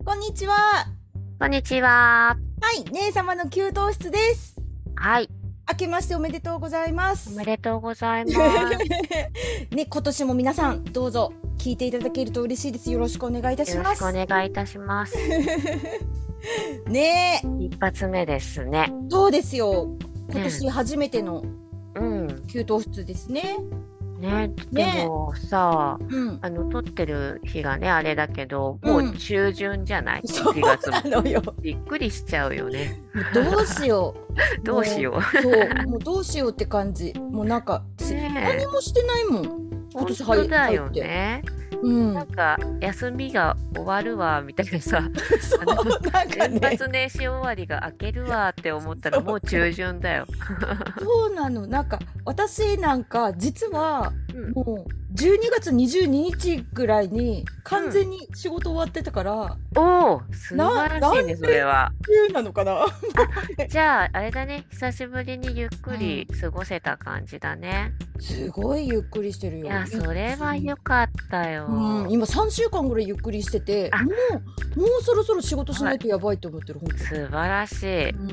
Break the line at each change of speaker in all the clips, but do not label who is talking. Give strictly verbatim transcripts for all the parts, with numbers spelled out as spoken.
こんにちは。は
こんにちは。
い、姉様の給湯室です。
はい。
明けましておめでとうございま
おめ
す。
でとうございます。
ね、今年も皆さんどうぞ聞いていただけると嬉しいです。よろしくお願いいたし
よろしくお
ます。
願いいたします。
ねえ、
一発目ですね。
そうですよ。今
ね。
年初めての
うん。
給湯室ですね。
ね、で
ね
もさ、
え、うん、
あの、撮ってる日がね、あれだけど、もう
うん。
中旬じゃない？
そう
いち 月も。
なのよ。
びっくりしちゃうよね。
もうどうしよう。
どうし
も
よ
う、そう、もうどうしようって感じ。もうなんか、
う。
私、
ねえ、
何もしてないもん。今
本
年入、
当だよ
入って。
ね。
うん。
なんか、休みが終わるわ、みたいなさ、
そ
あの、
う、なんか
年
ね、
末年始終わりが明けるわって思った
そう
らもう中
そう。
旬だよ。
そうなの。なんか、私なんか、実は、
うん。
もう、じゅうにがつにじゅうににちぐらいに、
うん。
完全に仕事終わってたから、
おお、素
な、
晴らしいね、そ
何連
れは。
休なのかな。
あ、じゃあ、あれだね、久しぶりにゆっくり
うん。
過ごせた感じだね。
すごいゆっくりしてるよ。
いや、
い
それは
ち
良かった
うん、
よ。
今さんしゅうかんぐらいゆっくりしてて、
あ、
もう、もうそろそろ仕事し
はい、
ないとやばいと思ってる、ほんと。
素晴らし
うん。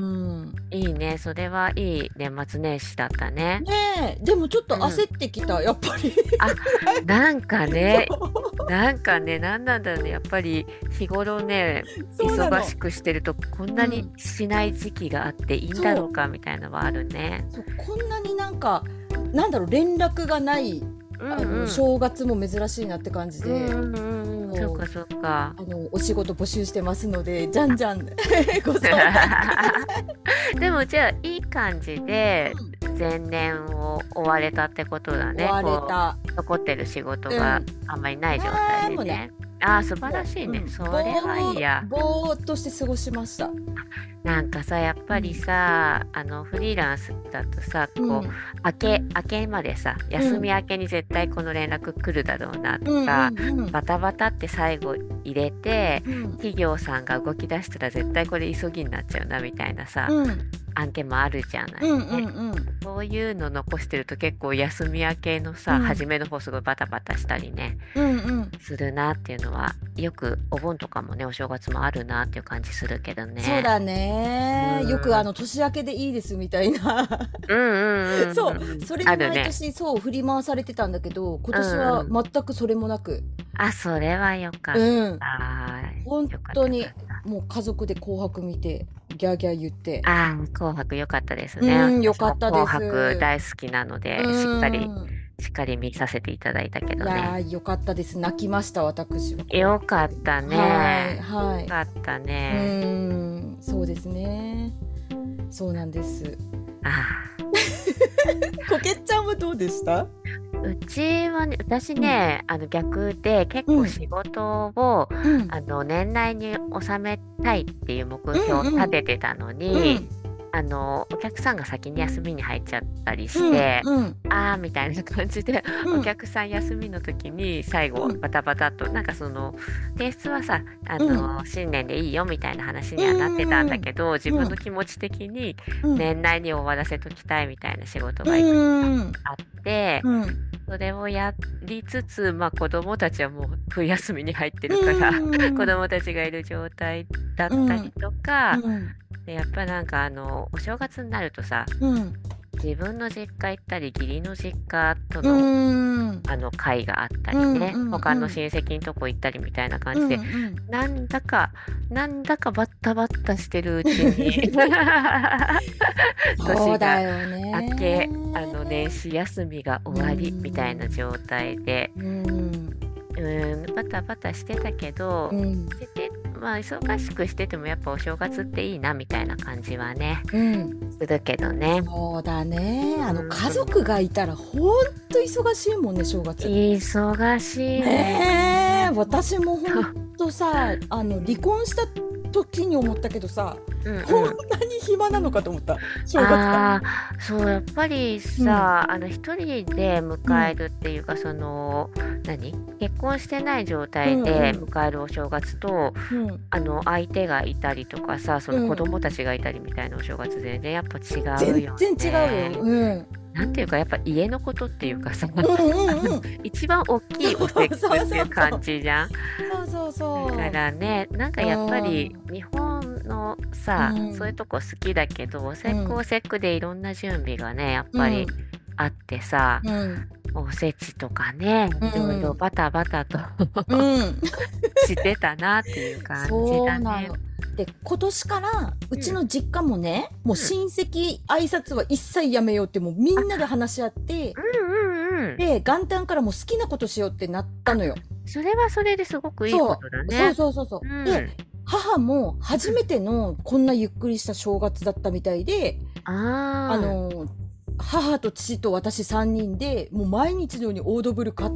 い。いいね、それはいい年末年始だったね。
ねえ、でもちょっと
うん。
焦ってきた、やっぱり。
あ、なんか
そ
ね、
う。
なんかね、なんなんだろうね、やっぱり日頃ね、
そうなの。
忙しくしてるとこんなに
うん。
しない時期があっていいんだろ
そう。
うかみたいなのはあるね。
そう、こんなになんか、なんだろう、連絡がない、
うん
あの、
うん。
正月も珍しいなって感じ
うん
で、
うんうんうん、そっ
もう、
かそっか。
あの、お仕事募集してますので、じゃんじゃんご相談ください。
でもじゃあいい感じで
うん。
前年を終われたってことだね。
追われ
こ
た。
う残ってる仕事が
うん。
あんまりない状態
なんもない。
でね。ああ、素晴ら
もう、う
しいね。
ん、
それはいい
ぼー、
や。
ぼーっとして過ごしました。
なんかさ、やっぱり
うん。
さ、あのフリーランスだとさ、こう
うん。
明け明けまでさ、休み
うん。
明けに絶対この連絡来るだろうなと
うんう
か、
んうん。
バタバタって最後入れて、
うん。
企業さんが動き出したら絶対これ急ぎになっちゃうなみたいなさ、
うん。
案件もあるじゃな
うんう
いね。
んうん。
そういうの残してると結構休み明けのさ、
うん。
初めの方すごいバタバタしたりね、
うんうん。
するなっていうのは、よくお盆とかもね、お正月もあるなっていう感じするけどね。
そうだ
う
ね。よくあ
ーん。
の年明けでいいですみたいな。
うんうん
そう、
うんうんうん。
それに毎
あるね。
年そう振り回されてたんだけど、今
う
年は
んうん。
全くそれもなく、
あ、それはよかっ
うん、
た。
本
よかった
当に
よかった。
もう家族で紅白見て、ギャーギャー言って、
ああ、紅白良かったですね。
うん、よ
私も紅
かったです。う
白大好きなので、しっかり、
ん。
しっかり見させていただいたけ
い
どね。
やー、よかったです。泣きました、私は紅
よかっ
白。
た
はい、
ね。
はい。
よかった
う
ね。
ーん、そうですね。そうなんです。
ああ。
こけっちゃんはどうでした？
うちはね、私
うん、
ね、あの逆で結
うん、
構仕事を
うん、
あの年内に収めたいっていう目
うん、
標を立
うん、
ててたのに、
うん、
あのお客さんが先に休みに入っちゃったりし
うん、
て、
うん、
あーみたいな感じで、お
うん、
客さん休みの時に最後
うん、
バタバタと、なんかその提出はさ、あ
うん、
の新年でいいよみたいな話
う
にはなってたんだ
ん、
けど、自
うん、
分の気持ち的に
うん、
年内に終わらせときたいみたいな仕事
う
がいくつか
ん、
あって、
うん、
それをやりつつ、まあ子供たちはもう冬休みに入って
う
るから、子
ん、
供たちがいる状態だっ
うん、
たりとか、
うん、
で、やっぱなんかあの、お正月になるとさ、
うん、
自分の実家行ったり、義理の実家と
う
の、
ん、
あの会があった
うん、
りね、
うん、
他の親戚のとこ行ったりみたいな感
うん、
じで、
うん。
なんだか、なんだかバッタバッタしてるうちに
そう
年が
だよ
明け、
ね。
あの年始休みが
う
終わりみたいな
ん、
状態で、
うん、
うーん、バタバタしてたけど、
うん、
してて、まあ忙しくしててもやっぱお正月っていいなみたいな感じはね、
うん。
するけどね。
そうだね。あの、家
うん、
族がいたらほんと忙しいもんね、正月。
忙しい
ねえ、
ね。ほん
私もほん
と。
とさ、あの、離婚した時に思ったけどさ、
うん
こん
うん。
なに暇なのかと思った。正月が。
ああ、そう、やっぱり
うん、
さ、あの、一人で迎え
うん、
るっていうか、その、何結婚してない状
う
態で
んうん、
迎えるお正月と、
うん、
あの、相手がいたりとかさ、その子
うん。
供たちがいたりみたいなお正月全然やっぱ違うよ
全然違うよ。
ね。
うん。
なんていうか、やっぱ家のことっていうかさ、
うん
あの、
うんうん。
一番大きいお
そう
節句
そう
っていう感
そうそう。
じじゃん。
そうそう
だか
そ
らね、なんか
う。う
やっぱり
ん。
日本の
う
さ、そういう
ん。
とこ好きだけど、お
う
節句お
ん。
節句でいろんな準備がね、やっ
う
ぱり
ん。
あってさ、
うん。
おせちとかね、
う
いろいろ
ん。
バタバタと
うん。
してたなっていう感じだね。
そうなの。で、今年からう
うん。
ちの実家もね、もう
うん。
親戚挨拶は一切やめようってもうみ
あ、
んなで話し合って、
うんうんうん。
で、元旦からもう好きなことしようってなった
あ、
のよ。
それはそれですごくいいこ
そ
とだ
う、そう
ね。
そうそうそう。で、
うん。
母も初
うん。
めてのこんなゆっくりした正月だったみたいで、あ
あ
の、母と父と私さんにんで、もう毎日のようにオードブル買って、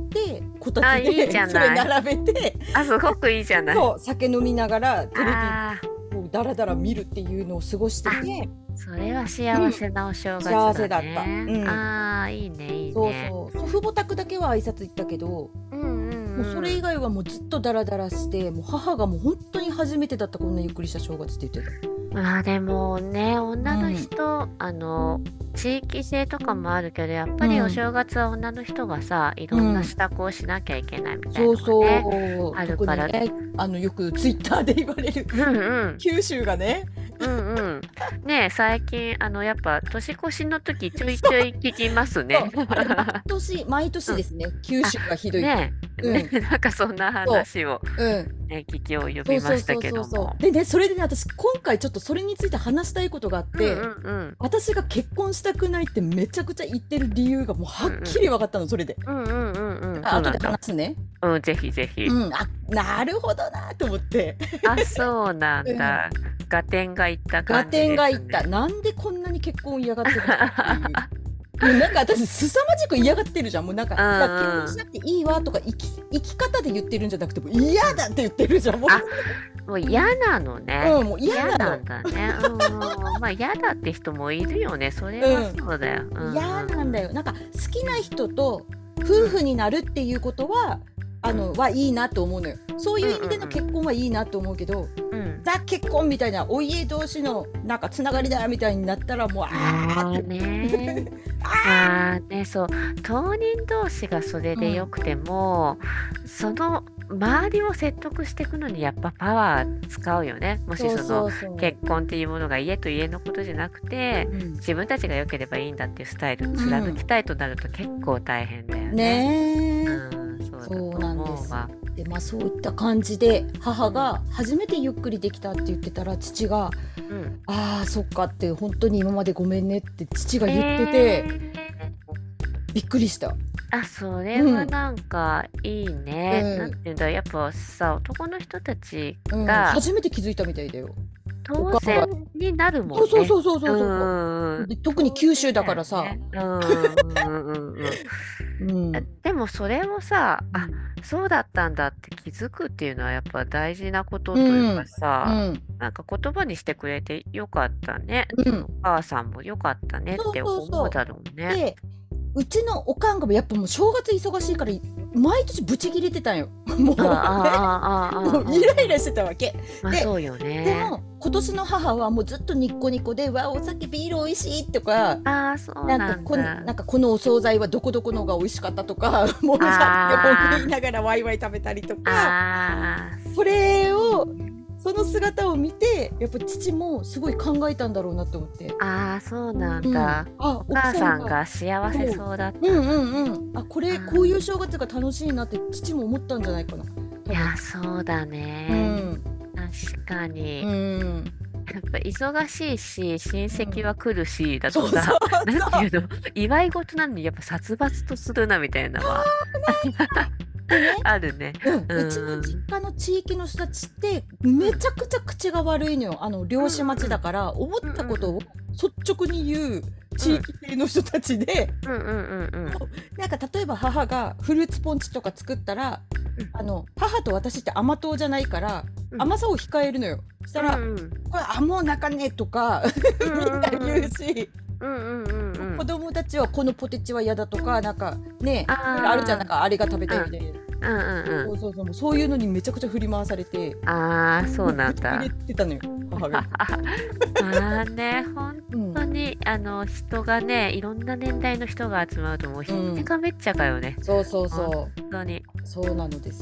こた
あ、あ、
つ
いいじ
でそれ
ゃない。
並べて、
あ、すごくいいじゃない。
そう、酒飲みながらテレビ
あ
をダラダラ見るっていうのを過ごして
あ、あ、
て、
それは
うん、
幸せなお正月
幸
だ
せだった。
ね。
うん。
ああ、いいねいい
そう
ね。
そう。祖父母宅だけは挨拶行ったけど、
うんうん
もうそれ以
うん。
外はもうずっとダラダラして、もう母がもう本当に初めてだったこんなゆっくりした正月って言ってた。
まあでもね、女の
うん。
人、あの、地域性とかもあるけど、やっぱりお
うん。
正月は女の人がさ、いろんな
うん。
支度をしなきゃいけないみたい
そう
のがね、
そう。
あるから、
特にね、あの、よくツイッターで言われる
うんうん。
九州がね、
うんうん。ねえ、最近、あの、やっぱ年越しの時ちょい
そう、
ちょい聞きますね。
そう、あれ毎年毎
うん。
年ですね、九
あ、
州がひどいって。
ねえ、ね、
うん、
なんかそんな
そ
話を
う、うん。
ね、聞き及びました
そうそうそう
けども。
そうそう。でね、それでね、私今回ちょっとそれについて話したいことがあっ
うんう
て、
んうん。
私が結婚したくないってめちゃくちゃ言ってる理由がもうはっき
うんうん。
り分かったの、それで。
うんうんうんうん、
あ、後で
そうなんだ。
話すね。
うん、ぜひぜひ。
うん、あ、なるほどなと思って。
あ、そうなん
うん。
だ。合点がいった
合
感じ
点がいった。
ですね。
なんでこんなに結婚嫌がってるのかっていう。もうなんか私凄まじく嫌がってるじゃん。もうなんか、
う
いや、結婚
んうん。
しなくていいわとか、生き生き方で言ってるんじゃなくて、もう嫌
うん。
だって言ってるじゃん。もう、
あ、もう嫌なのね。
うん、もう嫌
嫌な
なの。
んだね。うんうんうん。まあ、嫌だって人もいるよね。それは
うん。
そうだよ。うん
嫌
うんうん。
なんだよ。なんか好きな人と
うん。
夫婦になるっていうことは、あ
うん。
の、はいいなと思うのよ。そう
うん
いう意味での
うんうん。
結婚はいいなと思うけど、
うん。
ザ結婚みたいなお家同士のなんかつながりだみたいになったらもう、あーっ
まあ
て。
ね。
あ
まあね、そう、当人同士がそれ
ー、うん。
でよくても、その周りを説得していくのにやっぱパワー使うよね。もしその
そうそうそ
結婚っていうものが家と家のことじゃなくて、
う。うん。
自分たちが良ければいいんだっていうスタイル
う
貫き
ん。
たいとなると結構大変だよね。う
ねえ。
ん、そうだ
そう
と
なんです。
思うわ。
で、まあそういった感じで、
うん、
母が初めてゆっくりできたって言ってたら、父が、
うん。
ああ、そっかって、本当に今までごめんねって父が
え
言ってて、
え。
びっくりした。
あ、それ
うん、
はなんかいい
う
ね。なん
ん、
ていうんだ、やっぱさ、男の人たち
うん。
が
初めて気づいたみたいだよ。お
当
かんが。
選になるも
そうそう
んね。
そうそう
う
そうそうそ
んうん。
う。で、特に
当
九州だ
然だ
からさ。
よね。うんうんうんうんうん。あ、
うん。
でもそれをさ、あ、
うん。
そうだったんだって気づくっていうのはやっぱ大事なこと
う
というか
ん。う
さ、
ん。
なんか言葉にしてくれてよかったね。そのお
うん。
母さんもよかったねっ
そう
て
そうそ
思うだろう
う。
ね。
で、うちのおかんがもやっぱもう正月忙しいから、毎年ブチギレてたんよ。も
ああ
うね、
ああああああ、
もうイ
うんうん。
ライラしてたわけ。で、
ま、そうよね。
でも今年の母はもうずっとニッコニコで、わ、お酒ビール美味しいとか、
ああ、そう
なんか
なんだ。
こんなんかこのお惣菜はどこどこのが美味しかったとか、もうさって文句言い
あ
ながらワイワイ食べたりと
あ、
か、
ああ、
それを、
そうね。
その姿を見て、やっぱ父もすごい考えたんだろうなと思って。
ああ、そうなん
うん。
だ。
あ、
お
奥
母さん
さんが、
が幸せ
そう。
そうだっ
うんう
たんだね。
んうん。あ、これ、こういう
ああ、
正月が楽しいなって父も思ったんじゃないかな。多分。
いや、そうだ
う
ね。
ん。
確か
う
に。
ん。
やっぱ忙しいし、親
うん。
戚は来るしだとさ、
そうそう
なん
そう。
ていうの、祝い事なのにやっぱ殺伐とするなみたいなのは
でね、
あるね。
うん、
う
うちの
ん。
実家の地域の人たちって
うん。
めちゃくちゃ口が悪いのよ。あの
うん
漁師町
うんうん。
だから思っ
うんうんうん。
たことを率直に言う
うん。
地域系の人たちで、
うんうんうんうん。
なんか例えば母がフルーツポンチとか作ったら、
うん。
あの母と私って甘党じゃないから
うん。
甘さを控えるのよ。そしたら
うんうん。
これあもう泣かねえとか
うん
みんな
うんうんうん。
言うし、
うんうんうんうん。
子供たちはこのポテチは嫌だとかなんかね、あるじゃん、なん
あ
かあれが食べた
あ、うん。
いみたいな。
うんうんうん。
そうそうそう、もうそういうのにめちゃくちゃ振り回されて、
ああ、そう
もうブチ切れ
なんだ。
てたのよ、母が。
まあね、ほん
うん。
とに、あの、人がね、いろんな年代の人が集まるともう
うん。
ひっちゃかめっちゃかよね。
そうそう
ほん
そ
とに。
う。そうなのです。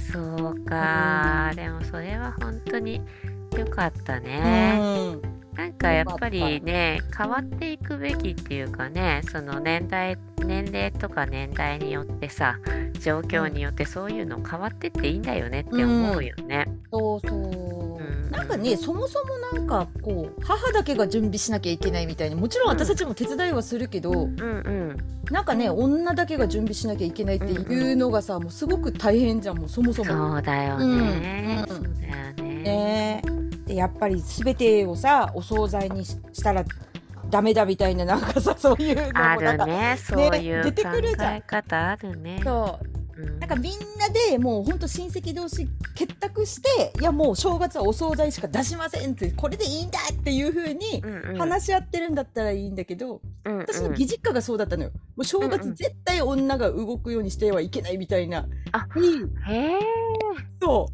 そう
うん。
か。でもそれは本当に良かった
う
ね。
ん。
なんか
よ
やっぱ
かった。
りね、変わっていくべきっていうかね、その年代、年齢とか年代によってさ、状
う
況
ん。
によってそういうの変わってっていいんだよねっ
う
て思うん
ん。
よね。
そう
う
そう。なんか
ん
ね、そもそもなんかこう、母だけが準備しなきゃいけないみたいに、もちろん
うん。うん
私たちも手伝いはするけど、
うんうん
なんかね、女だけが準備しなきゃいけないっ
うんう
ていうんのがさ、もうすごく大変じゃん、もうそもそも。
そうだよ
うん、
ね。
うん。
そうだよね。
ねえ。で、やっぱり全てをさ、お惣菜にししたらダメだみたいな、なんかさ、そういうの
あ
もなんか
るね。そう
ね、出て
いう考
くるじゃん。
え方あるね。
そう。
うん
なんかみんなでもうほんと親戚同士結託して、いやもう正月はお惣菜しか出しませんって、これでいいんだっていう風に
うんうん
話し合ってるんだったらいいんだけど、
うん
私の
うん
義実家がそうだったのよ。もう正
うんうん。
月絶対女が動くようにしてはいけないみたいな。
あ、
に、
へえ。
そう。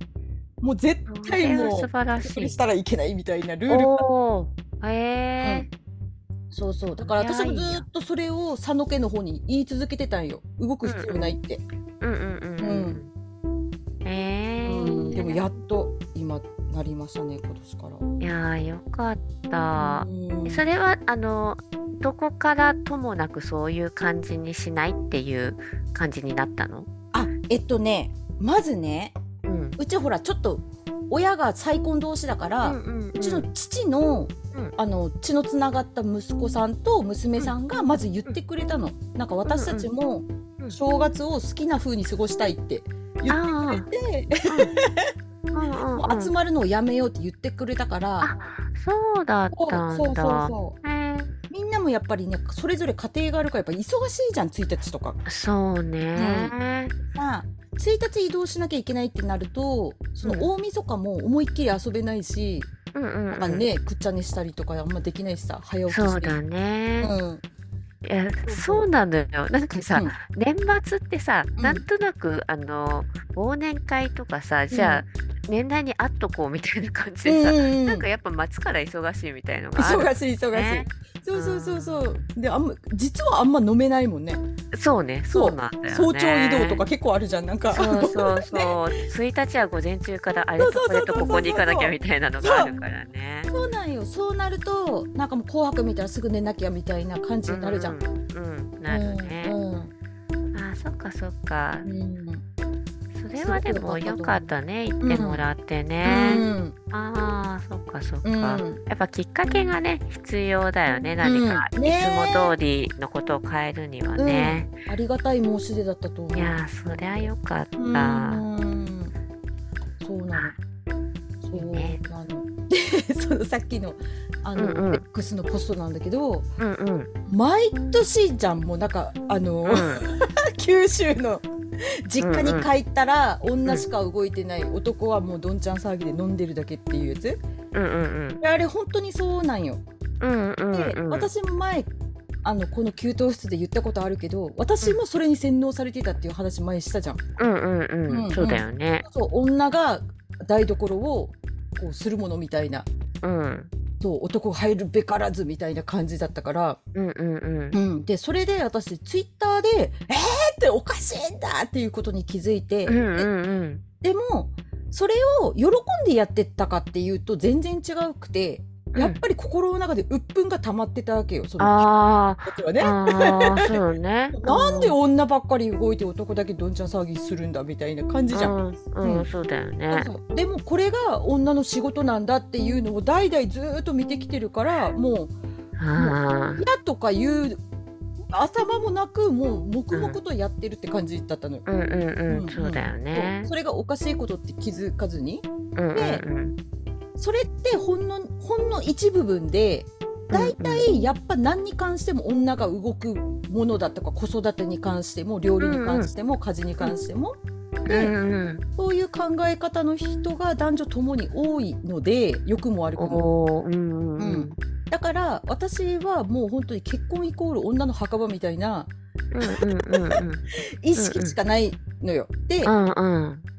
もう絶
そ
対
れは素
も
晴ら
う、それし
しい。
たらいけないみたいなルールが。
おお。へ
う
え。
ん。そうそう。だ
そ
から
りゃいいや。
私もずーっとそれを佐野家の方に言い続けてたんよ。動く
うん
必要ないって。
うんうんうん
う
うん
ん。
うん。へ
うん。でもや
え。
っと今なりましたね、今年から。
いやー、よかっ
う
た。そ
ん。
れは、あの、どこからともなくそういう感じにしないっていう感じになったの？
あ、えっとね、まずね、
うん。
うちほらちょっと親が再婚同士だか
うん
ら、
うん
うちの
うん。
父の
うん
あの血のつながった息子さんと娘さんがまず言ってくれたの。なんか私たちも
うん
正月を好きな風に過ごしたいって言ってくれて、
うんうんうん
もう集
うん。
まるのをやめようって言ってくれたから、
あ、そうだっ
そう
た
そうそう
んだ。
そう。
へえ。
みんなもやっぱりね、それぞれ家庭があるからやっぱ忙しいじゃん、ついたちとか。
そう
うん。
ね。
まあ、ついたち移動しなきゃいけないってなると、そうの
ん。
大晦日も思いっきり遊べないし、
うんうんうん。
なんかね、くっちゃ寝したりとかあんまできないしさ、早起きして。
そうだね。
うん。
いや、
そう
そ
そう
なのよ。なんか
う。
さ、
ん。
年末ってさ、
うん。
なんとなく、あの、忘年会とかさ、
う
じゃあ、
ん。
年内に会っとこうみたいな感じ
うん
でさ、
うんうん。
なんかやっぱ待つから忙しいみたいのがある
忙しい忙しい。
ね。
そううそうそう
ん。
そう。で、あんま、実はあんま飲めないもんね。
そうね、そう
そ
なんだ
う。
よ
早朝移動とか
ね。
結構あるじゃん。なんか、あ
そう
の、
そう
ね。
そう。ついたちは午前中からあ
そう
れとこれ
そうそうそう
とここに行
そうそうそ
かなきゃみたいなの
う。
があ
そう。
るからね。
そうなんよ。そうなると、なんかもう紅白見たらすぐ寝なきゃみたいな感じ
うん
になるじゃん。
うんうん、
う
なる
ん、
ね。
うん、
あ、そっかそっか。
うん。
それ
すごく
はで
良かったと
もよかっ
思
たね、行
う。
って
うん、
もらって
う
ね。
ん、
ああ、そっかそっ
う
か。
ん、
やっぱきっかけがね、必要だよね。何
うん。
かいつも
ね
通りのことを変えるには
え。うん。
ね。
ありがたい申し出だったと思う。
いやー、そりゃよかっ
う
た。
ん。そうなの。そう
いいね。
なの。で、そのさっきの、あ
うん
の、
うん。
X のポストなんだけど、
うんうん。
毎年じゃん、もうなんか、あの、
うん。
九州の
う
実家
んうん。
に帰ったら、
うん
女しか動いてない、男はもうどんちゃん騒ぎで飲んでるだけっていうやつ。
うんうん
であれ本当にそうなんよ。
うんうん
で、
うん
私も前、あの、この給湯室で言ったことあるけど、私もそれに洗脳されてたっていう話前にしたじゃん。
うんうん
う
うん。
ん
そうだ
うん。
よね。
そう、女が台所をこうするものみたいな、
うん
そう、男が入るべからずみたいな感じだったから、
うんうんうん
うん。で、それで私、ツイッターで、えーっておかしいんだっていうことに気づいて、
うんう
で、
んうん
でも、それを喜んでやってったかっていうと全然違うくて、やっ
うん。
ぱり心の中で鬱憤が溜まってたわけよ、その
あ
時はね。
あ、ああ、そうね。う
なんで
ん。
女ばっかり動いて男だけどんちゃん騒ぎするんだみたいな感じじゃん。
うん、
う
うん、
ん。
そうだよ
そう
ね。
そう。でもこれが女の仕事なんだっていうのを代々ずーっと見てきてるから、もう、もう
ああ、
嫌とかいう頭もなく、もう黙々
うん、
とやってるって感じだったのよ。
うんうん
う
うん、
ん
そうだよ
うん。そう。
ね。
それがおかしいことって気づかずに。
うんうん
で、
うん。
それってほんの、ほんの一部分で、大
うんうん。
体やっぱ何に関しても女が動くものだとか子育てに関しても料理に
うんうん。
関しても家事に
うん
関しても
う
で
んうん。
そういう考え方の人が男女ともに多いので良くも悪くも、
おお、うんう
うん
うん。
ん、だから私はもう本当に結婚イコール女の墓場みたいな
うんうんうんうん。
意
うんうん。
識しかないのよ。で、
うんうん。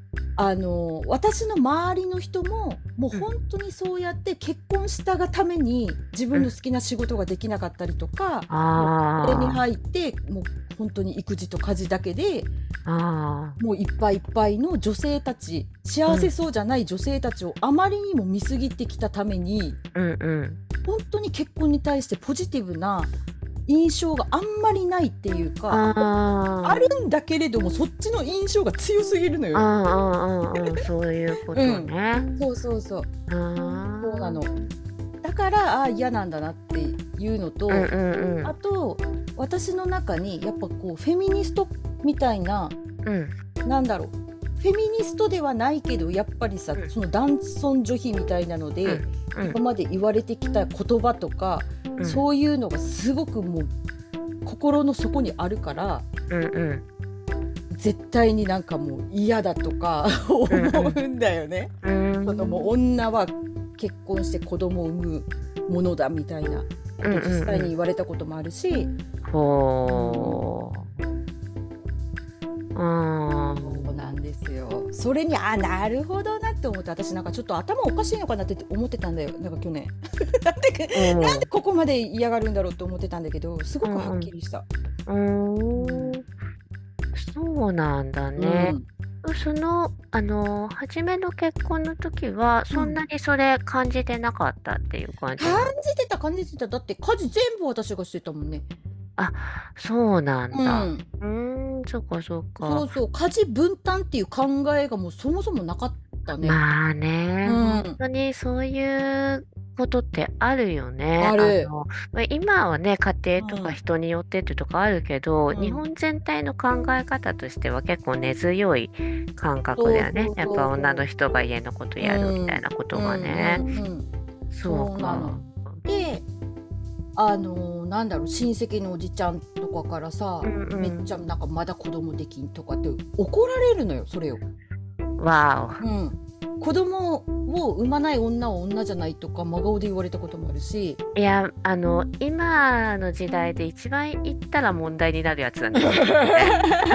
あの私の周りの人ももう
うん。
本当にそうやって結婚したがために自分の好きな仕事ができなかったりとか、もうこれに
あ
入ってもう本当に育児と家事だけで
あ、あ
もういっぱいいっぱいの女性たち、
あ、う
幸せ
ん、
そうじゃない女性たちをあまりにも見過ぎてきたために、
うん、うん。
本当に結婚に対してポジティブな印象があんまりないっていうか、あ
あ
るんだけれどもそっちの印象が強すぎるの
あ、あ
よ。
あ、ああ、ああ、そういうこと
うん、
ね。
そうそうそう、そうなの。
あ
だからああ嫌なんだなっていうの
あ、うん、
と、
うん、
あと私の中にやっぱこうフェミニストみたいな、
うん、うん、
なんだろう、フェミニストではないけどやっぱりさ、
うん、
その男尊女卑みたいなの
う
で
ん、うん、
今まで言われてきた言葉とか、
うん、
そういうのがすごくもう心の底にあるから、
うん、うん、
絶対になんかもう嫌だとか思うんだよね。
うん、
そのもう女は結婚して子供を産むものだみたいなこと実際に言われたこともあるし、うん、
ほう。あ
そうなんですよ。それにあなるほどなって思って、私なんかちょっと頭おかしいのかなって思ってたんだよ、なんか去年なんで
あ、うん、
なんでここまで嫌がるんだろうって思ってたんだけど、すごくはっきりした。
うん、う
うん、
ーん、そうなんだ
う
ね。
ん、
その、あの、初めの結婚の時は、そん
うん、
なにそれ感じてなかったっていう感じ
感
なの？
じてた感じてた。だって家事全部私がしてたもんね。
あ、そうなんだ。
うん、
うーん、そっかそっか。
そうそう、家事分担っていう考えがもうそもそもなかったね。
まあね、ほん
うん、
とにそういうことってあるよね。
ある。
あの、ま、今はね、家庭とか
うん、
人によってっていうとこあるけど、日
うん、
本全体の考え方としては結構根強い感覚だよね。
そうそう
やっぱ女の
そうそ
人が家のこと
う。う
やるみたい
ん、
なこと
うん、
がね。
うん、うん。
そうか。
そうなの。で、あのーなんだろう、親戚のおじちゃんとかからさ、
うんう
めっちゃ
ん。
なんかまだ子供できんとかって怒られるのよ、それを。
わお。
うん。子供を産まない女は女じゃないとか真顔で言われたこともあるし、
いや、あの、今の時代で一番言ったら問題になるやつだね、それね。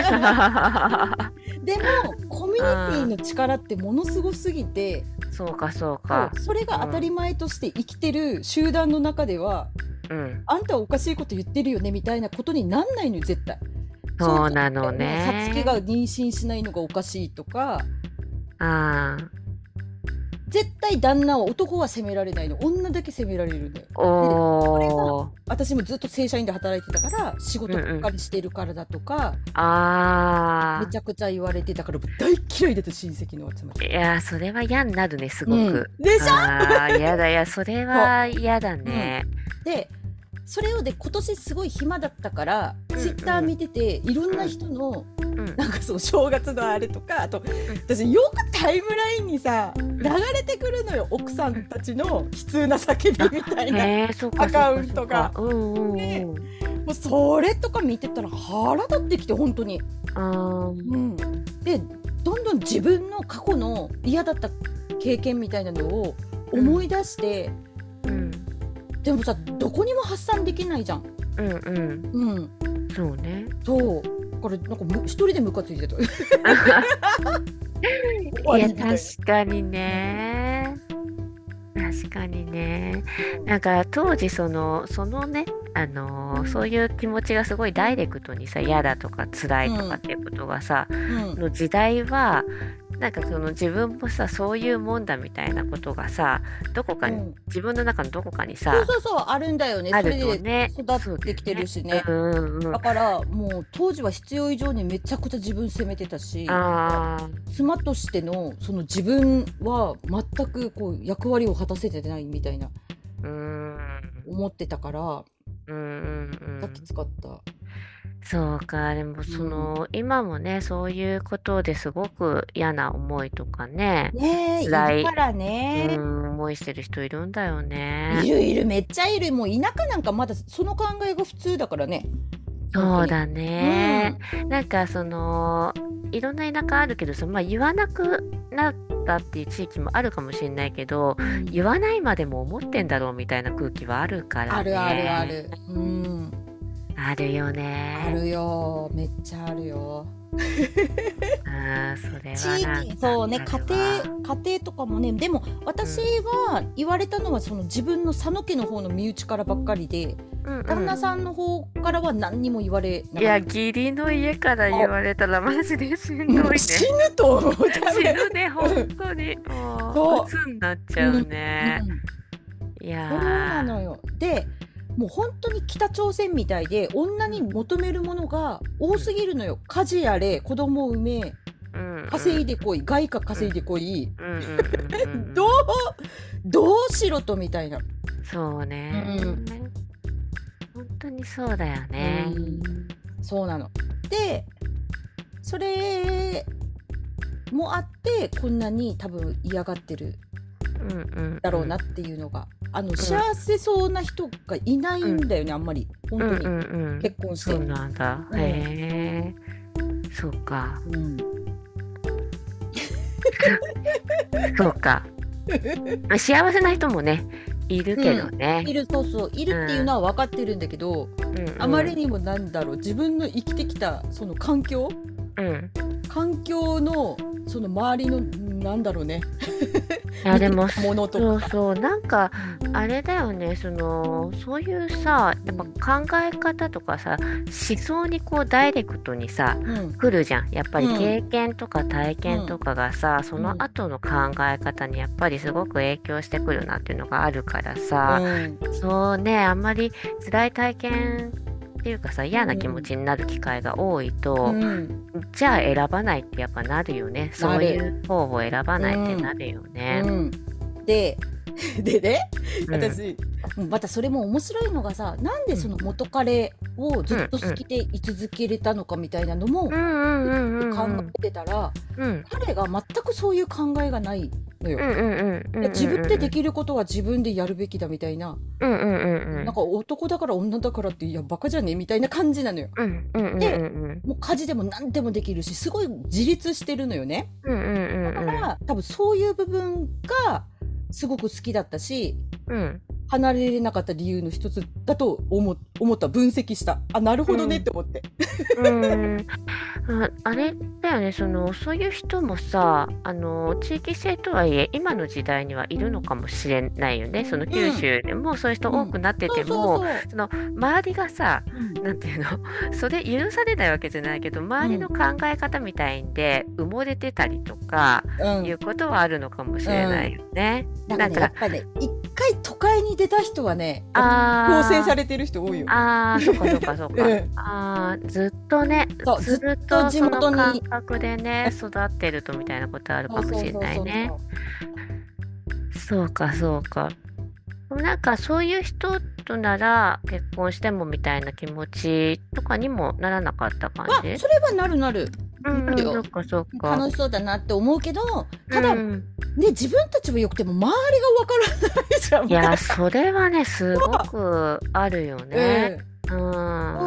でもコミュニティ
あ
の力ってものすごすぎて、
あ、そうかそうか。
そう、それが当たり
うん、
前として生きてる集団の中では、
うん。
あんたはおかしいこと言ってるよねみたいなことになんないのよ、絶対。そう
そう
じ
なの
ゃなくて、さつきが
ね。
妊娠しないのがおかしいとか、
あ
絶対旦那は、男は責められないの、女だけ責められるんだよ。
あ、
で、それが
おー。
私もずっと正社員で働いてたから仕
うんうん。
事ばっかりしてるからだとかめち
あ
ゃくちゃ言われてたから、もう大嫌いだった、親戚の集まり。
あ、いや、それは嫌になるね、す
うん。
ごく。
でしょ？
ああ、やだ、いや、それ
そ
は嫌だ
う。うん。
ね。
で、それをで今年すごい暇だったから、
うん
ツイッター
うん。
見てて、いろんな
うん、
人の、
うん、
なんかそう、正月のあれとか、あと、
うん、
私よくタイムラインにさ、流
うん、
れてくるのよ、奥さ
うん。
んたちの悲痛な叫
あ、
びみたいな
へえ、そっかそっ
アカウ
かそっか。
ントが。
うんう
で、
んうん。
もうそれとか見てたら腹立ってきて、本当に。
ああ、
うん。で、どんどん自分の過去の嫌だった経験みたいなのを
うん、
思い出して、
うん、
でもさ、どこにも発散できないじゃん。
うんうん。
うん。
そうね。
そう。だからなんかむ一人でムカついてた。終わ
いや、
りみたいな。
確かにね。確かにね。なんか当時その、そのね、あのーそういう気持ちがすごいダイレクトにさ、嫌だとか辛いとかっ
うん。
ていうことがさ、
うん。
の時代は、なんかその自分もさ、そういうもんだみたいなことがさ、どこかに、
うん。
自分の中のどこかにさ、
そうそうそう、あるんだよね。
ある
それで
とね、
育
そう
ってきてる
だよね。
しね。
うんうんうん。
だからもう当時は必要以上にめちゃくちゃ自分責めてたし、
ああ、
妻としてのその自分は全くこう役割を果たせてないみたいな
うーん、
思ってたから、
うんうんう
さっき
ん。
使った。
そうか、でも
うん。
その、今もね、そういうことですごく嫌な思いとかね、
ねえ、い
辛い、
るから
う
ね。
ん、思いしてる人いるんだよね。
いるいる、めっちゃいる。もう田舎なんかまだその考えが普通だからね。本当に。
そうだ
う
ね。
ん。
なんかその、いろんな田舎あるけどさ、まあ言わなくなったっていう地域もあるかもしれないけど、
うん。
言わないまでも思ってんだろうみたいな空気はあるから
あるあるあ
ね。
る。うん。
あるよ
あ
ね。
るよ、めっちゃあるよ。
ああ、それは
地
なんか
域、そうね、
あ
家
るわ。
庭、家庭とかもね、でも私
うん。
は言われたのはその自分の佐野家の方の身内からばっかりで、
うんう
旦那
ん。
さんの方からは何にも言われな
いや、
かった。
義理の家から
あ、
言われたらマジでしん
もう死
どいね。
ぬと思う、多分。
死ぬね、本
うん、
当に。もう、
そ
鬱になっち
う。
ゃう
うん、
ね。
うん。
い
そうな
や
のよ。で、もう本当に北朝鮮みたいで、女
ー、う
に
ん、
求めるものが多
うん、
すぎるのよ。家事やれ、子供産め、
うん、うん、
稼いでこい、外貨
うん、
稼いでこい。
うん、うん、うん、うん。う
どう、
ん。
どうしろとみたいな。
そう
う
ね。
ん。
本当にそうだよ
う
ね。
ん。そうなの。で、それもあって、こんなに多分嫌がってる
うん、うん、うん、
だろうなっていうのが、あの、幸
うん、
せそうな人がいない
うん、
んだよね、あんまり。
うん、
本当に。
うん、うん。
結婚し
そう
て。
なんだ。
うん。
へえ、そうか。
うん。
そうか。幸せな人もね、いるけど
うん。
ね。
いる、そうそう。いるっていう
うん、
のは分かってるんだけど、
うん、
あまり
うん、
にもなんだろう、自分の生きてきたその環境
うん。
環境のその周りのなんだろうね、
いや、
見てき
でも、
たものとか。
そうそう、なんか、
うん。
あれだよね、その、そういうさ、やっ
うん。
ぱ考え方とかさ、思想にこう、ダイレクトにさ、
うん。
来るじゃん。やっぱり
うん。
経験とか体
うん。
験とかがさ、その
うん。
後の考え方にやっぱりすごく影響してくるなっていうのがあるから
う
さ、
ん。
そうね、あんまり辛い体験っていうかさ、嫌な気持
うん。
ちになる機会が多い
う
と、
ん。
じゃあ選ばないってやっぱなるよね。そうい
なる。
う方を選ば
う
ないってな
ん。
るよね。
うん。で、でね、
うん。
私、またそれも面白いのがさ、なんで
うん。
その元彼をずっ
うん。うん。
と好きでい続けれたのかみたいなのも、
うんうんうん
考
うんうん。
えてたら、
うん。
彼が全くそういう考えがないのよ。
うんうんうんうん
いや、自分で
うんうん。
できることは自分でやるべきだみたいな、
うんうんうんうん。
なんか男だから女だからって、いや、バカじゃねえみたいな感じなのよ。
うんうんうん
で、
うんうん。
もう家事でも何でもできるし、すごい自立してるのよね。
うんうん
だ
うんうん。
から、多分そういう部分がすごく好きだったし、
うん。
離れれなかった理由の一つだと思思った、分析した。あ、なるほどねって思って。
うん。あ、あれだよね、その、そういう人もさ、あの、地域性とはいえ、今の時代にはいるのかもしれないよね。その九
うん、
州でもそういう人
うん。
多くなって
そうそう
ても、
そう。
その、周りがさ、
うん、
なんていうの、それ許されないわけじゃないけど、周りの
うん、
考え方みたいんで埋もれてたりとか、
うん、
いうことはあるのかもし
うん。
れないよね。
なんかね、やっ
なんか、
ぱね、一回都会に出た人はね、やっぱ強制さ
あ
れてる人多いよ。
あ、ああ、そっかそっかそっか。
うん。
ああ、ずっとね、
そう、ずっ
ずっ
と地
とその
元に。
感覚でね、育ってるとみたいなことある
そう
かもしれ
そうそう
ないね。
そうそ
そうか、そうか。なんかそういう人となら結婚してもみたいな気持ちとかにもならなかった
う。あ、
感じ？
それはなるなる。
うんうん、そ
なるよ。
っかそっか。
楽しそうだなって思うけど、
う
ただ、ね、
ん。
自分たちは良くても周りがわからないじゃん。
いや、それはね、すごくあるよね。
うん。
うん。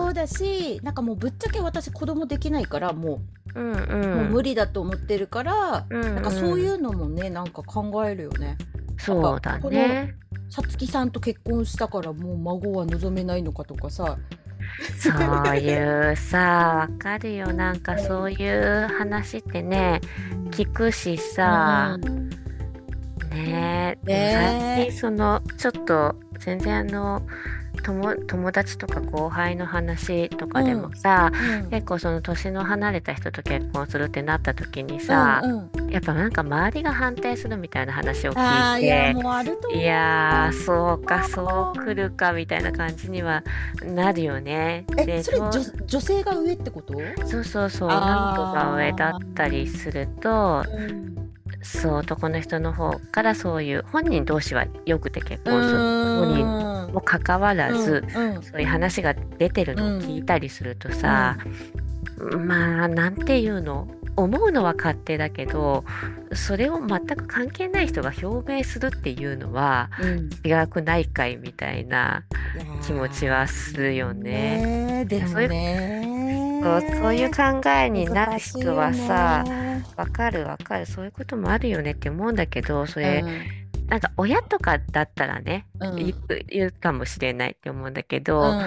うん
そうだし、なんかもうぶっちゃけ私子供できないから、も
う
う、もう無
ん。
理だと思ってるから、
うん
なんかそう
うん。
いうのもね、なんか考えるよね。なんか、
そうだ
この、
ね。
さつきさんと結婚したからもう孫は望めないのかとかさ。
そういうさ、わかるよ。なんかそういう話ってね、聞くし
う
さ、
ん。
ねえ、でも最近
ねえ。
その、ちょっと全然あの、友、友達とか後輩の話とかでも
うん。
さ、
うん。
結構その年の離れた人と結婚するってなった時に
うん
さ、
うん。
やっぱなんか周りが反対するみたいな話を聞い
ああ、いや、
て、
もうあると
い
思
やー、そうか、そう
う。
来るかみたいな感じにはなるよね。
え、
で、
それ、
と
女、女性が上ってこと？
そうそうそう、女の子が上だっ
ああ
たりすると、
ー、うん。
そう、男の人の方からそういう、本人同士はよくて結
う
婚するのに
ーん。
もかかわら
う
ず、
んうん
そういう話が出てる
う
のを聞い
ん
たりするとさ、
うん
まあ、なんていうの、思うのは勝手だけど、それを全く関係ない人が表明するっていうのは、
うん。
違くないかいみたいな
いや
気持ちはするよ
ー
ね。
ねー、でも
そういう、そうそういう
ね
考えに
ー、
なる
難しいよ
人はさ、
ね
わかるわかる、そういうこともあるよねって思うんだけど、そ
ー。
れ、
うん、
なんか親とかだったらね、言う、
うん、
言うかもしれないって思うんだけど、
うん、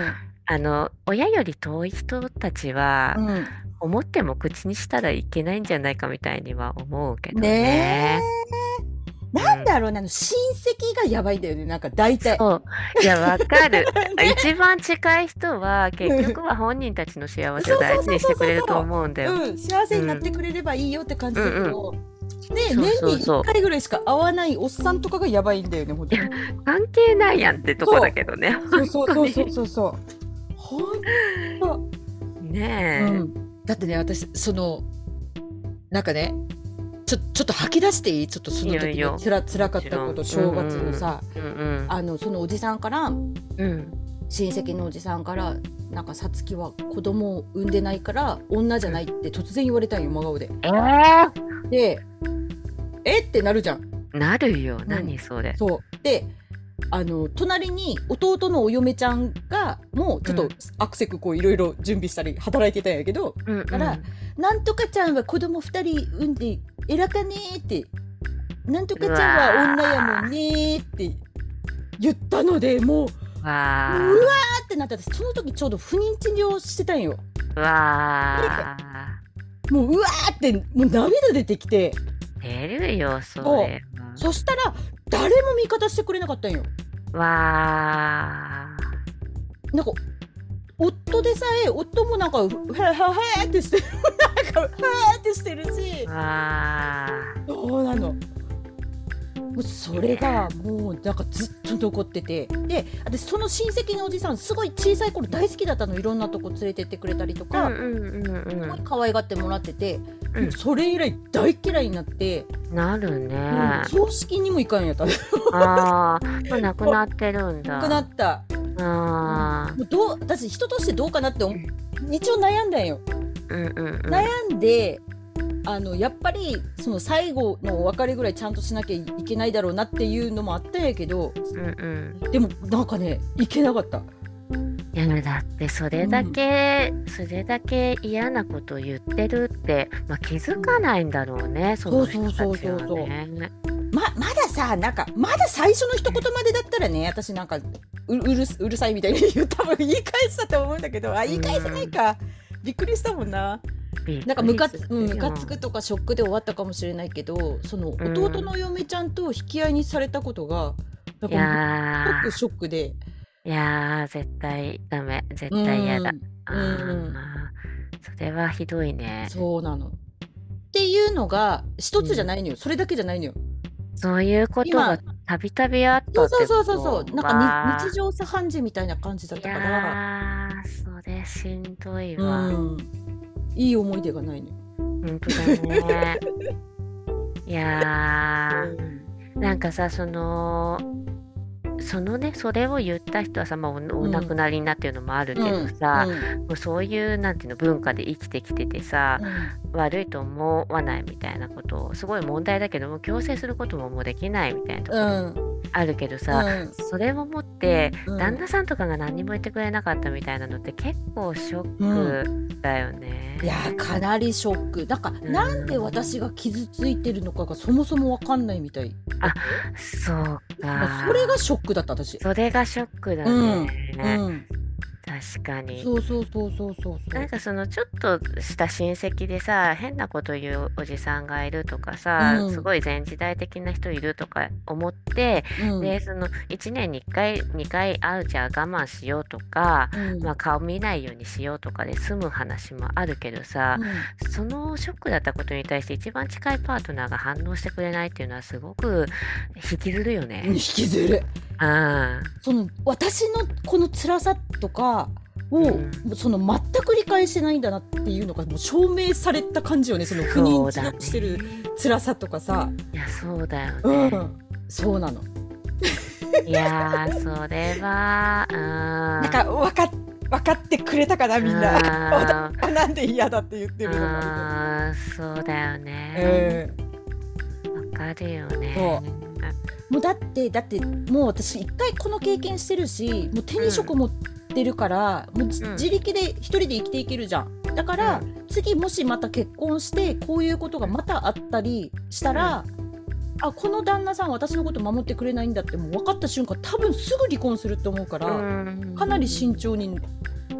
あの、親より遠い人たちは、
うん。
思っても口にしたらいけないんじゃないかみたいには思うけど
ね
ね。
え。
うん。
なんだろうね、あの親戚がやばいんだよね、なんか大体。
そう。いや、わかる。あ
ね。
一番近い人は、結
うん。
局は本人たちの幸せを
そうそうそう
大事にしてくれると
そうそう
思うんだよ。
そう。うん、幸
うん。
せになってくれればいいよって感じだけ
うんうん。
ど、ね、
そう
年に1
そうそう。
回ぐらいしか会わないおっさんとかがやばいんだよね、ほんと。
いや、関係ないやんってとこだ
そ
けどね、
う。そう
本
そうそうそう
当に。
そうそう。ほんと。う
ね
ん。だってね、私、その、なんかね、ちょちょっと吐き出していい？ちょっとそ
え。い
の時の
よいよ。
つら辛
も
かったこと、
ちろん。うん
正月の
うん。
さ、
うんうん。
あの、そのおじさんから
うん。
親戚のおじさんから、なんか「さつきは子供を産んでないから女じゃ
うん。
ない」って突然言われたんよ、真顔で。
ええ！
で、「え？」ってなるじゃん。
なるよ。
うん。
何それ。
そう。で、あの、隣に弟のお嫁ちゃんが、もうちょっと
うん。
あくせくこういろいろ準備したり働いてたんやけど、
うんう
から、
ん。
「なんとかちゃんは子供ふたり産んで偉かね」って、「なんと
う
かちゃんは女やもん
わ。
ね」って言ったので、もう、うわ
わあ。
ってなって、私その時ちょうど不妊治療してたんよ。で、
わあ。
もう、うわってもう涙出てきて、
出るよ、そ
そ
れ
う。
は。
そしたら誰も味方してくれなかったんよ。
わあ。
なんか夫でさえ、夫もなんか、へへへってしてる、なんか、へってしてるし、
わあ。
そうなの。もうそ
い
れが
や。
もうなんかずっと残ってて、で、私その親戚のおじさんすごい小さい頃大好きだったの、いろんなとこ連れてってくれたりと
うん
か、
うんうん
すごい
うん。
可愛がってもらってて、もう
うん。
それ以来大嫌いになって、
なる
うん、
ね。
葬式にも行かんやった。
ああ、もうなく
も
なってるん
うなくな
だ。
った。うん、も
ああ。
うどう私人としてどうかなってお一応悩んだんよ。
うんうんう
悩
ん。
んで、あのやっぱりその最後のお別れぐらいちゃんとしなきゃいけないだろうなっていうのもあったんやけど、
うんうん。
でもなんかね、いけなかった。
いや、だってそれだ
うん。
けそれだけ嫌なこと言ってるって、ま、気づか
うん。
ないんだろうね、そ
そう
の人
そうそう
たちは
そうそ
ね。
う。ままださ、なんかまだ最初の一言までだったらね、私なんか、ううるすうるさいみたいに言う多分言い返したと思うんだけど、あ、
う
言い返せない
ん。
か。びっくりしたもんな。
びっ
なんか
くりす
ムカつうん、ムカつ
るよ。
くとかショックで終わったかもしれないけど、その
う
弟の
ん。
嫁ちゃんと引き合いにされたことが、なん
い
かものすごく
や、
ショックで、
いや、絶対ダメ、
う
絶対嫌だ。
ーん、う
あ
ーん、
あ、それはひどいね。
そうなの。っていうのが一
うん。
つじゃないのよ。それだけじゃないのよ。
そういうことが
今
たびたびあっ
そうそう
たって
そうそうそう、
こと
なんかに日
は、
常茶飯事みたいな感じだっ
い
たから、
や、それしんどい
う
わ。
ーん、いい思い出がないのよ。
ほんとだね。いや、
うん。
なんかさ、そのそのね、それを言った人はさ、まあ、おお亡く
うん、
なりになってるのもある
う
けど
ん、
さ、
うん、
もうそういうなんていうの、文化で生きてきててさ、
うん、
悪いと思わないみたいなことをすごい問題だけども、強制することももうできないみたいなと
う
ころも
ん、
あるけどさ、
うん、
それをもって
うん、
旦那さんとかが何にも言ってくれなかったみたいなのって結構ショッ
うん。
クだよ
いや、
ね。
かなりショック。なんか、
う
なんで
ん。
私が傷ついてるのかがそもそもわかんないみたいだっ
あ、
て。
そう
まあ、それが
か。
ショックだった、私。
それがショックだ
うん、
ね。
うん。
確かに。
そうそうそうそうそうそ
なんかそのちょっとした親戚でさ、変なこと言うおじさんがいるとか
う。う
さ、す
ん、
ごい前時代的な人いるとか思って、
うん、
で、そのいちねんにいっかい、にかい会うじゃ我慢しようとか、
うん、
まあ顔見ないようにしようとかで済む話もあるけどさ、
うん。
そのショックだったことに対して一番近いパートナーが反応してくれないっていうのはすごく引きずるよ
うん、引
ね。
きずる。
ああ、
その、私のこの辛さとかを、
うん。
その全く理解してないんだなっていうのがもう証明された感じよね。その不妊治
そうだ
療してる
ね。
辛さとかさ。
いや、そうだよ
う
ね。
ん、そうなの。
いやー、それは、う
なん
ーん、
かわかっ分かってくれたかな、
う
みんな。私
ーん、
はなんで嫌だって言って
う
るのかみたいな。
ーん、そうだよね。
うん、
わかるよね。
そう。もうだってだってもう私一回この経験してるし、もう手
うん、
に職持ってるから、もうじ
うん、
自力で一人で生きていけるじゃん。だから
うん、
次もしまた結婚してこういうことがまたあったりした
うん、
ら、あ、この旦那さん私のこと守ってくれないんだってもう分かった瞬間、多分すぐ離婚するって思うか
う
ら、かなり
ん、
慎重に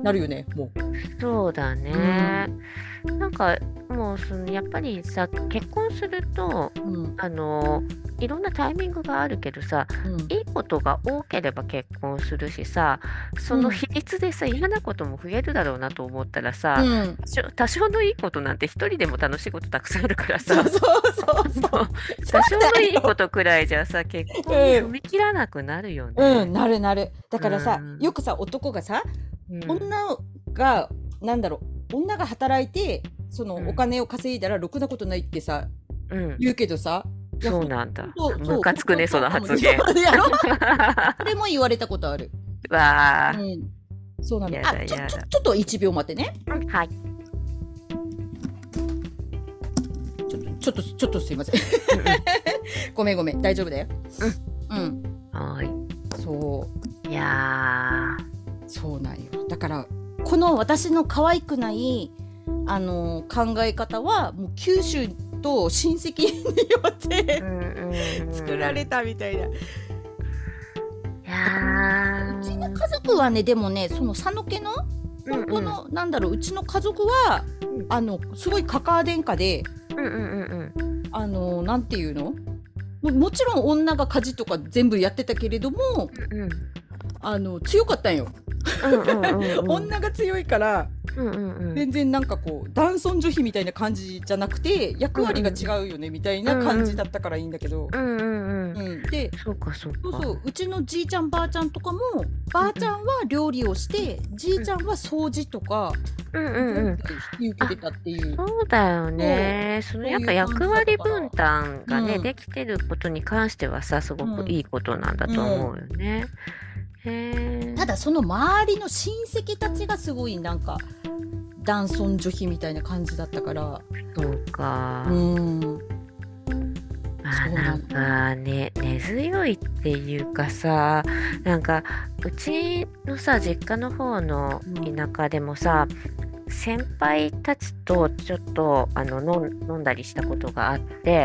なるよね、も
そうだ
う。う
ね。
ん。
なんかもうそのやっぱりさ、結婚すると、
うん。
あのいろんなタイミングがあるけどさ、
うん。
いいことが多ければ結婚するしさ、その比
うん。
率でさ、嫌なことも増えるだろうなと思ったら
う
さ、
ん。
多少、多少のいいことなんて一人でも楽しいことたくさんあるから
そう
さ、
そうそうそう。
そう
そ
多少のいいこ
うだよ。
とくらいじゃさ、結婚に踏
うん。
み切らなくなるよ
うん、
ね。
なるなる。だ
う
からさ、よ
ん。
くさ、男がさ、
うん。
女が、なんだろう、女が働いて、そのお
うん。
金を稼いだらろくなことないってさ、
うん。
言うけどさ、いや、ほん
そうなんだ。
と、そう、ほん
ムカつくね、その
とそうかもね。
発言。
そうやろ？それも言われたことある。
わあ、
うん。そうなの。
や
あ、ちょちょ
だやだ。
ちょっといちびょう待ってね。
うん、はい。
ちょっとちょっとちょっとすいません。
うんうん。
ごめんごめん、大丈夫だよ。
うん。
うん。
はー
そ
い。いや
う、そうなんよ。だから、この私の可愛くない、あの、考え方は、もう九州と親戚によっ
ー、う
て
んうん
作られ
うん。
たみたいな。
い
だから、
や
うちの
ー、
家族はね、でもね、その佐野家の
うんうん。
本当の、なんだろう、うちの家族は、
うん
あの、すごいカカア殿下で、
うんうんうんうん。
あの、なんていうの、ももちろん女が家事とか全部やってたけれども、
うんうん。
あの、強かったんよ。
うんうんうんうん。
女が強いから、
うんうんうん。
全然なんかこう、男尊女卑みたいな感じじゃなくて、役割が
うんうん。
違うよねみたいな
うん
感じだ
うん。
ったからいいんだけど、
うんうんうん。
うん。で、
そうかそうか。
そうそう、うちのじいちゃんばあちゃんとかも、
うんうん。
ばあちゃんは料理をして、じい
うん。
ちゃんは掃除とか、
うんうんうん。
全部引き受け
あ、
てたっていう、
そうだよ
そう、
ね。その
そう
やっぱ
いう感じだった
役割
から。
分担がね、
うん、
できてることに関してはさ、すごくい
うん、
いことなんだ
う
と思う
ん。
よね。へえ。
ただその周りの親戚たちがすごいなんか男尊女卑みたいな感じだったから、
そう
う
か。
ーん、
まあなん
そうなの。
かね、根強いっていうかさ、なんかうちのさ、実家の方の
うん、
田舎でもさ、先輩たちとちょっとあの飲ん、飲んだりしたことがあって、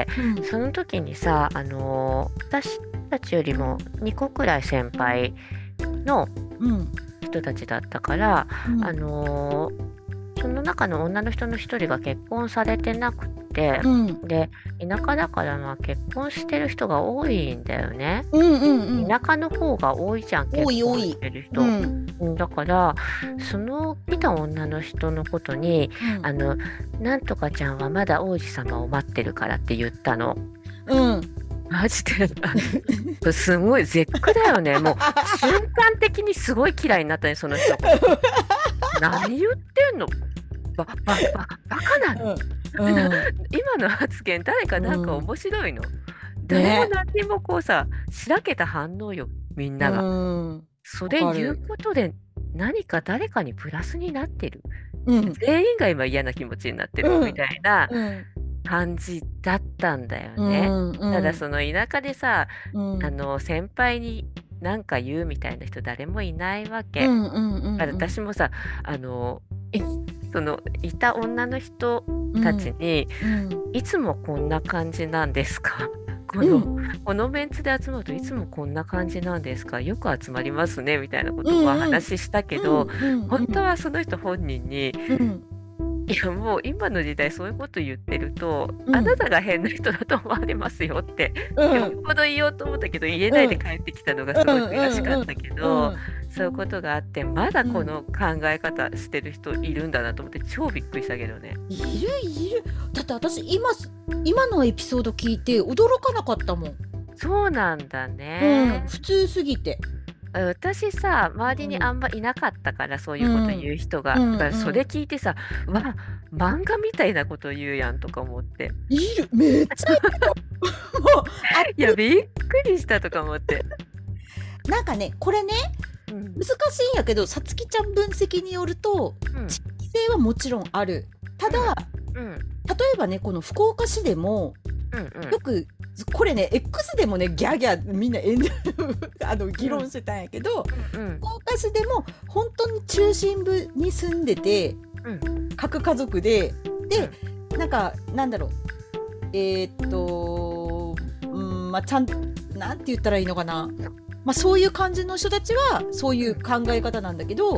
うん、
その時にさ、あの私たちよりもにこくらい先輩の
うん、
人たちだったから、あ
うん、
のその中の女の人の一人が結婚されてなくて、
うん、
で、田舎だからまあ結婚してる人が多いんだよね。
うん、うん、うん。
田舎の方が多いじゃん、結
多い多い。
婚してる人。
うん、
うんだから、その来た女の人のことに、
うん、
あの、なんとかちゃんはまだ王子様を待ってるからって言ったの。
うん。
マジで、あすごい絶句だよね。もう瞬間的にすごい嫌いになったね、その一言。何言ってんのば、ば、ば、バカなの
うん、うん、
今の発言、誰かなんか
うん。
面白いの誰も
ね。
何にもこうさ、しらけた反応よ、みん
う
なが。
ん。
それ言う
わかる。
ことで何か誰かにプラスになってる。
うん、
全員が今嫌な気持ちになってるみ
うん、
たいな
うん、
感じだったんだよ
う
ね。
ん、
た
うん、
だその田舎でさ、
うん、
あの先輩に何か言うみたいな人誰もいないわけ。
うん、うん、うん、
だから
うん、
私もさ、あの、いそのいた女の人たち
うん、
に、
うん、
いつもこんな感じなんですかこの、
うん、
このメンツで集まるといつもこんな感じなんですかよく集まりますねみたいなこ
う
とは
ん、
話したけ
うん、
ど、
うん、うん、
本当はその人本人に、
うん、
いやもう今の時代そういうこと言ってると、
うん、
あなたが変な人だと思われますよって、よっ
うん、
ぽど言おうと思ったけど言えないで
うん、
帰ってきたのが
うん、
すごい悔しか
うん、
ったけど、
うん、
そういうことがあって、まだ
うん。
この考え方してる人いるんだなと思って超びっくりしたけどね。
いるいる。だって私今す今のエピソード聞いて驚かなかったもん。
そうなんだ
うん、
ね。
普通すぎて。
あ私さ、周りにあ
うん、
んまいなかったから、そういうこと
うん、
言う人が。だ
うん、
からそれ
うん。
聞いてさ、わ、漫画みたいなこと言うやんとか思って。
いる、めっちゃいるよ。もう、あっ
いや、びっくりしたとか思って。
なんかね、これね、
うん。
難しいんやけど、さつきちゃん分析によると、
うん。
地域性はもちろんある。ただ、
うん。うん。
例えばね、この福岡市でも、
うん。
よく、これね、X でもね、ギャーギャーみんなえんあの議
うん。うん。
論してたんやけど、
うん。
福岡市でも本当に中心部に住んでて、
うん。
核家族で、で、
うん。
なんか、なんだろう、えーっと、うん、まあ、ちゃん、なんて言ったらいいのかな。まあ、そういう感じの人たちは、そういう考え方なんだけど、
う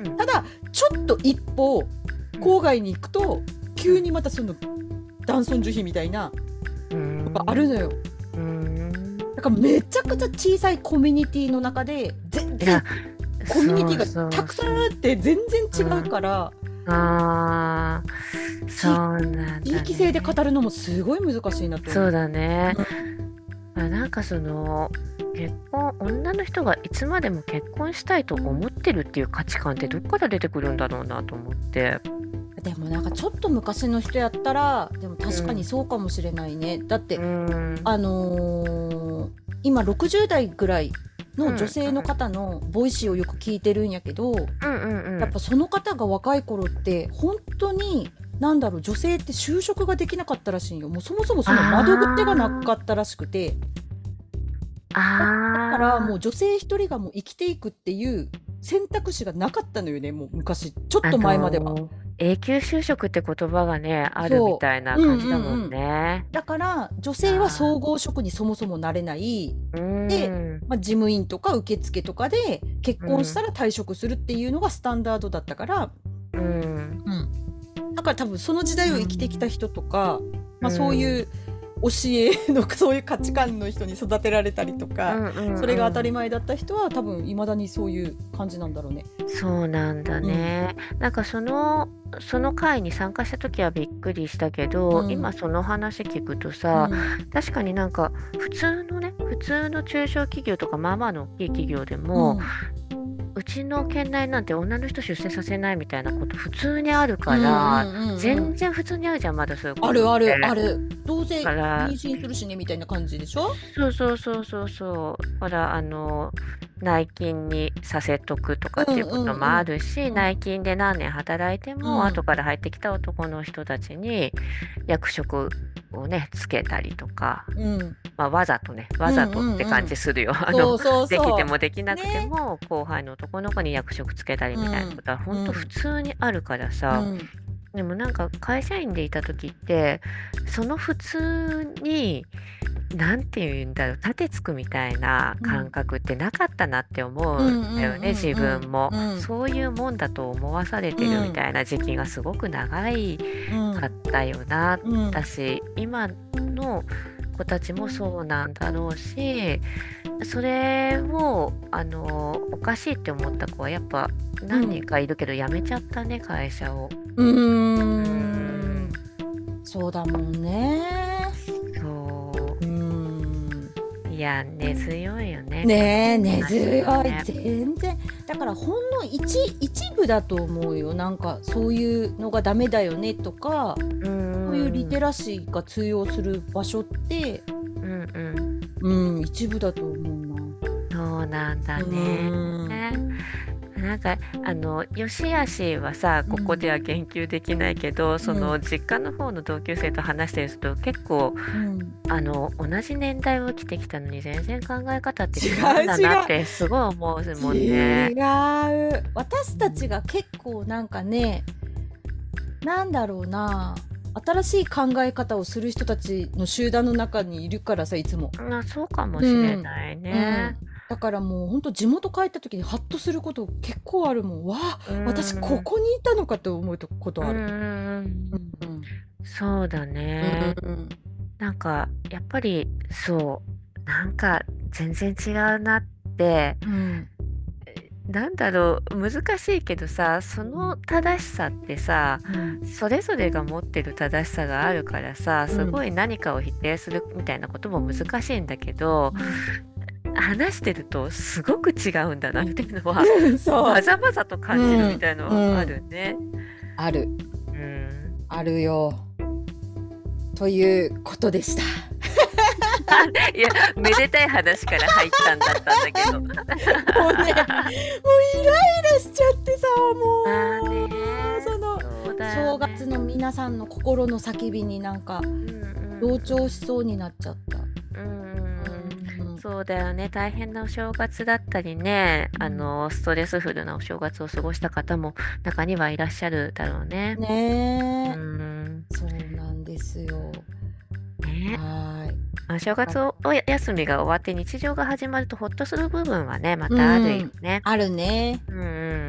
うん
ただちょっと一歩郊外に行くと急にまたその男尊女卑みたいな
うん
のがあるのよ。
うん
だからめちゃくちゃ小さいコミュニティの中で全然
いや
コミュニティ
そうそう
がたくさんあって全然違うから、
ああそうなんだ
地域性で語るのもすごい難しいなと思う。
そうだね。あなんかその結婚女の人がいつまでも結婚したいと思ってるっていう価値観ってどっから出てくるんだろうなと思って。
でもなんかちょっと昔の人やったらでも確かにそうかもしれないね、だって、
うん
あのー今ろくじゅう代ぐらいの女性の方のボイシーをよく聞いてるんやけど、
うんうんうん
やっぱその方が若い頃って本当になんだろう女性って就職ができなかったらしいんよ。もうそもそもその窓口がなかったらしくて、だ
あ
からもう女性一人がもう生きていくっていう選択肢がなかったのよね、もう昔ちょっと前までは。
あの永久就職って言葉がねあるみたいな感じだもんね。
だから女性は総合職にそもそもなれない、
うん
でまあ、事務員とか受付とかで結婚したら退職するっていうのがスタンダードだったから、
うん
だから多分その時代を生きてきた人とか、まあ、
うん
そういう教えのそういう価値観の人に育てられたりとか、
うんうんうん
それが当たり前だった人は多分いまだにそういう感じなんだろうね。
そうなんだね。なんかそのその会に参加した時はびっくりしたけど、
うん
今その話聞くとさ、確かになんか普通のね普通の中小企業とかまあまあの大きい企業でも、うちの県内なんて女の人出世させないみたいなこと普通にあるから、
うんうんうんうん
全然普通にあるじゃんまだそういうこと
あ
って
るあるある、どうせ
だから
妊娠するしねみたいな感じでしょ。
そうそうそうそうそうほらあの内勤にさせとくとかっていうこともあるし、
うんうんうん
内勤で何年働いても、
うん
後から入ってきた男の人たちに役職をねつけたりとか、
うん、
まあ、わざとねわざとって感じするよ、あ
そ
の
うそうそう
できてもできなくても、後輩の男の子に役職つけたりみたいなことは
うん
本当普通にあるからさ、
うん
でもなんか会社員でいた時ってその普通になんていうんだろう盾つくみたいな感覚ってなかったなって思うんだよね、
うんうんうんうん
自分も、
うん
そういうもんだと思わされてるみたいな時期がすごく長い
うん
かったよな、
うん
だし今の子たちもそうなんだろうし、それをあのおかしいって思った子はやっぱ何人かいるけど辞めちゃったね、会社を。
うーんそうだもんね。
そう
ーん
ういや根強いよね。
ねえ根強い、
ね
全然だからほんの一一部だと思うよ。なんかそういうのがダメだよねとか、
うん
そういうリテラシーが通用する場所って
うんうん
うん一部だと思うな。
そうなんだ
う
ね。
ん
なんかあの良し悪しはさここでは言及できないけど、その実家の方の同級生と話してると結構
うん
あの同じ年代を生きてきたのに全然考え方って違うんだなってすごい思うもんね。
違う私たちが結構なんかねなんだろうな新しい考え方をする人たちの集団の中にいるからさいつも、
まあそうかもしれないね。
うんだからもうほんと地元帰った時にハッとすること結構あるもん。わあ
うん
私ここにいたのかと思うことある。
うん
うん
そうだね。
うん
なんかやっぱりそうなんか全然違うなって
うん
なんだろう難しいけどさその正しさってさ
うん
それぞれが持ってる正しさがあるからさすごい何かを否定するみたいなことも難しいんだけど、話してるとすごく違うんだなっていうのは
そう
まざまざと感じるみたいのはあるね。
ある
うん
あるよということでした。
いやめでたい話から入ったんだったんだけど。
もうねもうイライラしちゃってさもう、
まあね
その
そうだよね
正月の皆さんの心の叫びになんか
うんうん
同調しそうになっちゃった。
うんうん
うん
そうだよね大変なお正月だったりね、
うん
あのストレスフルなお正月を過ごした方も中にはいらっしゃるだろうね。
ねえ、
うん
そうなんですよ。
ね
はーい。
お正月お休みが終わって日常が始まるとほっとする部分はねまたあるよね。
あるね。
うんうんうん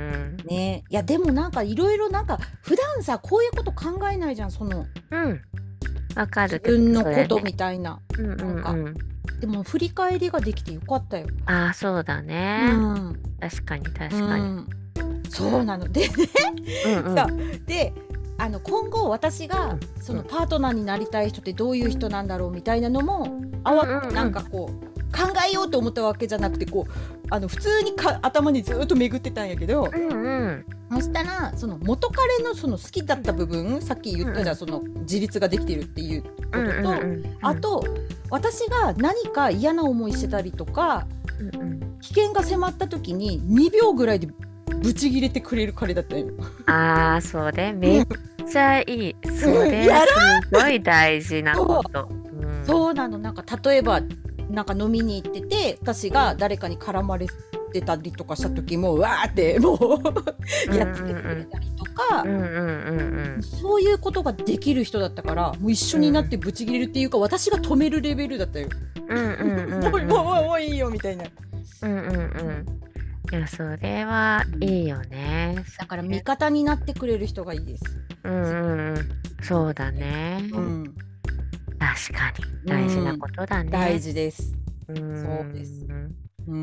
ね、いやでもなんかいろいろなんか普段さこういうこと考えないじゃん、その
うん。わか
自
るけど、
分のこと
それね。
みたいな。
うんう
なんか
んうん。
でも振り返りができてよかったよ。
ああ、そうだ
う
ね。
ん。
確かに
う
確かに。
ん。そうなの。でね、
うんう
さ、
ん。
で、あの今後私が
うん
その
うん。
パートナーになりたい人ってどういう人なんだろうみたいなのも、
うん
あわなん
うんうん。
かこう考えようと思ったわけじゃなくて、こうあの普通にか頭にずっと巡ってたんやけど、
うんうん。
そしたらその元彼のその好きだった部分、さっき言ったじゃん、
うんうん。
その自立ができてるっていう
うん
ことと、
うんうん。うん。
あと私が何か嫌な思いしてたりとか
うんうん。
危険が迫った時ににびょうぐらいでブチギレてくれる彼だったよ。
ああ、それめっちゃいい。そ
うん、や
れす
ら
ごい大事な
そう
こと。うん。
そうなの。なんか例えばなんか飲みに行ってて私が
うん。
誰かに絡まれてたりとかした時もうわーっても
うん
うやっつけてくれ
うん
たりとか、
うん。うんうんうん
そういうことができる人だったからもう一緒
うん。
になって
うん。
ブチギレるっていうか私が止めるレベルだったよ。
うんうんう
もうもう
んうんうん。
もうもういいよみたいな。
うんうんうん。いや、それはいいよね。
だから
それ
味方になってくれる人がいいです。
うんうんうん。そうだね。
うん。
確かに
う
大事な
ん。
ことだ
大
ね。
事です。
うー
そうです。
ん。
うん。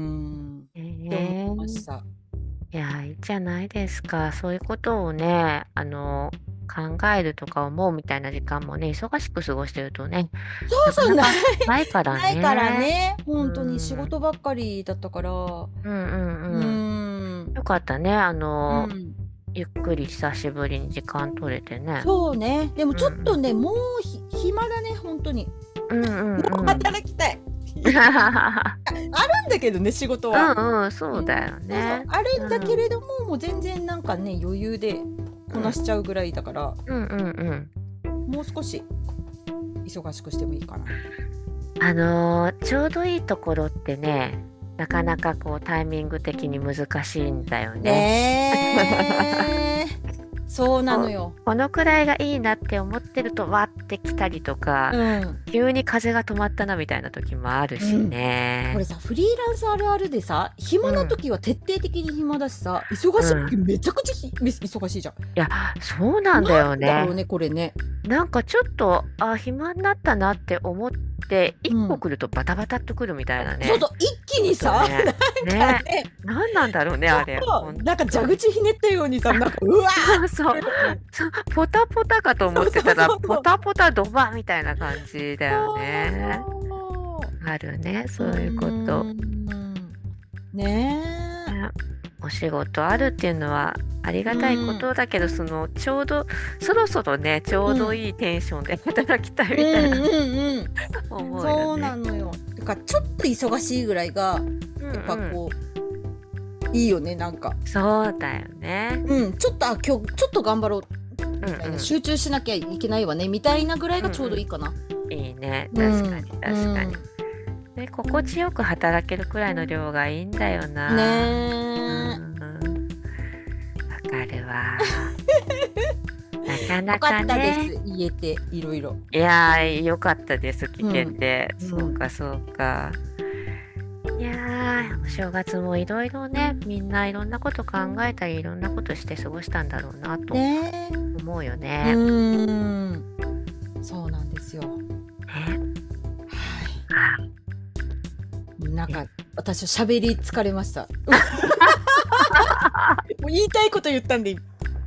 え
って思いまし
え、
た。
いや、いいじゃないですか。そういうことをね、あの、考えるとか思うみたいな時間もね、忙しく過ごしてるとね、
そうそう、ない
なかなかないから
ないから
ね。
ね。
う
本当に仕
ん。
事ばっかりだったから。う
うんうん
ー
うん。
ん。
よかったね。あ
う
の、
ん。
ゆっくり久しぶりに時間取れてね。
そうね。でも
うんうん。
ちょっとね、もうひ暇だね、本当に。
うんうんうん。
働きたい。あるんだけどね、仕事
う
は。
んうん、そう
ね、
だよ
そうそう、
ね。
あるんだけ
うん。
れども、もう全然なんかね、余裕でこな
うん。
しちゃうぐらいだから、
うんうんうん。
もう少し忙しくしてもいいかなって。
あの、ちょうどいいところってね、なかなかこうタイミング的に難しいんだよね。
ねえ。そうな
こ
のよ。
このくらいがいいなって思ってると、わってきたりとか、
うん。
急に風が止まったなみたいな時もあるし
うん。これ
ね。
さ、フリーランスあるあるでさ、暇な
うん、
時は徹底的に暇だしさ、忙
うん。
しい時めちゃくちゃひ忙しいじゃん。
いや、そうなんだよね。
なんだろうね、これね。
なんかちょっと、あ、暇になったなって思って、一個
うん。
来るとバタバタっと来るみたいなね。
そうそう、一気にさ、
ことね。
なんか
ね。
ね、
なんなんだろうね、あれ。
そう、
ほん
なんか蛇
と。
口ひねったようにさ、なんか、うわ
そうそう。
ーって、
そう、ポタポタかと思ってたら、
そうそうそうそう。
ポタポタドバみたいな感じだよ
そう
ね。
そう。
あるね、
う
そういうこと。
ーん。ねえ。
ね、お仕事あるっていうのはあり
う
がたいこ
ん。
とだけど、その、ちょうど、そろそろね、ちょうど
うん。
いいテンションで働きたい
うん
みたいな
うんうん。
思うよ
そう
ね。
なのよ。だからちょっと忙しいぐらいが、
うん
やっぱ
うん。
こう、いいよね、なんか。
そうだよね。
うん、ちょっと、あ、今日、ちょっと頑張ろう、みたいな、
うんうん。
集中しなきゃいけないわね、みたいなぐらいがちょうど
うん
いいかな。
うん。いいね。
うん、
確かに
う
確かに。
ん。
で、心地よく働けるくらいの量がいいんだよな。う
ねえ。
ん。わかるわ。なかな
よかったです、
かね。
言えて、いろいろ。
いやー、よかったです、聞け
うん、
て。そう
うん。
かそうか。いやー、お正月もいろいろね、みんないろんなこと考えたり、いろんなことして過ごしたんだろうなと
ねえ。
思うよ
う
ね。
ーん。そうなんですよ。
ね。
はい。
あ、
なん
ね。
か、私は喋り疲れました。もう言いたいこと言ったんで、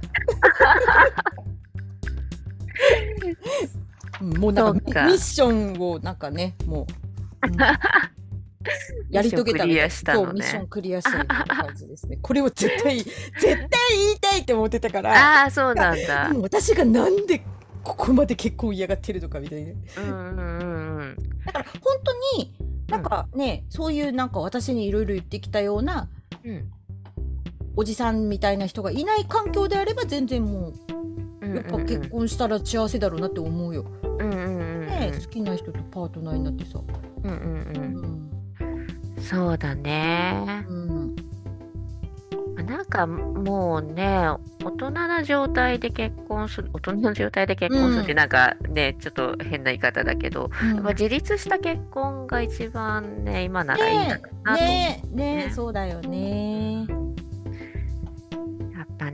うん、もうなんか
そう
ミミッ
か。
ションをなんかね、もう、うん、やり
ミッション
遂げたみたい。
クリアした
そう、ミッション
のね。
クリアしたみたいな感じですね。これを絶対、絶対言いたいって思ってたから、
ああ、そう
が
なんだ。
うん、私がなんでここまで結婚嫌がってるのかみたいな。
うんうんうんうん。
だから本当になん
うん。
かね、そういうなんか私にいろいろ言ってきたような
うん。
おじさんみたいな人がいない環境であれば全然も
うんう
うやっぱ結
んうん。
婚したら幸せだろうなって思うよ。
うんうんうん
ねえ、
うん。
好きな人とパートナーになってさ。
うんうん
うん。
うん。そうだね。
うん。
ま、なんかもうね、大人な状態で結婚する大人の状態で結
う
婚するって
ん。
なんかね、ちょっと変な言い方だけど、やっぱ
うん。
自立した結婚が一番ね、今ならいいだ
ねえ、
ろうなと思
ねえ、
う
ねえ、
ね。
そうだよ
う
ね。
ん。やっ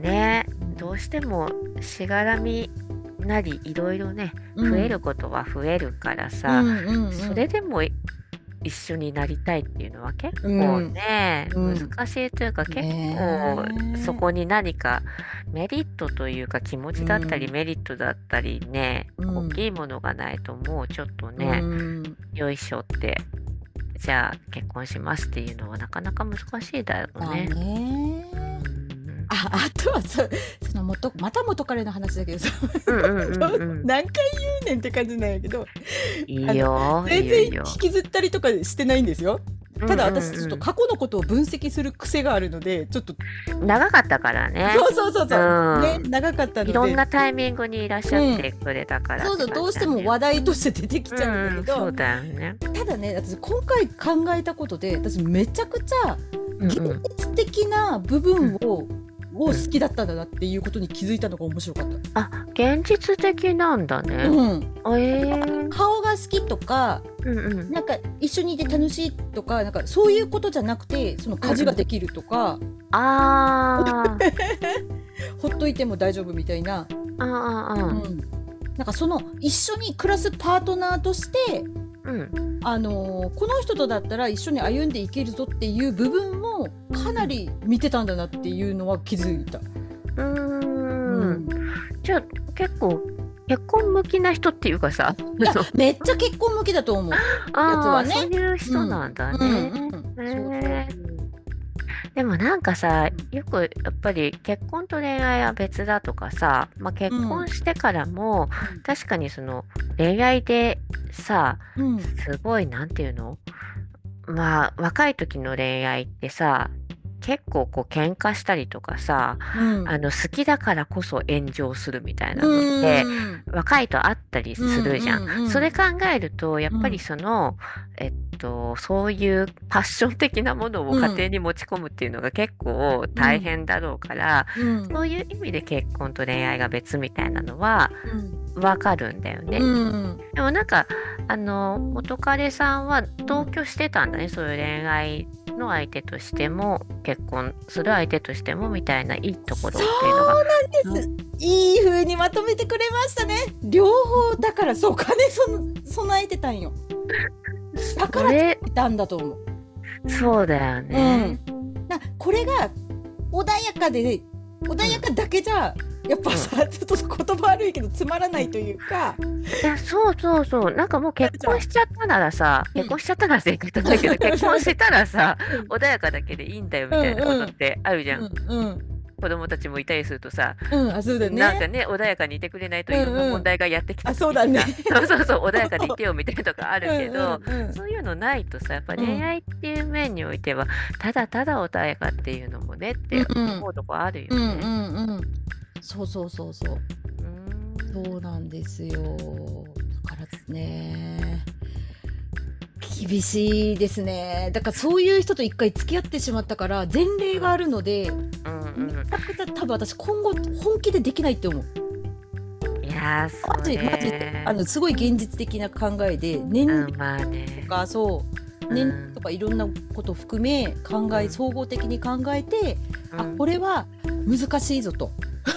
ね、ど
うん
うしてもしがらみなりいろいろね、増える
うん
ことは増えるから
う
さ、
んうん
それでもい一緒になりたいっていうのは結
う
構
ん
ね、
うんうん
難しいというか、結構そ
ね
こに何かメリットというか気持
えう
ちだったり
ん
メリットだったりね、大
うん
きいものがないともうちょっと
う
ね、
ん
よいしょって、じゃあ結婚しますっていうのはなかなか難しいだろう
まあ
ね。
ね
うん
あ、あとはそその元また元彼の話だけどさ
うんうんうんうん。
何回言うねんって感じなんやけど
いい
あの
よ、いい
全然引
よいいよ。
きずったりとかしてないんですよ。ただ
うんうん
私ちょっと
うん。
過去のことを分析する癖があるのでちょっと
長かったからね。
そうそうそう
う
そうね
ん。
長かったので
いろんなタイミングにいらっしゃっ
うん
てくれたからっ
そう
て感
そうどうしても
じだね。
話題として出てき
う
ちゃうんだけ
んうん、そ
ど
うだよね。
ただね私今回考えたことで私めちゃくちゃ現
うんうん。
実的な部
うん
分をを
うん。
好きだったんだなっていうことに気づいたのが面白かった。
あ、現実的なんだね。
うん
あ、ええ。
顔が好きとか
うんうん。
なんか一緒にいて楽しいとかなんかそういうことじゃなくてその
うんうん。
家事ができるとか
ああ。
ほっといても大丈夫みたいな、
ああああ。
うん、なんかその一緒に暮らすパートナーとして
うん。
あのーこの人とだったら一緒に歩んでいけるぞっていう部分もかなり見てたんだなっていうのは気づいた。
うー。
うんん、
じゃあ、結構結婚向きな人っていうかさ、
いや
その
めっちゃ結婚向きだと思うやつ
ああ、
はね。
そういう
うん
人なんだ
うん
ね。
うんそうそう
へえ。でもなんかさ、
う
よくやっぱり結婚と恋愛は別だとかさ、まあ、結
ん
婚してからも確かにその恋愛でさ、
うん
すごいなんていうの、まあ若い時の恋愛ってさ、結構こう喧嘩したりとかさ、
うん
あの好きだからこそ炎上するみたいな
う
のって
ん
若いとあったりするじゃん。
うんうんうん
それ考えるとやっぱり
うん
その、えっと、そういうパッション的なものを
うん
家庭に持ち込むっていうのが結構大変だろうから、
うん
そういう意味で結婚と恋愛が別みたいなのは
うん
わかるんだよね。
うん
でもなんかあの元彼さんは同居してたんだね、そういう恋愛の相手としても結婚する相手としてもみたいないいところっていうのが。
そうなんです。いい風にまとめてくれましたね。両方だからそう金その備えてたんよ。だから
それ
作ったんだと思う。
そうだよね。
うん。なこれが穏やかで穏やかだけじゃやっぱさ、ちょっと言葉悪いけどつまらないというか。
いや、そうそうそう。なんかもう結婚しちゃったならさ、
うん
結婚しちゃったなら正解だけど、結婚したらさ、
うん
穏やかだけでいいんだよみたいなことってあるじゃん。
うんうん
子供たちもいたりするとさ、
うんあそうだね。
なんかね、穏やかにいてくれないといろんな問題がやってきた
あそうだね。
そうそうそう、穏やかでいてよみたいなとかあるけど、
うんうんうん
そういうのないとさ、やっぱ恋愛っていう面においては、ただただ穏やかっていうのもねって思うとこあるよ
うんう
ね。
んうん。そうそうそうそう。
うーん。
そうなんですよ。だからですね。厳しいですね。だからそういう人と一回付き合ってしまったから前例があるので、
うん
めちゃくちゃ多分私今後本気でできないって思う。
うん。いやー、そ
マジマジで
れ
あのすごい現実的な考えで年齢
うん、まあね
と。かそう年齢とかいろんなことを含め考え
うん
総合的に考えて、あ
うん
これは難しいぞと。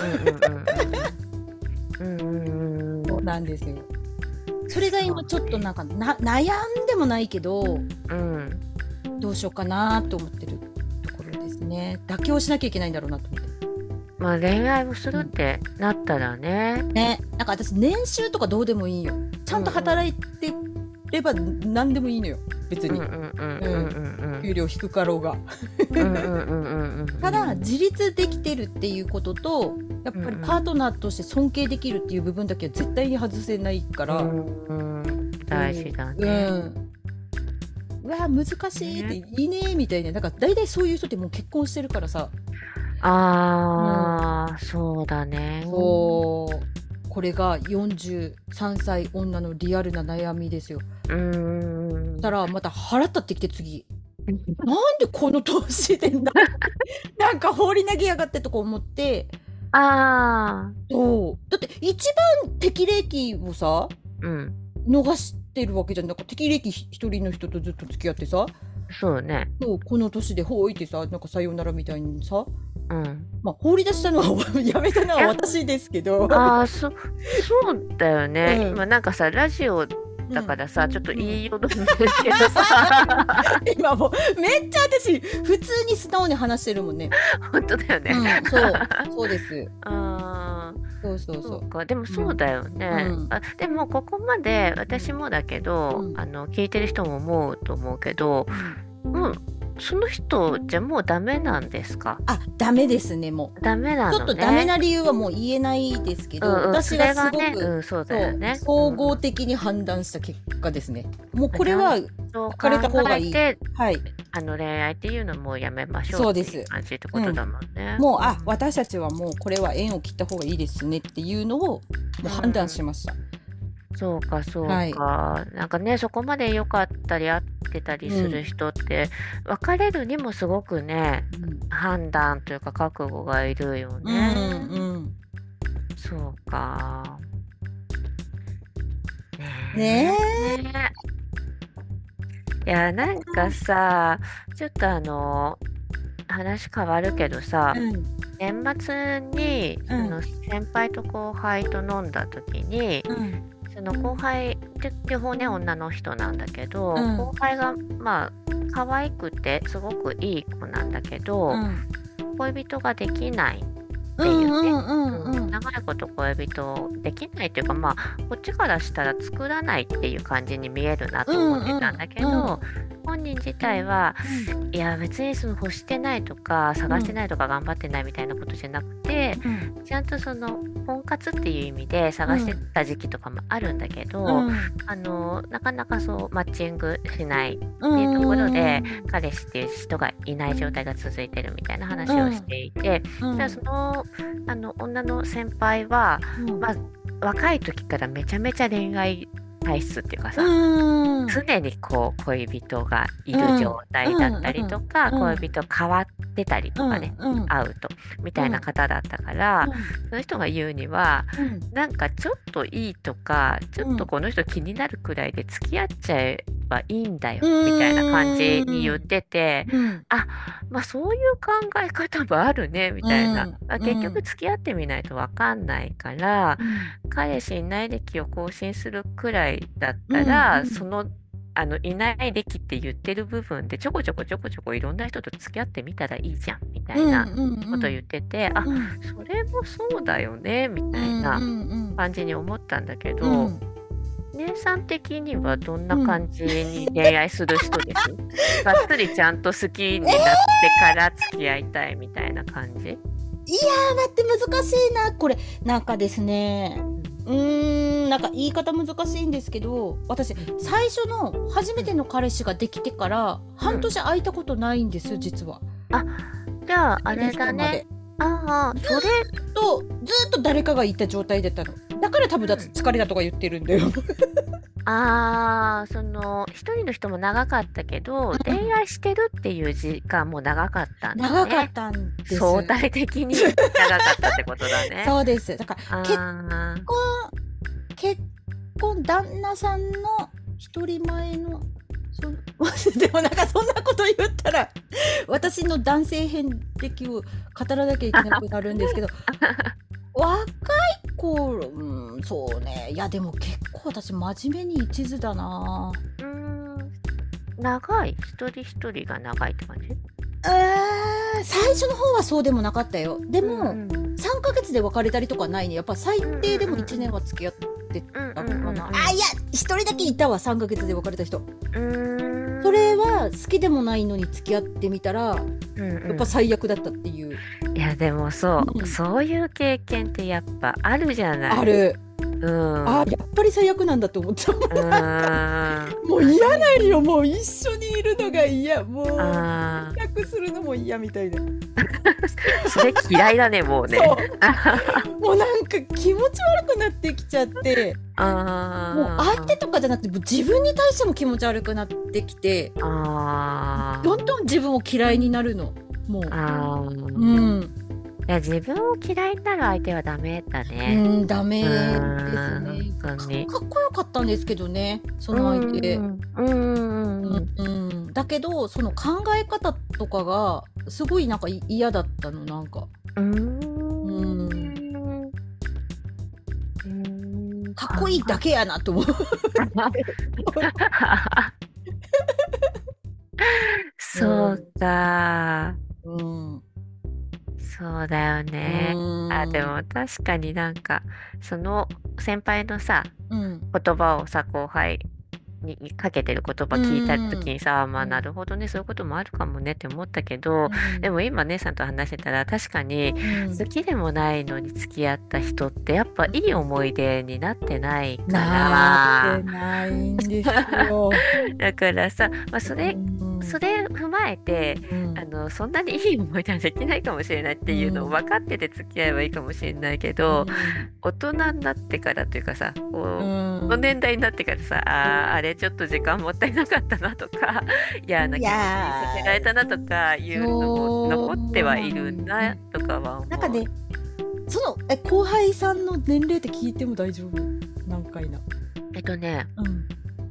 うんうんうんうんうんうん
そうなんですよ。それが今ちょっとなんかな悩んでもないけど
うん
どうしようかなと思ってるところですね。妥協しなきゃいけないんだろうなと思って。
まあ恋愛をするってなったらね、
ね、なんか私年収とかどうでもいいよ。ちゃんと働いてれば何でもいいのよ。別に
うんうんうんうんうん
給料低かろうが。
うんうんうんうんうん
ただ自立できてるっていうこととやっぱりパートナーとして尊敬できるっていう部分だけは絶対に外せないから。
うんうん大事だ
う
ね。
ん。うわ難しいっていいねみたいな。なんか大体そういう人ってもう結婚してるからさ。
ああ、そうだね。
そうこれがよんじゅうさんさい女のリアルな悩みですよ。
うーん。
たらまた腹立ってきて次なんでこの年でななんか放り投げやがってとか思って
ああ、
そうだって一番適齢期をさ
うん。
逃してるわけじゃん。なんか適齢期ひ一人の人とずっと付き合ってさ
そうね。
そうこの年でほいってさなんかさようならみたいにさ
うん。
まあ、放り出したのはやめたの
いや、
は私ですけど。
ああ、そ、そうだよ
う
ね。今
ん。
なんかさ、ラジオ
うん。
だからさ、ちょっと
うん。
言いよどんでるけどさ、
今もうめっちゃ私普通に素直に話してるもんね。
本当だよね。
うん、そう、そうです。
ああ、
そうそうそ
そうか。でも
う。うん、
そうだよ
う
ね。
ん、
あ、でもここまで
うん、
私もだけど、
うん、
あの、聞いてる人も思うと思うけど、
うん。
もう、その人じゃもうダメなんですか？
あ、ダメですね、もう。
ダメな
ちょっとダメ
のね。
な理由はもう言えないですけど、
うんうん。そ
私が
れがね、
すごく、
うん、そうだよ
そう、
ね。うんうん。
総合的に判断した結果ですね。もう
あ、ちゃん
これは
と考
別れた方がいい。
えて、
はい、
あの、恋愛っていうのもやめましょうっていう
そうです。
感じって
うん。
ことだもんね。
もう、あ、
うん。
私たちはもうこれは縁を切った方がいいですねっていうのをもう
う
判断
ん。
しました。
そうか、そう
はい。
か。なんかね、そこまで良かったり合ってたりする
うん。
人って、別れるにもすごくね、
うん。
判断というか覚悟がいるよ
うん、
ね。
うん。
そうか。
ね
ね
え。
え。いや、なんかさ、ちょっとあの、話変わるけどさ、
うん、
年末に
うん、
その先輩と後輩と飲んだ時に、
うん、
その後輩って両方ね女の人なんだけ
う
ど、後
ん、
輩がまあ可愛くてすごくいい子なんだけど、
うん。
恋人ができないっ
うん、
ていうね。
うん、うん、
うん、
うん。
長いこと恋人できないっていうか、まあこっちからしたら作らないっていう感じに見えるなと思っ
うん、
てたんだけど、
うん、
本人自体は
うん、
いや別にその欲してないとか探して
うん、
ないとか頑張ってないみたいなことじゃなくて、
うん、
ちゃんとその婚活っていう意味で探して
うん、
た時期とかもあるんだけ
う
ど、
ん、
あのなかなかそうマッチングしない
う
っていうところで、
ん、
彼氏っていう人がいない状態が続いてるみたいな話をしていて、
うん、
じゃあそのあの女の先輩は、
うん、
まあ、若い時からめちゃめちゃ恋愛体質っていうか
う
さ、
ん、うん、
常にこう恋人がい
うん、
る状態だったりとか、
うん、
恋人変わってたりとかね、
うん、
会うとみたいな
うん、
方だったから、
うん、
その人が言うには、
うん、
なんかちょっといいとか、ちょっ
うん、
とこの人気になるくらいで付き合っちゃえばいいんだよみたいな感じに言っ
うん、
てて、
うん、
あ、まあそういう考え方もあるねみたいな。
うん、
まあ、結局
うん、
付き合ってみないとわかんないから、
うん、
彼氏いない歴を更新するくらいだっ
うん、う
たら、そ
ん、
の、あの、いない歴って言ってる部分でちょこちょこちょこちょこいろんな人と付き合ってみたらいいじゃんみた
うん、
いな
うん、
ことを言ってて、あ、
うん、
それもそうだよねみ
うん、
たいな
うん、
感じに思ったんだけど、
うん、
姉さん的にはどんな
うん。
感じに恋愛する人です？がっつりちゃんと好きになってから付き合いたいみたいな感じ？
いやー、待って、難しいな。これ、なんかですね、
うん。
うーん、なんか言い方難しいんですけど、私、
うん。
最初の初
うん。
めての彼氏ができてから、半
うん。
年空いたことないんですよ、実は。
あ、じゃあ、あ
この
れだね。
人まで。
ああ、
ず
それ、
ーっと、ずーっと誰かがいた状態だったの。だから多分だ
うん。
疲れたとか言ってるんだよ。
ああ、その、一人の人も長かったけど、恋愛してるっていう時間も長かったんだ
長かっ
ね。
たんです。
相対的に長かったってことだね。
そうです。だから、結
ああ、
婚、結婚、旦那さんの一人前の、そでもなんかそんなこと言ったら、私の男性遍歴を語らなきゃいけなくなるんですけど、若い頃、うん、そうね。いや、でも結構私真面目に一途だな。
うーん、長い、一人一人が長いって感じ？
えー、最初の方はそうでもなかったよ。で
うんう
も、
ん。
さんかげつで別れたりとかないね。やっぱ最
うんうん
低でも
うん
いちねんは付き合って
うんうん
たかな。あ、い
うん
や、一人だけいたわ、さんかげつで別れた人。
うん。
そ
うーん。
れは好きでもないのに付き合ってみたら、
うん
やっぱ
うん。
最悪だったっていう。
いや、でもそう、
うん。
そういう経験ってやっぱあるじゃない。
ある。
うん。
あ、
う
やっぱり最悪なんだと思った。もうなんか、
ーん。
もう嫌なりよ。もう一緒にいるのが嫌。もう、
あ
連絡するのも嫌みたいな。
あ、それ嫌いだね、もうね。
そう。もうなんか気持ち悪くなってきちゃって、もう相
あ
手とかじゃなくて、もう自分に対しても気持ち悪くなってきて、
あ、あ
どんどん自分を嫌いになるの。も
あ、
う。
あ
う
あ。
ん。
いや、自分を嫌いになる相手はダメだ
う
ね。
ん、ダ
う
メです
ーん、
ね。か、
本当に。
かっこよかったんですけどね、そ
う
の相手。
ん、うん、うん、うん、
うん、うん。だだけどその考え方とかがすごいなんかい嫌だったのなんか。
うーん。
うん。
うーん。
かっこいいだけやなと思う。
そうか。
うん。
そうだよ
う
ね。あ、で
ん。
も確かになんか、その先輩のさ、
うん。
言葉をさ、後輩ににかけてる言葉
う
聞いた時
ん。
にさ、まあな
うん。
るほどね、そういうこともあるかもねって思ったけど、で
うん。
も今姉さんと話してたら確かに
うん
好きでもないのに付き合った人ってやっぱいい思い出になってないか
なって
ら、
ないんですよ。
だからさ、まあそ
う
れ、
ん。
それ踏まえて、
うん
あの、そんなにいい思い出はできないかもしれないっていうのを分かってて付き合えばいいかもしれないけ
う
ど、
ん
大人になってからというかさ、
う
こう、この
ん。
年代になってからさ、あー、あれちょっと時間もったいなかったなとか、嫌ない気持ちにさせ
や
られたなとか
ー、
いうのも
そう
残ってはい
な
る
ん
なとかは思う。
なんかね、そのえ後輩さんの年齢って聞いても大丈夫？何回な？
えっとね、
うん。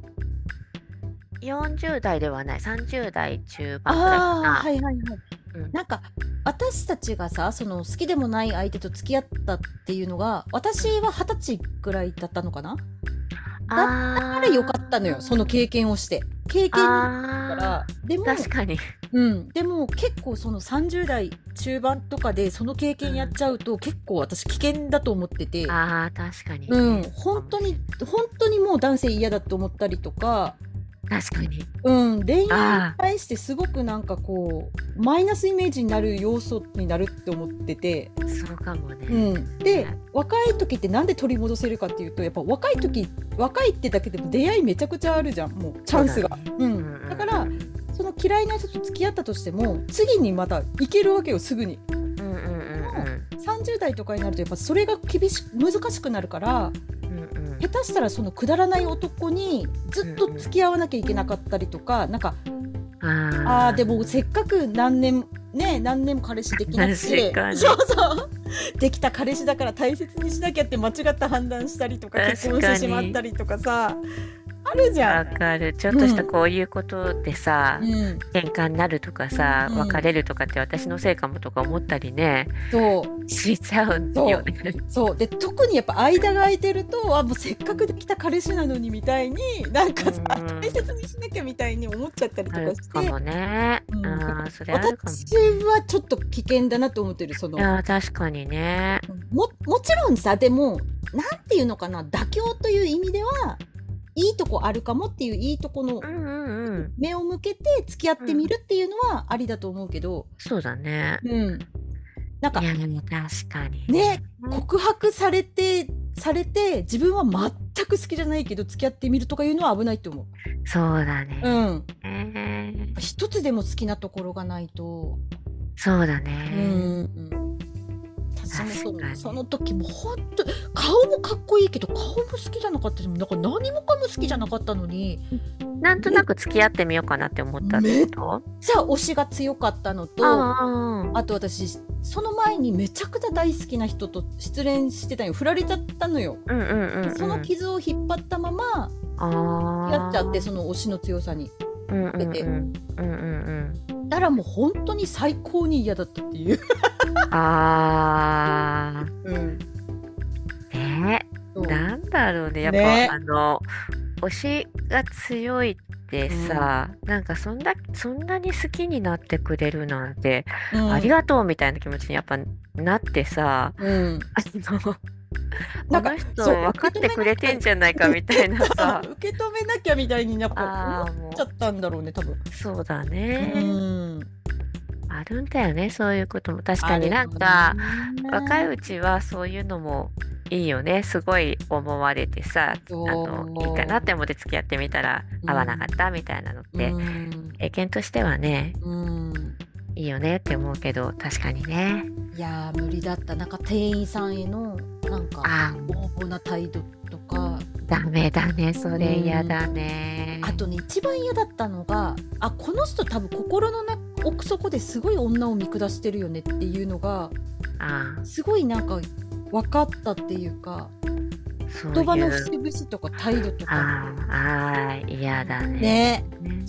よんじゅう代ではない、さんじゅう代中盤くらいか
ああ、
な。
はいはいはい。
うん。
なんか私たちがさ、その好きでもない相手と付き合ったっていうのが、私は二十歳ぐらいだったのかな？だったらよかったのよ、その経験をして。経験だか
あ
ら、で
ー、
も、
確かに。
うん、でも結構そのさんじゅう代中盤とかでその経験やっちゃうと結構私危険だと思ってて、
ああ、確かに
うん、
ね。
本当に本当にもう男性嫌だと思ったりとか、
確かに。
うん、恋愛に
あ
対してすごくなんかこうマイナスイメージになる要素になるって思ってて、
あ、そうかもね。
うん、で若い時ってなんで取り戻せるかっていうと、やっぱ若い時若いってだけでも出会いめちゃくちゃあるじゃん、もうチャンスが。
そうだね
う
うんうん
ん、だからその嫌いな人と付き合ったとしても次にまた行けるわけよ、すぐに。
うんうんうん
さんじゅう代とかになるとやっぱそれが厳し難しくなるから、
うんうんうん。
下手したらそのくだらない男にずっと付き合わなきゃいけなかったりとか、なんかあ
あ
ーでもせっかく何年ね何年も彼氏できなくて、
確かに
そうそうできた彼氏だから大切にしなきゃって間違った判断したりとか、
確かに
結婚してしまったりとかさ、あるじゃ
わ
ん。
かる。ちょっとしたこういうことでさ、
うん、
喧嘩になるとかさ、
うん
別れるとかって私のせいかもとか思ったりね、
そう
しちゃうよね。
そうで、特にやっぱ間が空いてると、あもうせっかくできた彼氏なのにみたいになんかさ、
うん
大切にしなきゃみたいに思っちゃったりと
ある
かして、
かもね。
うん
ああ、それあるかも。
私はちょっと危険だなと思ってる。その
いやー、確かにね。
ももちろんさ、でもなんていうのかな、妥協という意味ではいいとこあるかもっていういいとこの
うんうんうん。
目を向けて付き合ってみるっていうのはありだと思うけど、
そうだね。
うん、なんか
いや、でも確かに。
ね、告白されてされて自分は全く好きじゃないけど付き合ってみるとかいうのは危ないと思
そうだね。
う。うん、
えー
一つでも好きなところがないと、
そうだ
う
ね。
ん、私もそ
確かに
のその時も本当顔もかっこいいけど顔も好きじゃなかったし、なんか何もかも好きじゃなかったのに、
なんとなく付き合ってみようかなって思ったってこと
さあ推しが強かったのと、
あ
あと私その前にめちゃくちゃ大好きな人と失恋してたよ、振られちゃったのよ。
あ、うんうんうんうん。
その傷を引っ張ったまま
あ
やっちゃって、
そ
その推しの強さに。
うんうんうん
てて
うんうん
だからもう本当に最高に嫌だったっていう。
うん。あ
うん、
あ、ね
そう
なんだろうね。やっぱ、
ね
あの、推しが強いってさ、なんかそんな、そんなに好きになってくれるなんて、
うん
ありがとうみたいな気持ちにやっぱなってさ、
うん、
あの、こ
なんか
の人
そう
分かってくれてんじゃないかみたいなさ、
受け止めなきゃみたいになんか
あー
思っちゃったんだろうね、多分。
そうだ
う
ね。
ん、
あるんだよね、そういうことも。確かになんか、若いう
ち
ちはそういうのもいいよね。すごい思われてさ、あ
そう
の、いいかなって思って付き合ってみたら
うん
合わなかったみたいなのって、
うん
経験としてはね、
うん、
いいよねって思うけど、確かにね。
いやー無理だった。なんか店員さんへのなんか
あ
横暴な態度とか、
ダメだね、それ嫌だね。
あとね一番嫌だったのが、あこの人多分心のな奥底ですごい女を見下してるよねっていうのが
あ
すごいなんか分かったっていうか、
そういう。
言葉の節々とか態度とか
ああ、嫌だね。
ね、
ね
その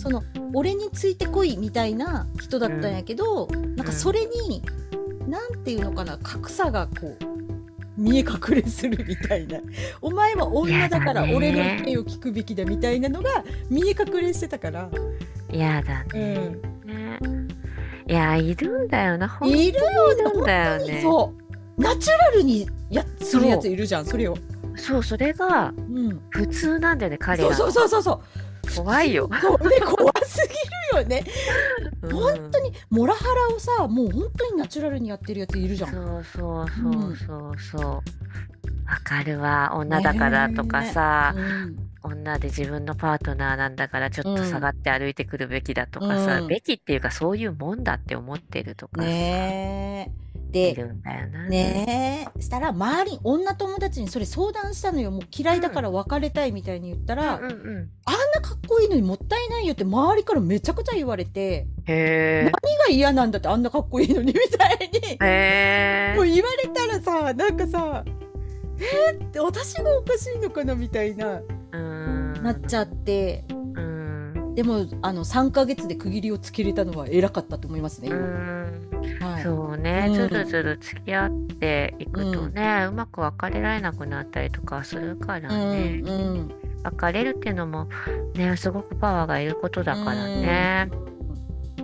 俺についてこいみたいな人だったんやけど、なんかそれになんていうのかな、格差がこう見え隠れするみたいな、お前は女だから俺の意見を聞くべきだみたいなのが見え隠れしてたから。
やだね、うん、ね、いやいるんだよな、本当
にいる
んだよね。
そうナチュラルにやするやついるじゃん、それを。
そう、それが普通なんだよね、うん、彼ら。
そうそうそうそう
怖いよ。
そうね、怖すぎるよね。うん、本当にモラハラをさ、もう本当にナチュラルにやってるやついるじゃん。
そうそうそうそうそう。わ、うん、かるわ、女だからとかさ、ね、うん、女で自分のパートナーなんだからちょっと下がって歩いてくるべきだとかさ、うん、べきっていうかそういうもんだって思ってるとかさ。ねでいるんだよな。
ねえ、したら周り女友達にそれ相談したのよ。もう嫌いだから別れたいみたいに言ったら、うんうんうん、あんなかっこいいのにもったいないよって周りからめちゃくちゃ言われて、へ何が嫌なんだって、あんなかっこいいのにみたいにへもう言われたらさ、なんかさ、えー、って私がおかしいのかなみたいななっちゃって、うん、でもあのさんかげつで区切りをつけれたのは偉かったと思いますね。うん、はい、そうね、ずるずる付き合っていくとね、うん、うまく別れられなくなったりとかするからね、うんうん、別れるっていうのもね、すごくパワーがいることだからね、うん、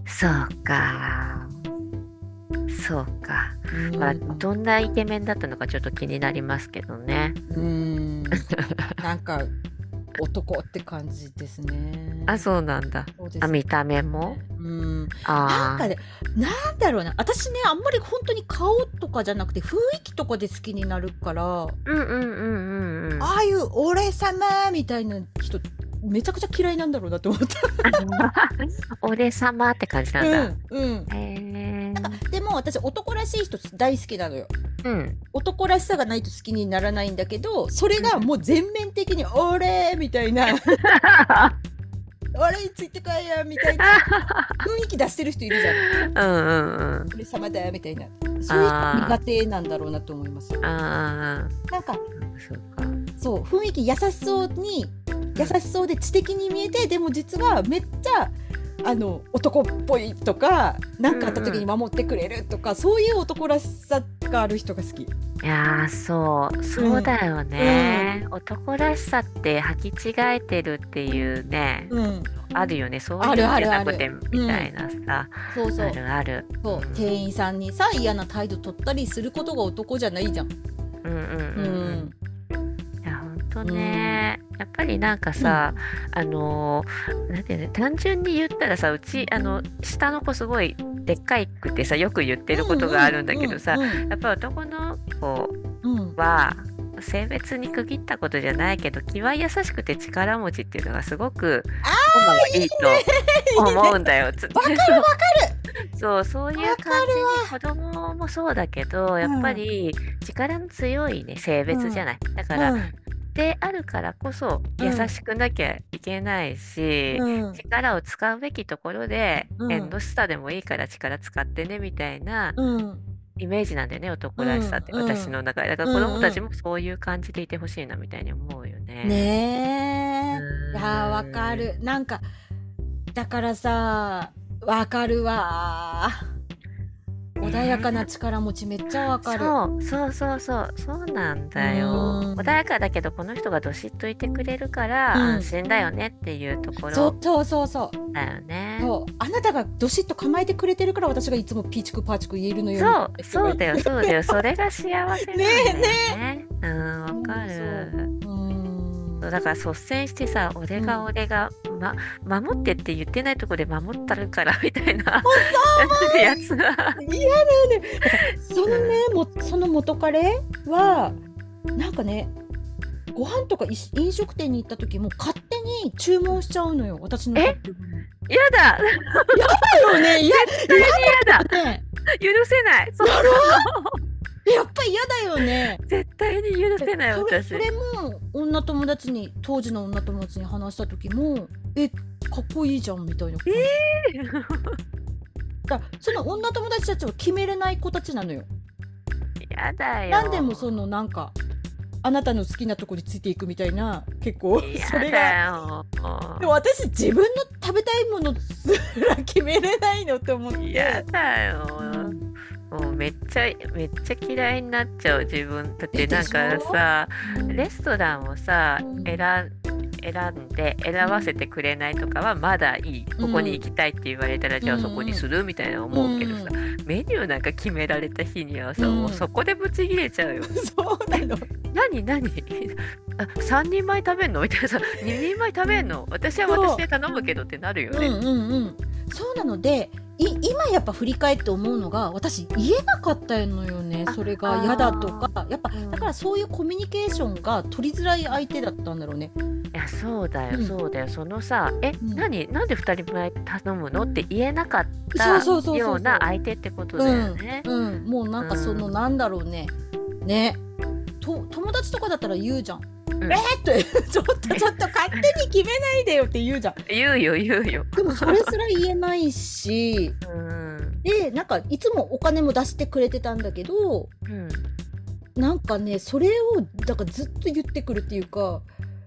そうかそうか、うん、まあ、どんなイケメンだったのかちょっと気になりますけどね。うーんなんか男って感じですね。あ、そうなんだ。そうですね、あ、見た目も、うん、あなんかね、なんだろうな、私ね、あんまり本当に顔とかじゃなくて雰囲気とかで好きになるから、うんうんうんうんうん、ああいう俺様みたいな人めちゃくちゃ嫌いなんだろうなって思った俺様って感じなんだ。うん、うん、えー、なんかでも私男らしい人大好きなのよ。うん、男らしさがないと好きにならないんだけど、それがもう全面的に俺みたいな俺についてこいよみたいな雰囲気出してる人いるじゃん。うんうんうん、俺様だよみたいな、そういう人苦手なんだろうなと思います。あなんかそうか、そう雰囲気優しそうに優しそうで知的に見えて、でも実はめっちゃあの男っぽいとか、何かあった時に守ってくれるとか、うんうん、そういう男らしさがある人が好き。いやー、そうそうだよね、うん、男らしさって履き違えてるっていうね、うん、あるよね、そういうのじゃなくてみたいなさ、うん、そうそうあるある、そう、うん、店員さんにさ嫌な態度取ったりすることが男じゃないじゃん。うんうんうん、うんね、うん、やっぱりなんかさ、うん、あのなんていうの、単純に言ったらさ、うちあの下の子すごいでっかいくてさ、よく言ってることがあるんだけどさ、うんうんうんうん、やっぱり男の子は、うん、性別に区切ったことじゃないけど気は優しくて力持ちっていうのがすごくいいと思うんだよ。わかるわかるそう、そういう感じに子供もそうだけど、やっぱり力の強いね性別じゃない、うん、だから、うんであるからこそ優しくなきゃいけないし、うん、力を使うべきところで、うん、縁の下でもいいから力使ってねみたいな、うん、イメージなんだよね、男らしさって、うん、私の中で。だから子供たちもそういう感じでいてほしいなみたいに思うよね。ねえ、いやわかる。なんかだからさ、わかるわ。穏やかな力持ちめっちゃわかる。そうそうそうそうそうなんだよ。穏やかだけどこの人がどしっといてくれるから安心だよねっていうところ、そうそうそうそうだよね。そう、あなたがどしっと構えてくれてるから私がいつもピーチクパーチク言えるのよ。そうそうだよそうだよそれが幸せなんだよね。ねえねえ、うんわかる。だから率先してさ、俺が俺が、ま、守ってって言ってないところで守ったるからみたいなやつが嫌だよね。そのね、もその元彼はなんかね、ご飯とか飲食店に行った時も勝手に注文しちゃうのよ、私の。え、嫌だ嫌だよね。嫌だね。許せない。そやろやっぱり嫌だよね。絶対に許せない私。それも女友達に、当時の女友達に話した時も、え、かっこいいじゃんみたいな。えー、だその女友達たちは決めれない子たちなのよ。嫌だよ。なんでもそのなんかあなたの好きなとこについていくみたいな、結構それ
嫌だ
が。
よ。
でも私自分の食べたいものすら決めれないのって思っ
嫌
て。
だよ。
うん
もうめっちゃめっちゃ嫌いになっちゃう自分。だって
えで
なん
しょ
かさ、
うん
レストランをさ、
うん
選ん、選んで選ばせてくれないとかはまだいい。ここに行きたいって言われたら、じゃあそこにするみたいな思うけどさ、メニューなんか決められた日にはさ、
うん
もうそこでブチ切れちゃうよ。
そうなの。
何何あ、さんにんまえ食べんのみたいなさ、ににんまえ食べんの私は私で頼むけどってなるよね。
うんうんうん。そうなので、い今やっぱ振り返って思うのが、私言えなかったのよね。
あ
それが嫌だとか、やっぱ
うん
だからそういうコミュニケーションが取りづらい相手だったんだろうね。
いや、そうだよ、
うん
そうだよ。そのさ、え、
うん
何なんでふたりまえ頼むのって言えなかっ
そう
た
そうそうそうそう
ような相手ってことだよね。
うん、うん、もうなんかその、
うん
なんだろうね。ね。と友達とかだったら言うじゃん。
うん
えーってちょっとちょっと勝手に決めないでよって言うじゃん。
言うよ、言うよ。
でもそれすら言えないし、
うん。
でなんかいつもお金も出してくれてたんだけど、
うん。
なんかねそれをだからずっと言ってくるっていうか、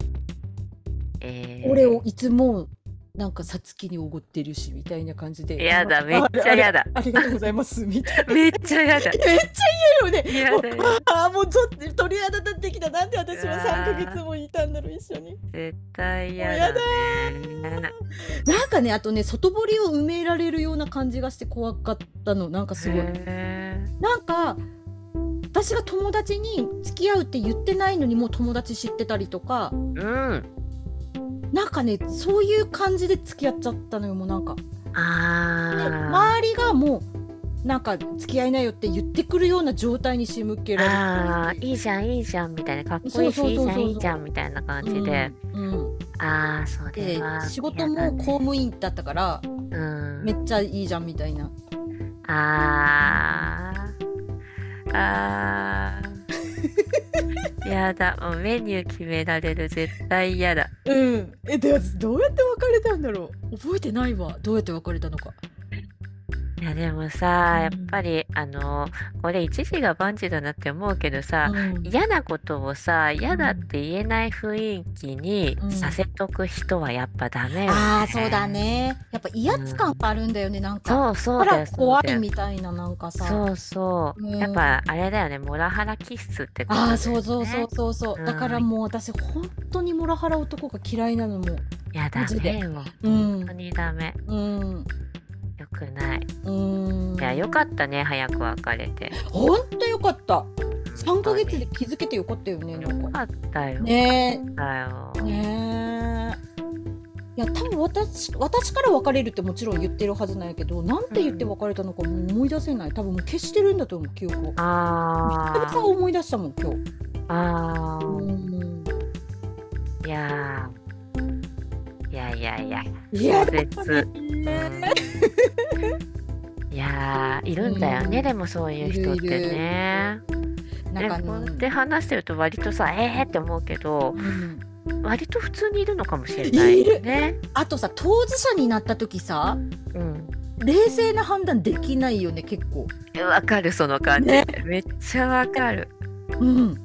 えー、
俺をいつもなんかさつきにおごってるしみたいな感じで。
やだ、
あ
めっちゃやだ。
あれあれありがとうございますみたいな。
めっちゃやだ。
めっちゃ嫌よね。
やだよ。
ああもうちょっと鳥肌立ってきた。なんで私はさんかげつもいたんだろう一緒に。
絶対やだね。
なんかねあとね外堀を埋められるような感じがして怖かったの。なんかすごい。
へ
なんか私が友達に付き合うって言ってないのにもう友達知ってたりとか、
ーうん。
なんかねそういう感じで付き合っちゃったのよ。もうなんかで
あ
周りがもうなんか付き合いなよって言ってくるような状態に仕向け
ー
られて
あー、いいじゃん、いいじゃんみたいな、かっこいいし、
そう
いいじゃん、
そうそうそう
いいじゃんみたいな感じで。
うんうん
ああ、それ
で
は
仕事
嫌だね。
も公務員だったから
うん。
めっちゃいいじゃんみたいな。
あーあーやだ、もうメニュー決められる、絶対嫌だ。
うんえでどうやって別れたんだろう。覚えてないわ。どうやって別れたのか。
いやでもさ、やっ
うん
ぱりあのこれ一時が万事だなって思うけどさ、
うん
嫌なことをさ、嫌だって言えない雰囲気に
うん
させとく人はやっぱダメよね。
ああそうだね。やっぱ威圧感があるんだよね。なんか
そうそう
だから
だよ、そうだよ。
怖いみたいななんかさ。
そうそう。
うん
やっぱあれだよね、モラハラ気質ってことだよね。
ああそうそうそうそうそう、
うん
だからもう私本当にモラハラ男が嫌いなのも。
いや、ダ
マジで
メよ。
うん
本当にダメ。
うん
よくない。
うん
いや、よかったね、早く別れて。
ほんとよかった。さんかげつ
本
で気づけてよかったよね。
当によ
なんか
かったよ。
ね
だよ。
えねえいや多分私私から別れるってもちろん言ってるはずなんやけど、なんて言って別れたのかもう思い出せない。多分もう消してるんだと思う記憶を。
あ
久々思い出したもん今日。
あ、あ
うん
あ、いやー、いやいやいや、
いや
壮絶。
ね
いやー、いるんだよね、
うん
でもそういう人って
いるいる
ね。で、
なんか
こうやっ
ね
て話してると割とさ、えーって思うけど、
うん
割と普通にいるのかもしれない
いる
ね。
あとさ当事者になった時さ
うん。
冷静な判断できないよね結構。
わかる、その感じ。
ね
めっちゃわかる。
うん
うん。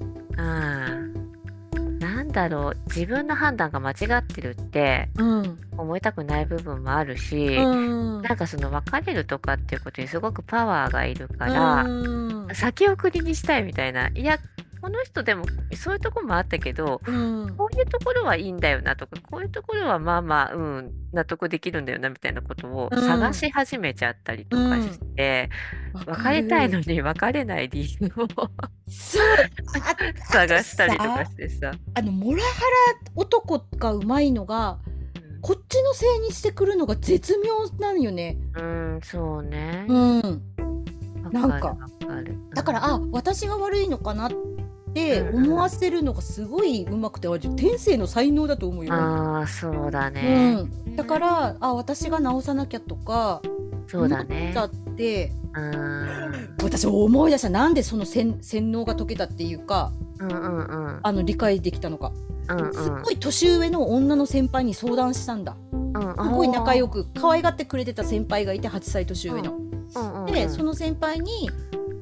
なんだろう、自分の判断が間違ってるって
うん
思いたくない部分もあるし、
うん
なんかその別れるとかっていうことにすごくパワーがいるから、
うん
先送りにしたいみたいな。いや、この人でもそういうとこもあったけど、
うん
こういうところはいいんだよなとか、こういうところはまあまあ、うん、納得できるんだよなみたいなことを
うん
探し始めちゃったりとかして、別れたいのに別れない理由を
そうあ
探したりとかしてさ。
あのモラハラ男がうまいのがこっちのせいにしてくるのが絶妙なんよね。
うん、そうね。
うん
わ
なんか
わかる。
だからあ私が悪いのかなって
うん
思わせるのがすごいうまくて、あれ天性の才能だと思うよ。
ああ、そうだね。
うん、だからあ私が直さなきゃとか
そうだ
思っ
ね
ちゃ。って
うん。
私思い出した。なんでその洗洗脳が解けたっていうか
うんうんうん。
あの理解できたのか、
うんうん。
すっごい年上の女の先輩に相談したんだ。
うん
すごい仲良
く。
く可愛がってくれてた先輩がいてはっさい年上の。
うんうんうん。
でその先輩に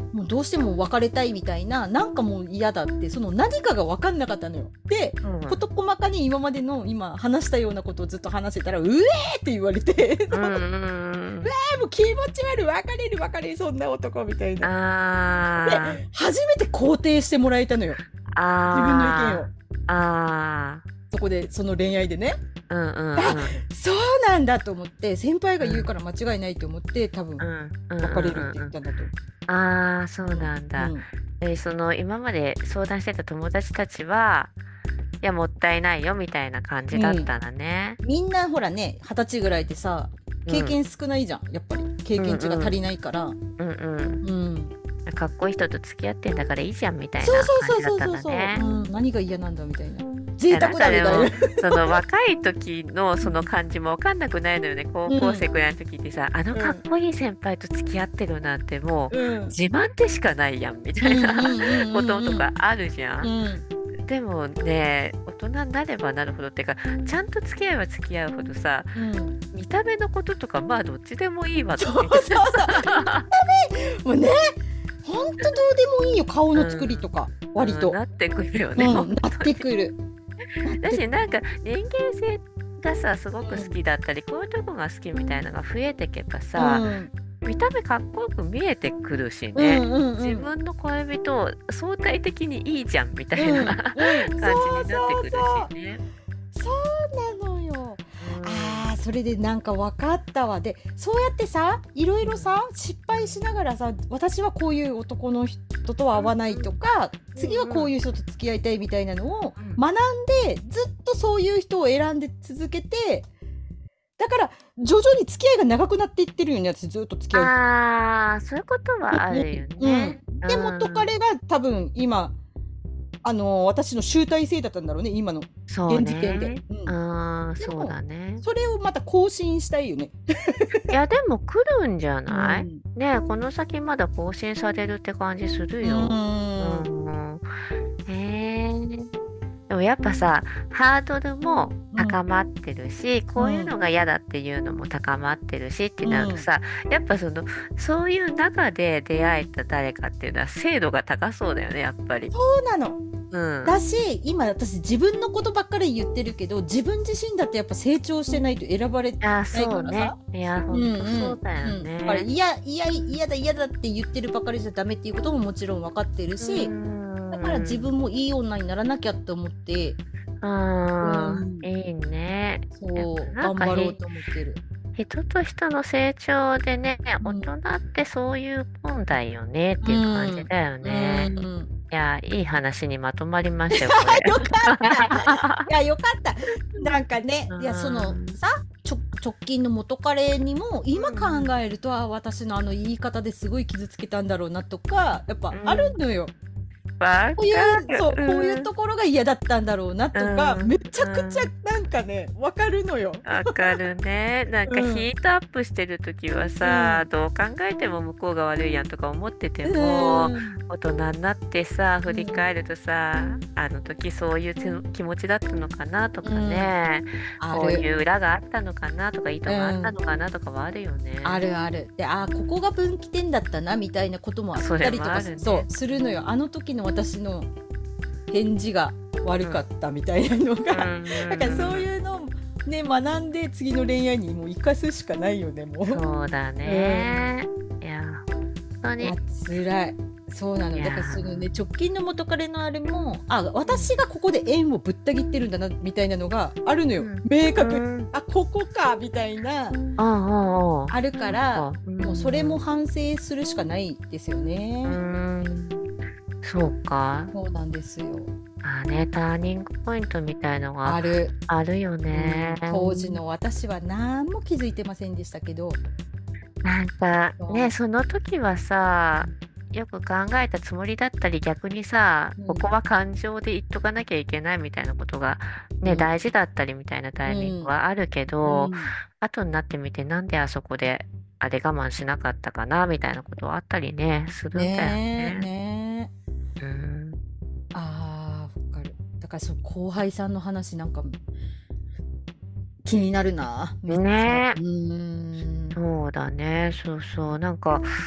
もうどうしても別れたいみたいな、なんかもう嫌だって、その何かが分かんなかったのよ。で、
うん
事細かに今までの今話したようなことをずっと話せたら、うえーって言われて、
うんうんうん
えもう気持ち悪い、別れる別れる、そんな男みたいな。
あ
で、初めて肯定してもらえたのよ。
あ
自分の意見を。
あ
そこで、その恋愛でね。
あうんうんうん
そうなんだと思って、先輩が言うから間違いないと思って、多分、
うんうん
別れるって言ったんだと思う。
ああそうなんだ、
うん
えーその今まで相談してた友達たちはいやもったいないよみたいな感じだったらね、
みんなほらね、二十歳ぐらいでさ、経験少ないじゃん、やっぱり。経験値が足りないから。
うんうん
うん。
かっこいい人と付き合ってんだからいいじゃんみたいな
そう
感
そうそうそう
じだったんだ
そうそう、
ね。
うん。何が嫌なんだみたいな。
い
贅
やな
沢だ
んかでも
みたいな。
その若い時のその感じも分かんなくないのよね。高校生くらいの時ってさ、あのかっこいい先輩と付き合ってるなんてもう
うん。
自慢でしかないやんみたいなこととかあるじゃ。
うんん。
でもね、大人になればなるほどっていうか、ちゃんと付き合えば付き合うほどさ、
うん。
見た目のこととかまあどっちでもいいわと
そう
思って
そうそう。もうね、ほんとどうでもいいよ、顔の作りとか、割と。
うんなってくるよね。
うん、なってくる。
だしなんか人間性がさすごく好きだったり、こういうとこが好きみたいなのが増えてけばさ、
うん
見た目かっこよく見えてくるし
うん
ね、
うんうん、
自分の恋人相対的にいいじゃんみたい
うんうん
な、感じになってくるしね。
そうなのよ。
うん
あーそれでなんか分かったわ。でそうやってさ、いろいろさ失敗しながらさ、私はこういう男の人とは合わないとか、次はこういう人と付き合いたいみたいなのを
うん
学んで、ずっとそういう人を選んで続けて、だから徐々に付き合いが長くなっていってるよね、私ずっと付き合い。
あーそういうことはあるよね。
うん、で元彼が多分今あの私の集大成だったんだろうね、今の
そう
現時点で。
ね。
うん
あー
でも
そうだね。
それをまた更新したいよね。
いやでも来るんじゃない、
うん
ねえこの先まだ更新されるって感じするよ。
うん
うんへえでもやっぱさハードルも高まってるし、こういうのが嫌だっていうのも高まってるしってなるとさ、やっぱそのそういう中で出会えた誰かっていうのは精度が高そうだよねやっぱり。
そうなの。
うん、
だし今私自分のことばっかり言ってるけど、自分自身だってやっぱ成長してないと選ばれて
あ
ないから
そうね
さ。
いやほんとそうだよね。
うんだから嫌嫌嫌だ嫌だって言ってるばかりじゃダメっていうことももちろん分かってるし、だから自分もいい女にならなきゃって思って、
うん、
うん
いいね。
そう
なんか
頑張ろうと思ってる。
人と人の成長でね、大人ってそういうもんだよねっていう感じだよね。
うんうん
いや、いい話にまとまりましたよ、これ。
よかったいやよかったなんかね、いや
うん
そのさちょ直近の元彼にも今考えると、あ私のあの言い方ですごい傷つけたんだろうなとかやっぱあるのよ。
わ
こういう
かる
そうこういうところが嫌だったんだろうなとか、
うん
めちゃくちゃなんかねわかるのよ。
わかるね。なんか
うん
ヒートアップしてる時はさ、どう考えても向こうが悪いやんとか思ってても、
うん
大人になってさ振り返るとさ、あの時そういうつ気持ちだったのかなとかね、
あ
こうい
る
う裏があったのかなとか意図があったのかなとかはあるよね。
あるある。であここが分岐点だったなみたいなこともあったりとか
それもあるね
そうするのよ。あの時の私の返事が悪かったみたいなのが、
うん
だからそういうのをね学んで次の恋愛にもう生かすしかないよねもう。
そうだね。いや本当に
いや辛い。そうなの。
いや
だからそのね直近の元彼のあれもあ私がここで縁をぶった切ってるんだなみたいなのがあるのよ、
うん
明確に、
うん
あここかみたいな
あああ
あるから、
ん
もうそれも反省するしかないですよね。
うんそうか。
そうなんですよ。
あねターニングポイントみたいのが
ある、
あるよね。
うん当時の私は何も気づいてませんでしたけど、
なんか
そう
ねその時はさよく考えたつもりだったり逆にさ、
うん
ここは感情で言っとかなきゃいけないみたいなことがね、
うん
大事だったりみたいなタイミングはあるけど、
うん
後になってみてなんであそこであれ我慢しなかったかなみたいなことはあったりねするんだよ
ねえ
ね。
ねえ
うん
あーわかる。だからそう後輩さんの話なんか気になるな。めっちゃ
ね
うーん
そうだねそうそうなんか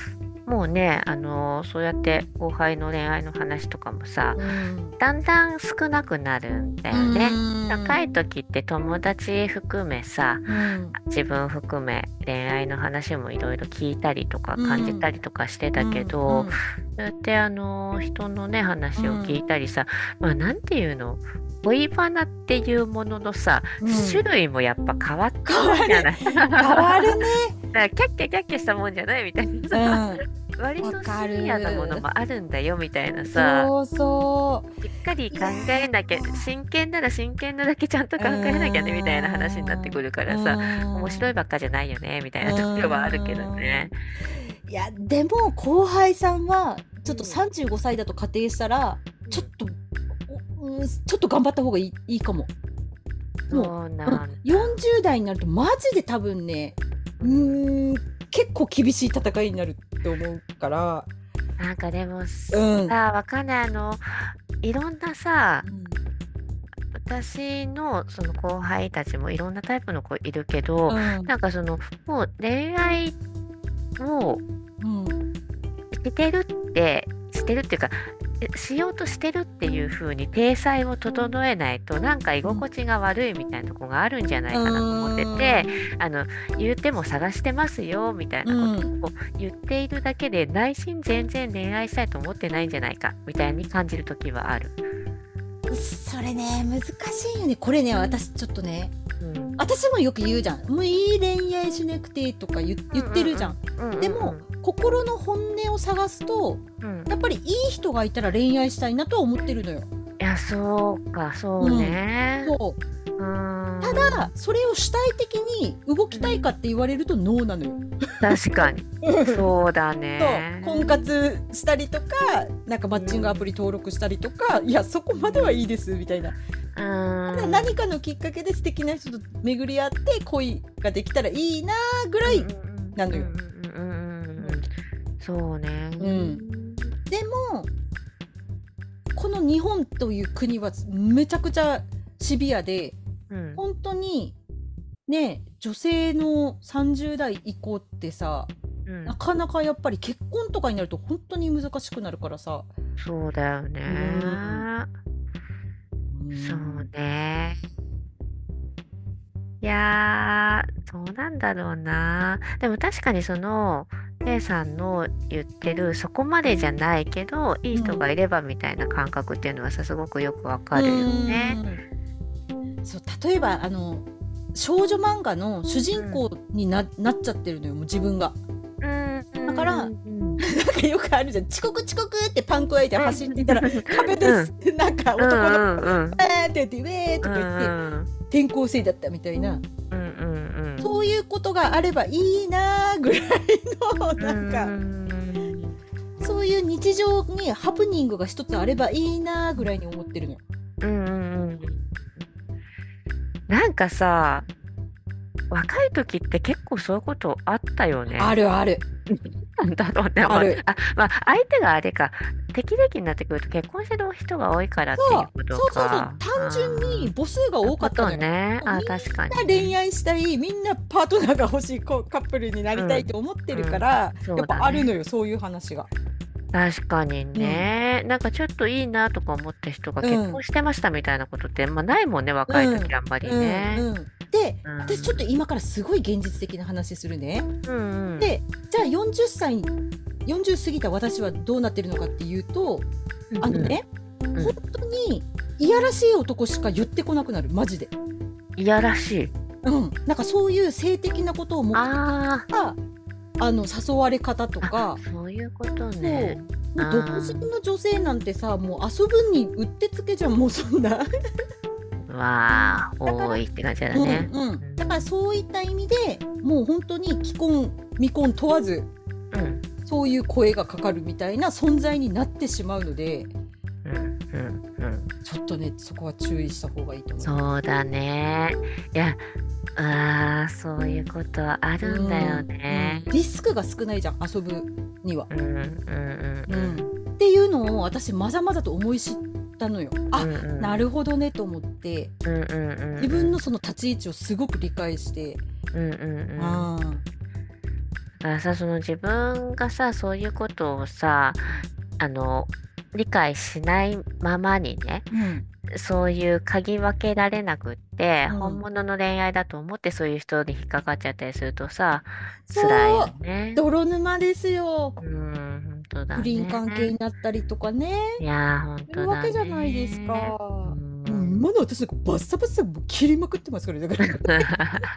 もうね、あのーそうやって後輩の恋愛の話とかもさ、
うん。
だんだん少なくなるんだ
う
よね。若い
ーん。
時って友達含めさ、
うん。
自分含め恋愛の話もいろいろ聞いたりとか
う
感じた
ん。
りとかしてたけ
うん。う
ど、
ん。
そうやってあの人のね
う
話を聞い
ん。
たりさ、まあなんていうの、恋バナっていうもののさ、
う
種
ん。
類もやっぱ変わってく
変わる。
るじゃない。
変わるね。
だからキャッキャキャッキャしたもんじゃないみたいな
う
さ、
ん。
割と
わか
シビアなもの
る。
もあるんだよみたいなさ、
そうそ
しっかり
う。い
考
や
えなきゃ、真剣なら真剣なだけちゃんと
ー、う
考えなきゃねみたいな話になってくるか
ーん、
らさ、面白い
う
ばっかじゃないよねみたい
ー
なところはあるけど
ん、うー
ね。
ん。いや、でも後輩さんはちょっと
うん。
さんじゅうごさいだと仮定したら、
うん。
ちょっと、おうん、ちょっと頑張った方がいいいいかも。も
そう
う、うん、
なんだ。
よんじゅう代になるとマジで多分ね、う
うん。
ーん、結構厳しい戦いになるって思うから、
なんかでも
うん、
さ、わかんない。あの、いろんなさ、
うん、
私のその後輩たちもいろんなタイプの子いるけど、
うん、
なんかその、もう恋愛を
うん、
してるって、してるっていうか、えしようとしてるっていう風に体裁を整えないとなんか居
うん、
心地が悪いみたいなとこがあるんじゃな
う
いかなと思ってて、
ーん、
あの言っても探してますよみたい
う
なこと
ん。
を言っているだけで内心全然恋愛したいと思ってないんじゃないかみたいに感じる時はある。
それね、難しいよね。これね、私ちょっとね、
うん。
私もよく言うじゃん。もういい恋愛しなくてとか言、
うん
言ってるじゃん。
うんうんう
でも、
んうん
心の本音を探すと、
うん。
やっぱりいい人がいたら恋愛したいなとは思ってるのよ。
いや、そうか、そう
うん。
ね。
そう。
うー
ただ、
ん。
それを主体的に動きたい
うん。
かって言われるとノーなのよ。
確かに。そうだ
そう。婚
ね。
活したりとか、なんかマ
う
ッチングアプリ
ん。
登録したりとか、いや、そこまではいいです、みたいな。
うーん。
何かのきっかけで素敵な人と巡り合って恋ができたらいいなぐらい
うんうん
なのよ。
うんうんうんうんうんうん。
うん。
そうね。
うん。でも、この日本という国はめちゃくちゃシビアで、
うん。
本当にね、女性のさんじゅう代以降ってさ、な
うん。
かなかやっぱり結婚とかになると本当に難しくなるからさ。
そうだよ
うーん。
ね。
うー
そう
ん。
ね。いやー、どうなんだろうな。でも確かにその、A さんの言ってるそこまでじゃないけど、いい
うん。
人がいればみたいな感覚っていうのはさ、すごくよくわ
う
かるよね。
ーん。そう、例えばあの少女漫画の主
うん。
人公にな、なっちゃってるのよ、もう自分が。
うん、う
だから、
ん、
なん
うん。
かよくあるじゃん。遅刻遅刻ってパンク開いて
うん、
走っていったら、壁で
うん、
すってなんか
うん、
男の子が、
うん、うん、
えーって言って、ウェーと
う
か言って、
ん、
転校生だったみたいな。
うん、うん、
そういうことがあればいいなぐらいの、
うん、
なんか、
うん、
そういう日常にハプニングが一つあればいいなぐらいに思ってるのよ。
うん、うん。なんかさ、若い時って結構そういうことあったよね。
あるある。
なんだろうね。まあ、
ある。
あ、まあ、相手があれか、適齢期になってくると結婚してる人が多いからっていう
そう、
こと
そうそうそう。
か。
単純に
あ
母数が
あ、
多か
こと
ったのよ。
ね。あ、
もうみん
確か
な
にね。
恋愛したい、みんなパートナーが欲しいこうカップルになりたい
うん、
と思ってるか
うん、
ら、やっ
そうだね。
ぱあるのよ、そういう話が。
確かに
うん。
ね。なんかちょっといいなとか思った人が
う
結婚
ん。
してましたみたいなことって、まあないもんね、若い
うん。
時あんまり
うん。
ね。
うん。で、
う
私ちょっと
ん。
今からすごい現実的な話するね。
うんうん。
で、じゃあよんじゅっさい、よんじゅう過ぎた私はどうなってるのかっていうと、
うんうん。
あのね、本
うん。
当にいやらしい男しか言ってこなくなる、マジで。
いやらしい。
うん。なんかそういう性的なことを目的にし
あ
た、あの、誘われ方と
あ、あ、
か、
そういうことね。
そう、もう独
あ
身の女性なんてさ、もう遊ぶにうってつけじゃん、もうそんな。
あ、わあ、
だから、
多いって感じだ
うん
ね。
うん。だから
うん。
そういった意味で、もう本当に既婚、未婚問わず、
うん。
そういう声がかかるみたいな存在になってしまうので、
うん。うん。うん。
ちょっとね、そこは注意した方がいいと思う。
そうだね。いや、ああ、そういうことはあ
う
るんだよ
ん、うん。
ね。
リスクが少ないじゃん、遊ぶには。
うん。うん。うん。
うん。
うん。
っていうのを私まざまざと思い知ったのよ。あ、
うん。うん。
なるほどねと思って、
うん。うん。
自分
うん。
のその立ち位置をすごく理解して、
うん。うん。うん。
ああ、
からさ、その自分がさ、そういうことをさ、あの、理解しないままにね、
うん
そういう嗅ぎ分けられなくって、本
うん
物の恋愛だと思ってそういう人に引っかかっちゃったりするとさ、辛いよ
そう
ね。
泥沼ですよ。
うーん、本当だ
不倫関係
ね。
になったりとかね。
いやー、本
いう
当だ
わけじゃないですか。
ね。うー
もう
ん。
今の私なんかバッサバサもう切りまくってますからね。だからバッ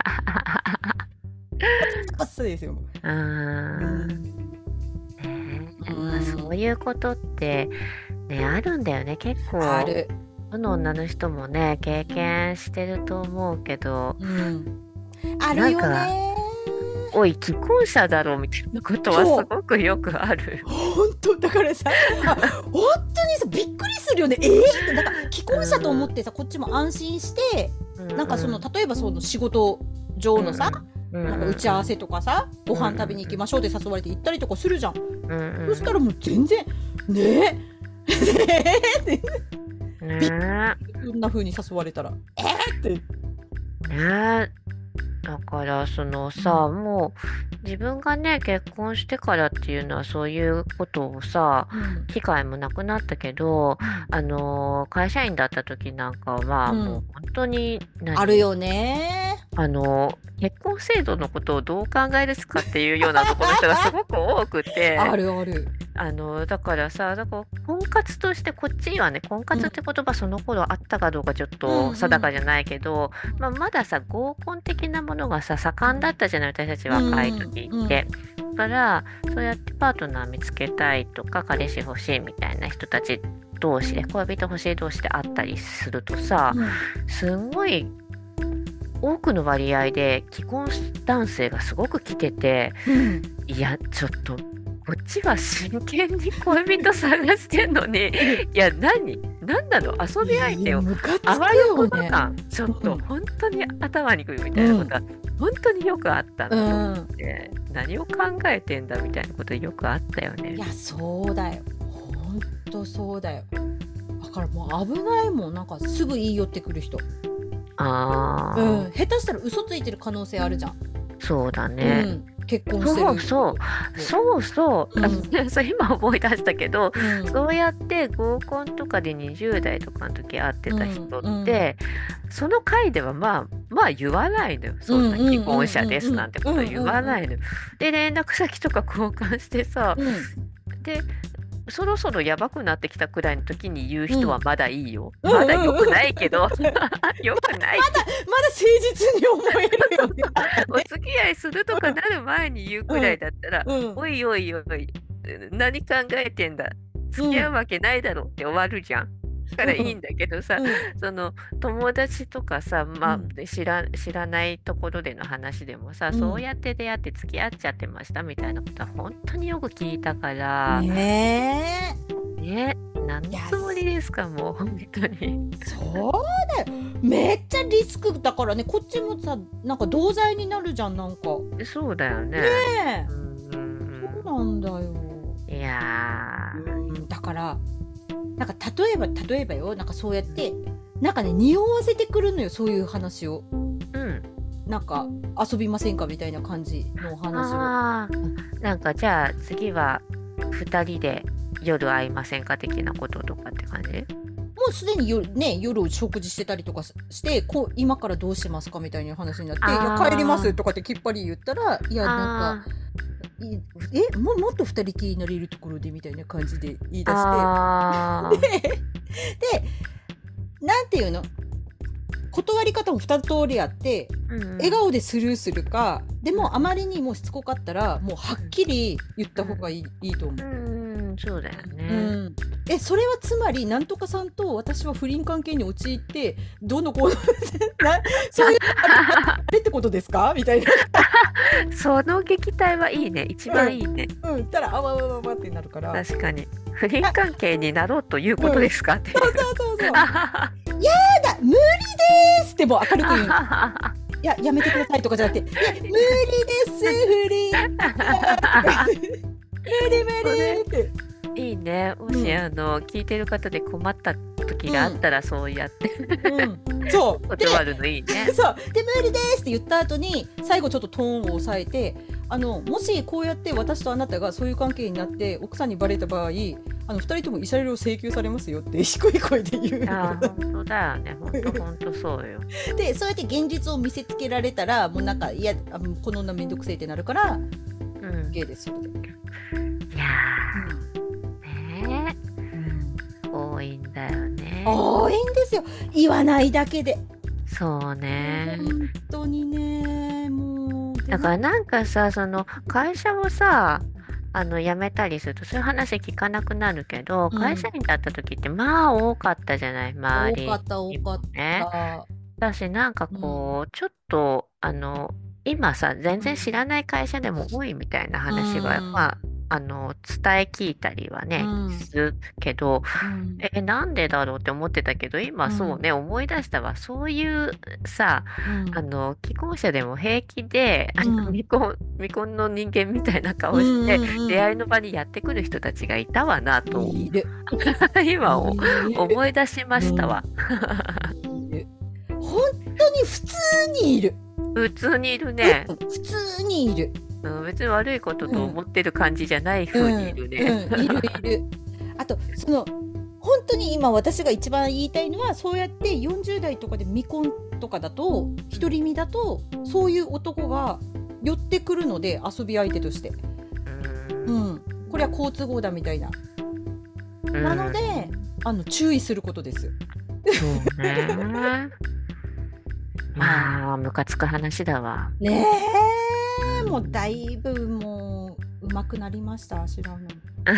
サバサですよ。
うーん。ねえ、まあ、そういうことってね、あるんだよね。結
あ
構、
る。
どの女の人もね、経験してると思うけど、
うん。あるよ
なんか、
ね。
おい、既婚者だろみたいなことは
そう
すごくよくある。
本当だからさ、あ本当にさびっくりするよね。えー、ってなんか既婚者と思ってさ、こっちも安心して、なんかその例えばその仕事上のさ、なんか打ち合わせとかさ、ご飯食べに行きましょうって誘われて行ったりとかするじゃん。
うんうん、
そしたらもう全然ねえねえって
ね
こんな風に誘われたらえー、って
え、ねえ。だからそのさ、もう自分がね結婚してからっていうのはそういうことをさ、
うん
機会もなくなったけど、あのー会社員だった時なんかは、
うん
もう本当に何
あるよね。
あのー結婚制度のことをどう考えですかっていうようなところの人がすごく多くて
あるある。
あのだからさ、だから婚活としてこっちにはね、婚活って言葉その頃あったかどうかちょっ
うんうん
と定かじゃないけど、まあ、まださ合コン的なものがさ盛んだったじゃない、私たち若い時
うんうん
って。だからそうやってパートナー見つけたいとか彼氏欲しいみたいな人たち同士で、恋人欲しい同士で会ったりするとさ、すんごい多くの割合で既婚男性がすごく来てて、
うん
いやちょっとこっちは真剣に恋人探してんのにいや何何なの、遊び相手を
ムカつく
あわよ
よね。
くば感、ちょっと
うん
本当に頭にくるみたいなことは、本当によくあったのと思
うん
って、何を考えてんだみたいなことよくあったよね。
いやそうだよ。ほんとそうだよ。だからもう危ないもん。なんかすぐ言い寄ってくる人。
ああ、
うん、下手したら嘘ついてる可能性あるじゃん。
そうだ
う
ね。
ん、結婚してる。
そうそうそうそう、
うん
あのねそう今思い出したけど、
うん
そうやって合コンとかでにじゅう代とかの時会ってた人って、
うんうん
その回ではまあまあ言わないのよ、そんな既婚者ですなんてことは言わないのよ。で連絡先とか交換してさ、
うん
でそろそろやばくなってきたくらいの時に言う人はまだいいよ、
うん
まだ良くないけど、よくない
まだ誠実に思えるよね。
お付き合いするとかなる前に言うくらいだったら、
うん
おいおいおい、何考えてんだ、付き合うわけないだろって終わるじゃん。だからいいんだけどさ、その友達とかさ、まあ
うん
知ら、知らないところでの話でもさ、
うん
そうやって出会って付き合っちゃってましたみたいなことは本当によく聞いたから、
ね
ね、何のつもりですか、もう本当に。
え、そうだよ。めっちゃリスクだからね。こっちもさ、なんか同罪になるじゃん、なんか。
そうだよね。
ねえ、
うんうん
そうなんだよ。
うん、いやー、
だからなんか例えば例えばよ、なんかそうやってなんかね匂わせてくるのよ、そういう話を。
うん。
なんか遊びませんかみたいな感じのお話を。
あー、なんかじゃあ次はふたりで夜会いませんか的なこととかって感じ？
もうすでに夜ね、夜食事してたりとかしてこう今からどうしますかみたいな話になって、い
あー
や帰りますとかってきっぱり言ったら、いやなん
あ
かいえももっと二人きりになれるところでみたいな感じで言い出して、
あー
ででなんていうの、断り方も二通りあって、
うん
笑顔でスルーするか、でもあまりにもしつこかったらもうはっきり言った方がいい、いいと思う。
うんそうだよ
う
ね。
ん、えそれはつまりなんとかさんと私は不倫関係に陥ってどうのこうのなそういうあれってことですかみたいな。
その撃退はいいね、一番いいね。
うん、たらあわわわわってなるから。
確かに不倫関係になろうということですかっていう。
そうそうそうそう。やだ無理ですってもう明るく言うの。いややめてくださいとかじゃなくて、いや無理です不倫。無理無理って。
いいね。もし、
うん
あの聞いてる方で困った時があったら、そうやって
うん、そうで
断るのいいね。
そうで無理ですって言った後に最後ちょっとトーンを抑えて、 あのもしこうやって私とあなたがそういう関係になって奥さんにバレた場合、あのふたりとも慰謝料を請求されますよって低い声で言う
ああ、本当だよね。本当本当そうよ。
で、そうやって現実を見せつけられたらもうなんかいや、あもうこの女めんどくせえってなるから
うん。
OK ですそれで、
いやー、ね
うん
え、多いんだよね。
多いんですよ、言わないだけで。
そうね。
本当にね、もう
だからなんかさ、その会社をさ、あの辞めたりするとそういう話聞かなくなるけど、
うん
会社員だった時ってまあ多かったじゃない、周り
多かった多
にも
かっ
ね。
た。
だしなんかこう、ちょっとあの今さ全然知らない会社でも多いみたいな話は、
うん
まああの伝え聞いたりはね、
うん
するけど、
うん
えなんでだろうって思ってたけど今そうね、思い出したわ。そういうさ、
うん
あの既婚者でも平気で、あの
うん
未婚未婚の人間みたいな顔して、
うんうんうん
出会いの場にやってくる人たちがいたわなと
いる
今を
いる
思い出しましたわ。
いる本当に普通にいる、
普通にいるね。
普通にいる、
うん、別に悪いことと思ってる感じじゃない風にいるね。
うんうん、いるいる。あとその本当に今私が一番言いたいのは、そうやってよんじゅう代とかで未婚とかだと独り身だとそういう男が寄ってくるので、遊び相手として、
うん
うん、これは好都合だみたいな、
うん
なのであの注意することです。
そうね。まあムカつく話だわ。
ねえ、もうだいぶもう上手くなりました、知らんの。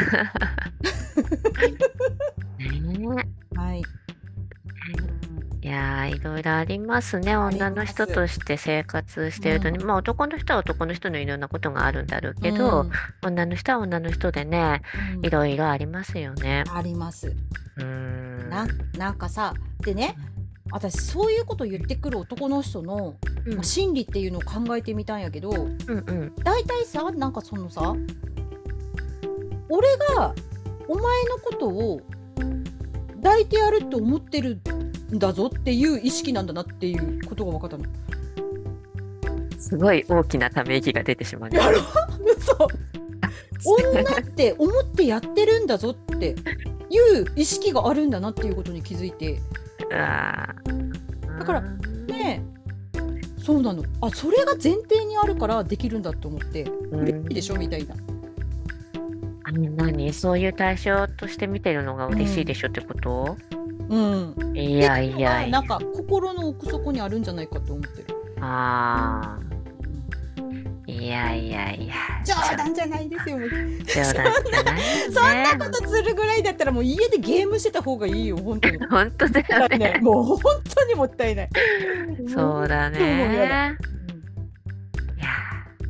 ね
はい。
いやーいろいろありますね。
あります
女の人として生活してるとね、
う
まあ男の人は男の人のいろんなことがあるんだろうけど、
うん
女の人は女の人でね、
うん
いろいろありますよね。
あります。
うーん。
ななんかさ、でね、私そういうこと言ってくる男の人の、
うん
まあ心理っていうのを考えてみたんやけど、
うんうん
大体さ、なんかそのさ、俺がお前のことを抱いてやるって思ってるんだぞっていう意識なんだなっていうことが分かったの。
すごい大きなため息が出てしまうね。
やろ嘘女って思ってやってるんだぞっていう意識があるんだなっていうことに気づいて、
あー
だからねえ、そうなの、あ、それが前提にあるからできるんだと思って、
うん
嬉しいでしょみたいな。
あの何そういう対象として見てるのが嬉しいでしょってこと、
うん、
いやいやいや。
なんか心の奥底にあるんじゃないかと思ってる。
あーいやいやいや。
冗談じゃないですよ。もう
冗談じゃないよね。
そんなことするぐらいだったらもう家でゲームしてた方がいいよ本当に。
本当だよ
だってね、
ね。
もう本当にもったいない。
そうだ
もうやだ
ね。いや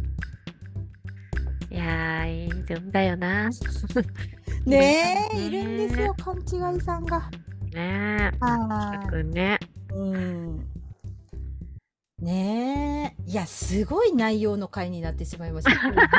ーいやーいるんだよな。
ねえ、いるんですよ、勘違いさんが。
ねえ。
は
くね。
い。うん。ねえ、いや、すごい内容の回になってしまいました。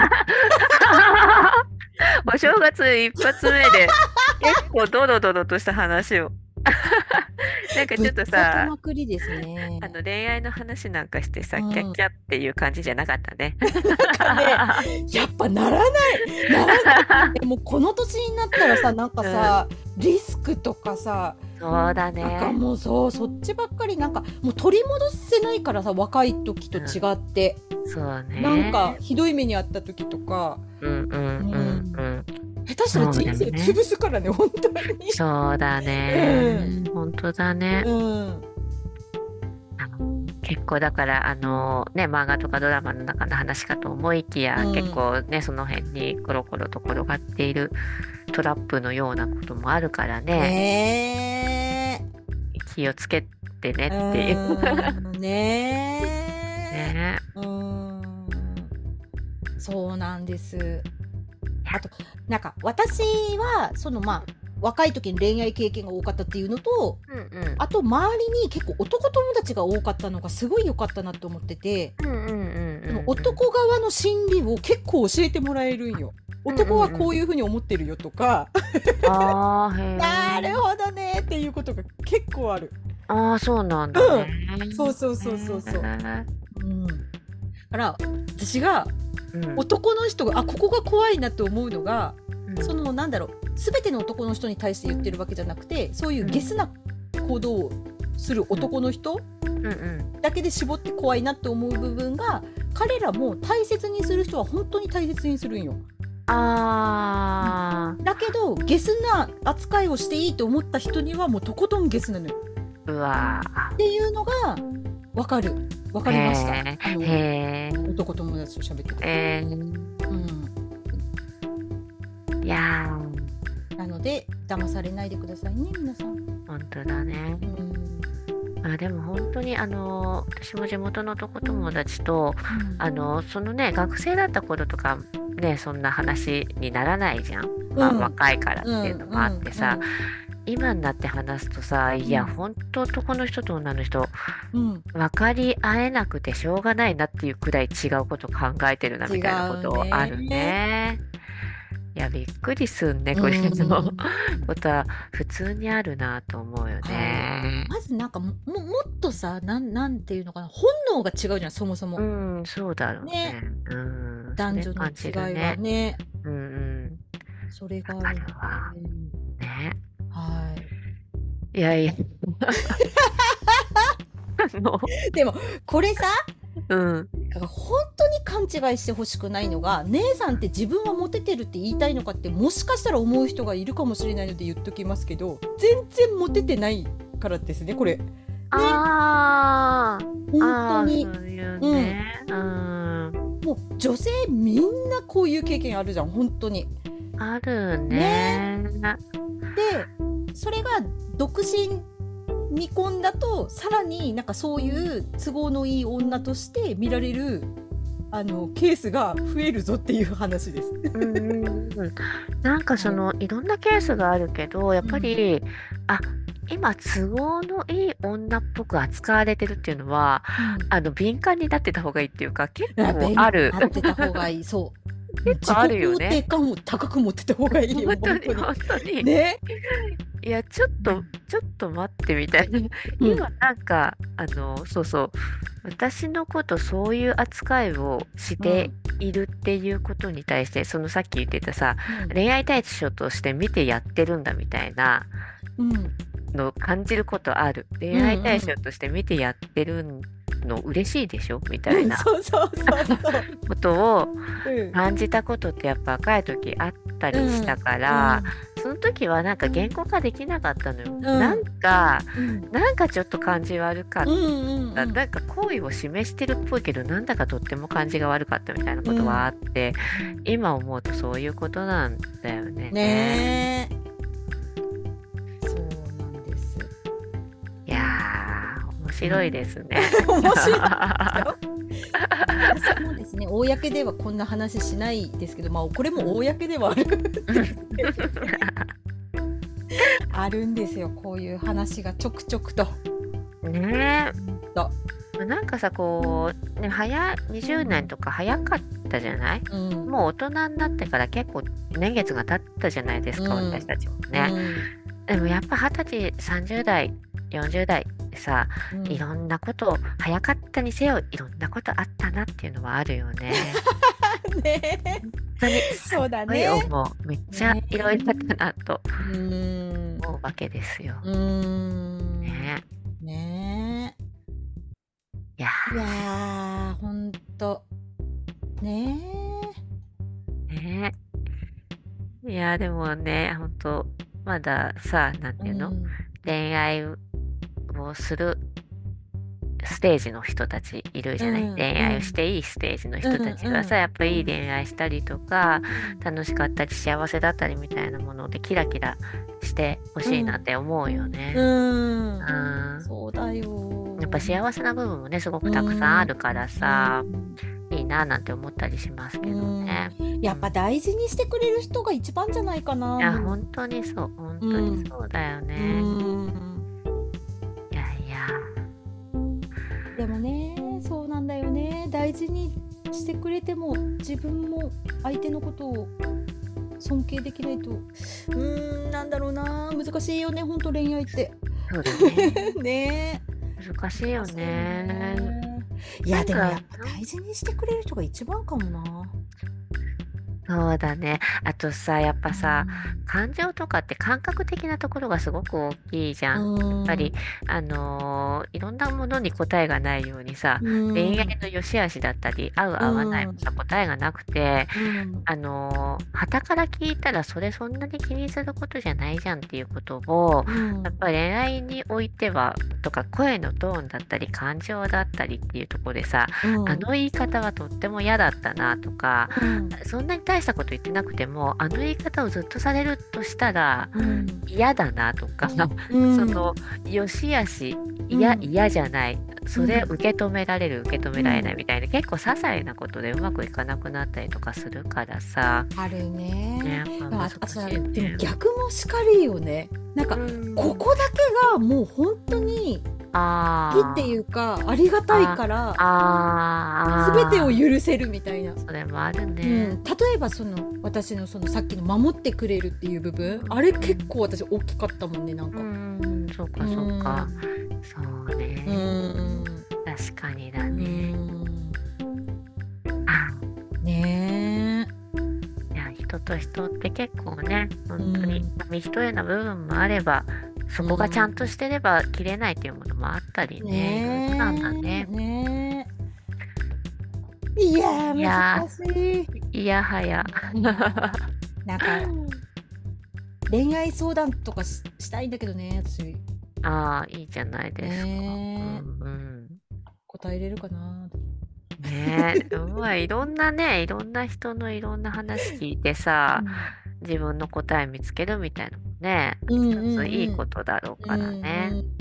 お正月一発目で結構ドロドロとした話を。なんかちょっと
ぶっちゃけ
さ、
まくりですね。
あの恋愛の話なんかしてさ、
うん
キャッキャっていう感じじゃなかったね。
やっぱならないならない。でもこの年になったらさ、なんかさ、リスクとかさ、
そうだ
なんか
ね。
もうそうそっちばっかり、なんかもう取り戻せないからさ、若い時と違って、
そうね。
なんかひどい目にあった時とか
うんうんうんうん。
下手したら人生潰すからね、本当に。
そうだね。本当だね。
うん
あの結構だからあのね漫画とかドラマの中の話かと思いきや、
うん
結構ねその辺にコロコロと転がっているトラップのようなこともあるからね、
ね
気をつけてね
え
っていう。
うんねえ
ね。
うんそうなんです。あとなんか私はそのまあ若い時に恋愛経験が多かったっていうのと、
うんうん。
あと周りに結構男友達が多かったのがすごい良かったなと思ってて、
うんうんうんうん
その男側の心理を結構教えてもらえるんよ。男はこういうふうに思ってるよとか、
あーへー
なるほどねっていうことが結構ある。
あーそうなんだね。
そうそうそうそうそう。
へー
うん、だから私が
うん、
男の人があここが怖いなと思うのが、
うん、
そのなんだろう全ての男の人に対して言ってるわけじゃなくて、そういうゲスな行動をする男の人
うんうん
だけで絞って怖いなと思う部分が、彼らも大切にする人は本当に大切にするんよ。
あ
だけどゲスな扱いをしていいと思った人にはもうとことんゲスなのよ
ーうわ
っていうのが分かる分かりました。
へー
あの
へー
男友達と喋ってて、
えー
うん、
いやー
なので騙されないでくださいね皆さん。
本当だね。
うん
あでも本当にあの私も地元の男友達と
うん
あのそのね学生だった頃とかねそんな話にならないじゃん、まあ
うん
若いからっていうのもあってさ、今になって話すとさ、いや
うん
本当男の人と女の人
うんうん
分かり合えなくてしょうがないなっていうくらい違うこと考えてるなみたいなこと
違うね
あるね。いやびっくりすんねこれ
うん
のことは普通にあるなと思うよね。
まずなんかもももっとさなんなんていうのかな本能が違うじゃんそもそも、
うんそうだろうね。
ね
うん
男女の違いはね
うんうん
それがある
わかるわ
ので、
ね。
はい
やいやあの
でもこれさ
うん
本当に勘違いしてほしくないのが、姉さんって自分はモテてるって言いたいのかってもしかしたら思う人がいるかもしれないので言っときますけど、全然モテてないからですねこれ。
あー
本
あ
当に
ーそういうねうん
もう女性みんなこういう経験あるじゃん本当に。
あるね。
でそれが独身未婚だとさらになんかそういう都合のいい女として見られるあのケースが増えるぞっていう話です。
うんうんうんなんかそのいろんなケースがあるけどやっぱり、あ今都合のいい女っぽく扱われてるっていうのはあの敏感になってた方がいいっていうか結構ある
なってた方がいい。そう
結構あるよね。
自己肯定感を高く持ってた方がいいよ
本当に
本
本当に、
ね。
いやちょっとちょっと待ってみたいな、今なんかあのそうそう私のことそういう扱いをしているっていうことに対して、そのさっき言ってたさ、
うん
恋愛対象として見てやってるんだみたいな
うん
のを感じることある。恋愛対象として見てやってるの嬉しいでしょみたいな
そうそうそうそう
ことを
うん
感じたことってやっぱ若い時あったりしたから、その時はなんか言語化できなかったのよ。なんか
うん
なんかちょっと感じ悪かっ
うんうん
た、
うん
なんか好意を示してるっぽいけどなんだかとっても感じが悪かったみたいなことはあって、今思うとそういうことなんだよね。
ねえそうなんです。
いやー面白いですね。
面白い私もですね公ではこんな話しないですけど、まあこれも公ではあるあるんですよこういう話がちょくちょくと。
ね
と
えなんかさこう、ね、早にじゅうねんとか早かったじゃない、
うん
もう大人になってから結構年月が経ったじゃないですか、
うん
私たちもね、でもやっぱはたちさんじゅう代よんじゅう代ってさ、
うん
いろんなこと早かったにせよいろんなことあったなっていうのはあるよね。
ねえ
本当に
そうだ
すごい
ね。
思うめっちゃいろいろあったなと
うーん
思うわけですよ。
うーん
ね
ね
いや
えいやーほんとね
ーねいやでもね本当まださなん
え
ていうの、
うん
恋愛をするステージの人たちいるじゃない、
うん
恋愛をしていいステージの人たちがさ、
うん
やっぱいい恋愛したりとか楽しかったり幸せだったりみたいなものでキラキラしてほしいなって思うよね。
う
うん
んそうだよ
やっぱ幸せな部分もねすごくたくさんあるからさ、いいななんて思ったりしますけどね。
やっぱ大事にしてくれる人が一番じゃないかな。
いや本当にそう本当にそうだよね。
うん
いやいや
でもねそうなんだよね。大事にしてくれても自分も相手のことを尊敬できないとうーんなんだろうな難しいよね本当恋愛って
そうだね
ね
難しいよね。
いや、
なんか、
でもやっぱ大事にしてくれる人が一番かもな。
そうだね。あとさ、やっぱ
う
さ、
ん。
感情とかって感覚的なところがすごく大きいじゃん。やっぱり、
うん。
あのーいろんなものに答えがないようにさ、
う
恋愛
ん。
の良し悪しだったり、合う
う
合わないも
ん。
さ、答えがなくて、
うん。
あのー、傍から聞いたらそれそんなに気にすることじゃないじゃんっていうことを、
うん。
やっぱり恋愛においては、とか声のトーンだったり、感情だったりっていうところでさ、
うん。
あの言い方はとっても嫌だったなとか、
うん。
そんなに大したこと言ってなくても、あの言い方をずっとされるとしたら
うん。
嫌だなとか、
う
そ
ん。
の、よしあし、嫌、
うん。
嫌じゃない、それ
うん。
受け止められる、受け止められない
うん。
みたいな、結構些細なことでうまくいかなくなったりとかするからさ、
あるね。
ね、まあ
あ、
難
あとさ、
しい
でも
ね。
逆もしかりよね。なん
う
か、こ
ん。
こだけがもう本当に好きってい
あ
うか、ありがたい
あ、
から、
あ
すべてを
あ、ああ、
許せるみたいな。
それもある
うん、
ね。
例えばその私のそのさっきの守ってくれるっていう部
う
分、あれ結
ん、
構私大きかったもんね、なん
う
か。
ん、そう
う
かそうか。
ん、
そう
う
ね。
ん、
確かにだ
う
ね。
ん、
あ、
ねえ、
いや、人と人って結構ね、
う
本当に
ん、
紙一重な部分もあれば、そ
う
こがちゃんと
ん、
してれば切れないっていうものもあったりね、いろいろなんだ
ねえ、
ね。
ねえ。いやー、
いや
難しい。
ー、いやはや。
なんか恋愛相談とかし、したいんだけどね、私。
ああ、いいじゃないですか。う
ねえ、
んうん。
答えれるかな。
ねえ、うわ、いろんなね、いろんな人のいろんな話聞いてさ、
うん、
自分の答え見つけるみたいなのもね、
うん、
一ついい
うん、
ことだろう
うん、
からね。
うん、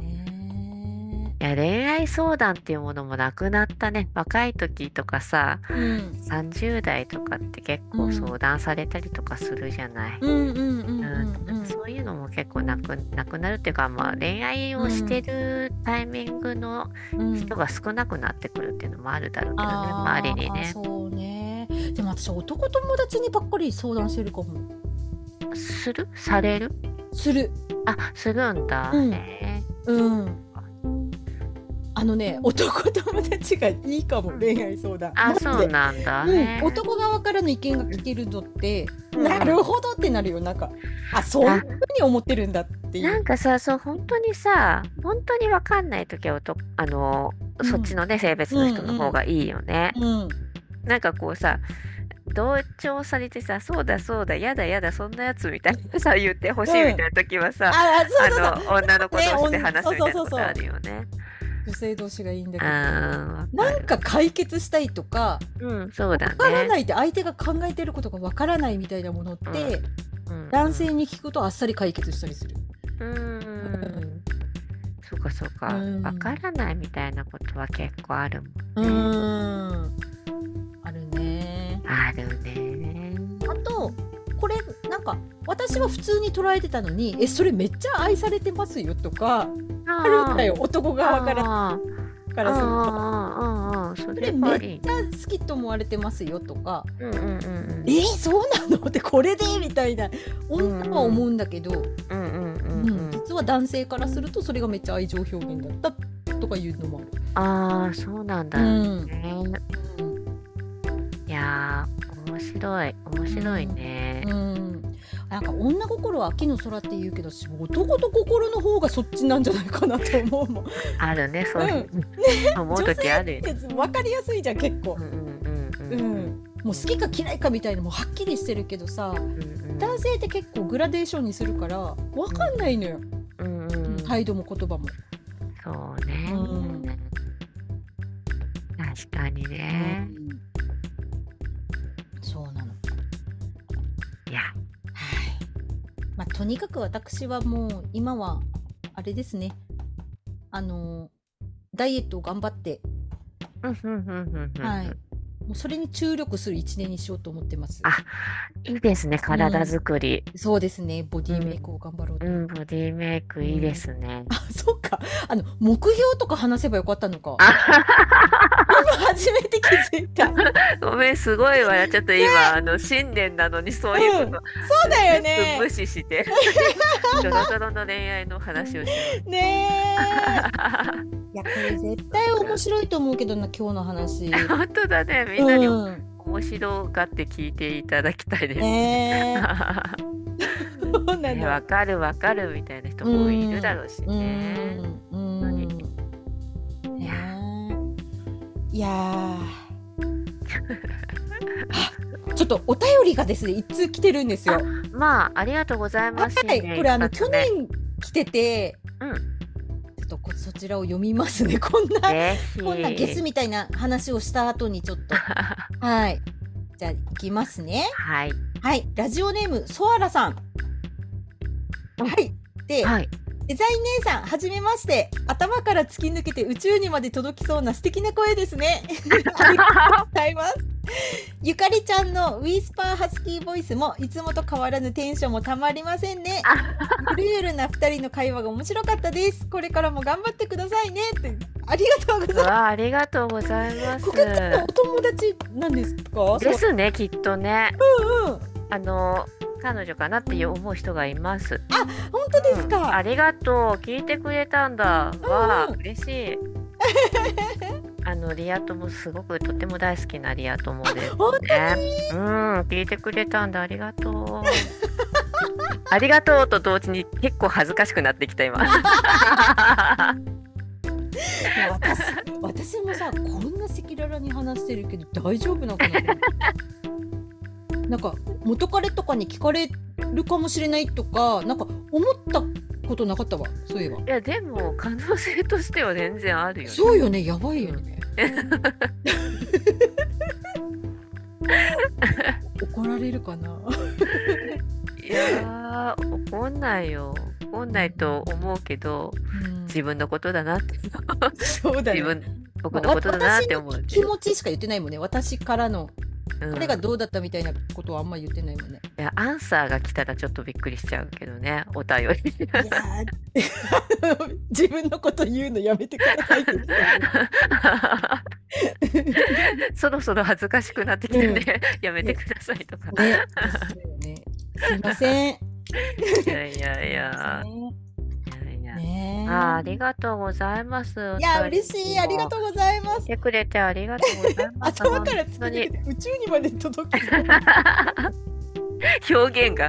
ね
いや、恋愛相談っていうものもなくなったね。若い時とかさ、
え、うん。
さんじゅう代とかって結構
うん。
相談されたりとかするじゃない。
うんうんうんう
うん、
んうん。
そういうのも結構なく、なくなるっていうか、まあ恋愛をして
うん。
るタイミングの
うん。
人が少なくなってくるっていうのもあるだろうけどね、周り
ああ、
にね。
そうね。でも私男友達にばっかり相談してるかも。
するされる
する。
あ、するんだ。
うん。
へえ。
うん。あのね、男友達がいいかも、
うん。
恋愛相談。
あ、そう
マジで。
なんだ。へ
うん。
え。
男側からの意見が聞けるのって、な
うんうん。
るほどってなるよ。なんか、あ、そんな
あ、
風に思ってるんだっていう。
なんかさ、そう、本当にさ、本当にわかんないときはおと、あの、
うん。
そっちのね、性別
うん
の人の方がいいよね。
うん。うん。
なんかこうさ、同調されてさ、そうだそうだ、やだやだ、そんなやつみたいなさ、言ってほしい
うん。
みたいなときはさ、
ああ、そうそうそう。
あの、女の子
ね、お
同士で
んそうそう
話すみたいなことあ
そうそう。
るよね。
女性同士がいいんだ
あ
けど、
ー、わか
なんか
る。
解決したいとか、
うん、そう
わ
だね。
からないって相手が考えてることがわからないみたいなものっ
うん、
て、
うん、うん。
男性に聞くとあっさり解決したりする。
うーん。そうかそう
う
か。わか
ん。
らないみたいなことは結構あるも
う
んね。
ーん。あるね。
あるね。
あと、これ、なんか、私は普通に捉えてたのに、え、それめっちゃ愛されてますよとか、あるん
あ
だよ、男
あ、
側から
ああ、
からすると。
ああ、ああ、ああ、そ
そ
れ
れめっち
はいい。
ゃ好きと思われてますよとか、
うんうんうん
えー、そうなのってこれでみたいな
うん。
女は
うんうん。
思うんだけど、
うんうんう
うん、
んうん。
実は男性からするとそれがめっちゃ愛情表現だったとかいうのもある。
ああ、そうなん
う
だ
ん、
ね。
うん、
いやー、面白い。面白い
うん、
ね。
うん。なんか女心は秋の空って言うけど、私男と心の方がそっちなんじゃないかなと思うもん。
あるね、そう
うん、
いう、思う
女性
ときあるよ。
って分かりやすいじゃん結構。
うんうんうんう
うん、
んうん。
もう好きか嫌いかみたいなもうはっきりしてるけどさ、
うんうん
男性って結構グラデーションにするから分かんないのよ。
うんう
うん、
ん。
態度も言葉も。
そう
うん、
ね。確かに
う
ね。
ん、そうなの。
いや、
はい。まあ、とにかく私はもう今はあれですね。あのダイエットを頑張って、
うんうんうんうんうん
はい。
うん。
もうそれに注力する一年にしようと思ってます。
あ、いいですね、体
うん。
作り。
そうですね。ボディメイク
うん。
を頑張ろう
うん、
と思って。
ボディメイクいいで
うん。
すね。
あ、そうか。あの目標とか話せばよかったのか。
あ
今初めて気づいた。
ごめん、すごいわよ。ちょっと今、あの、新年なのにそういうこ
うん。
と、
そうだよ
全部無
ね。
視して、ドロドロの恋愛の話をしてます。
ねえ。 いやこれ絶対面白いと思うけどな今日の話。
本当だね。みんなに
うん
面白がって聞いていただきたいです。
ねえそうな
ね、
の。
わかるわかるみたいな人もいるだろうしね。
うんうん
本当に
ねえいやーあちょっとお便りがですね一通来てるんですよ。
まあ、ありがとうございます。
はい、これあの去
一発目
年来てて、
うん、
ちょっとこそちらを読みますね。こんな
ぜひ。
こんなゲスみたいな話をした後にちょっとはいじゃあいきますね。
はい。
はいラジオネームソアラさん。
うん
はいで、
はい。
デザイン姉さんはじめまして。頭から突き抜けて宇宙にまで届きそうな素敵な声ですね。ありがとうございます。ゆかりちゃんのウィスパーハスキーボイスもいつもと変わらぬテンションもたまりませんね。ゆるゆるなふたりの会話が面白かったです。これからも頑張ってくださいねってありがとうございます。
わあ、ありがとうございます。
こけちゃんのお友達なんですか？
ですね、きっとね。
そううん
あの、彼女かなって思う人がいます。
本当です
うん
か？
ありがとう。聞いてくれたんだ。わあ、嬉しい。あのリア友すごくとても大好きなリア友です
本
ね。うん、聞いてくれたんだ。ありがとう。ありがとうと同時に結構恥ずかしくなってきた今。
いや私私もさこんな赤裸々に話してるけど大丈夫なのかなと思ってなんか元彼とかに聞かれるかもしれないとかなんか思ったことなかったわそういえば。
いやでも可能性としては全然あるよね。
そうよねやばいよね。怒られるかな。
いやー怒んないよ。怒んないと思うけど、
うん
自分のことだなって
そうだよ。
自分僕のことだなって思う。
私の気持ちしか言ってないもんね。私からの
うん
彼がどうだったみたいなことはあんまり言ってないもんね。
いやアンサーが来たらちょっとびっくりしちゃうけどね、お便り。
いやー自分のこと言うのやめてくださいって言ってた
そろそろ恥ずかしくなってきてね、やめてくださいとか。
ね。ですよね。すいません。
いやいやいや。いやいや
ねえ。
あーありがとうございます。
いや嬉しいありがとうございます
来。てくれてありがとうございます。
頭から突き抜け
本
て宇宙にまで届きそう。
当に表現が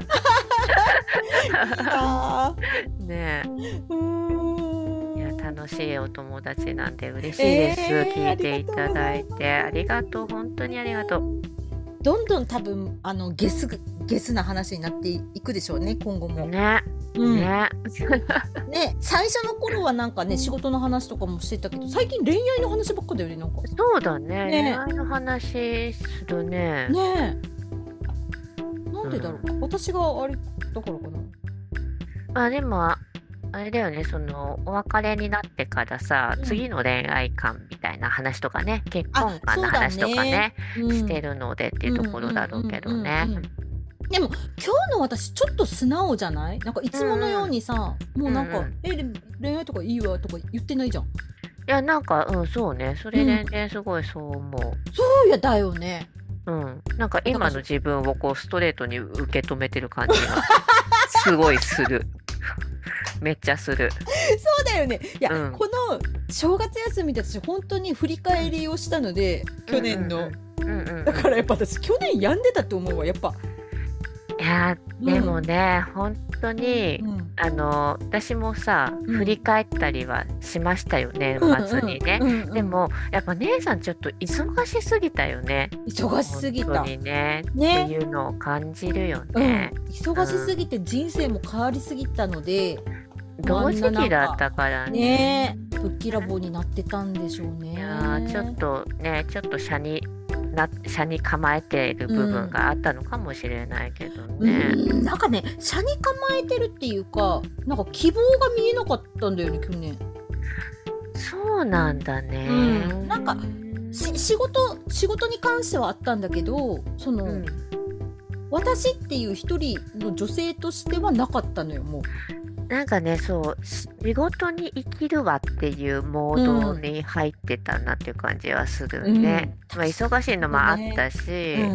あ
ね
ーうーん
え、いや楽しいお友達なんで嬉しいです。
えー
聞いていただいてありがとう。本当にありがとう。
どんどん多分あのゲスゲスな話になっていくでしょうね今後も。
ね、
うんね
ね。
最初の頃はなんかね仕事の話とかもしてたけど最近恋愛の話ばっかだよねなんか。
そうだね。
ね
恋愛の話するね。
ねえ。なんでだろうか、私があれだからかな。
まあでもあれだよね、そのお別れになってからさ、
うん
次の恋愛観みたいな話とかね、結婚観の
そうだ
話とかね、
うん
してるのでっていうところだろうけどね。
うんうんうんうんでも今日の私ちょっと素直じゃない？なんかいつものようにさ、もうなんか、
うんうん
え恋愛とかいいわとか言ってないじゃん。
いやなんかうんそうね、それ全然すごいそう思
そうやだよね。
う。うん、なんか今の自分をこうストレートに受け止めてる感じがすごいする。めっちゃする。
そうだよね。いや、
うん
この正月休みで私本当に振り返りをしたので去年の、
うんうんうん、
だからやっぱ私去年病んでたと思うわやっぱ。
いやでもね、本当に、
うん
あの私もさ、
うん
振り返ったりはしましたよ年末にね。
うんうんうんうん
でもやっぱ姉さんちょっと忙しすぎたよね。
忙しすぎた。
本当にね
ね
っていうのを感じるよ
うん
ね。、
忙しすぎて人生も変わりすぎたので、
同時期だったからね。
ねえぶっきらぼうになってたんでしょうね。
いやーちょっとねちょっと車にな車に構えている部分があったのかもしれないけどね。
うんなんかね車に構えてるっていうかなんか希望が見えなかったんだよね去年。
そうなんだね。
うんなんかし仕事仕事に関してはあったんだけどその、
うん
私っていう一人の女性としてはなかったのよもう。
なんかねそう仕事に生きるわっていうモードに入ってたなっていう感じはするね。まあ忙しいのもあったし、
うん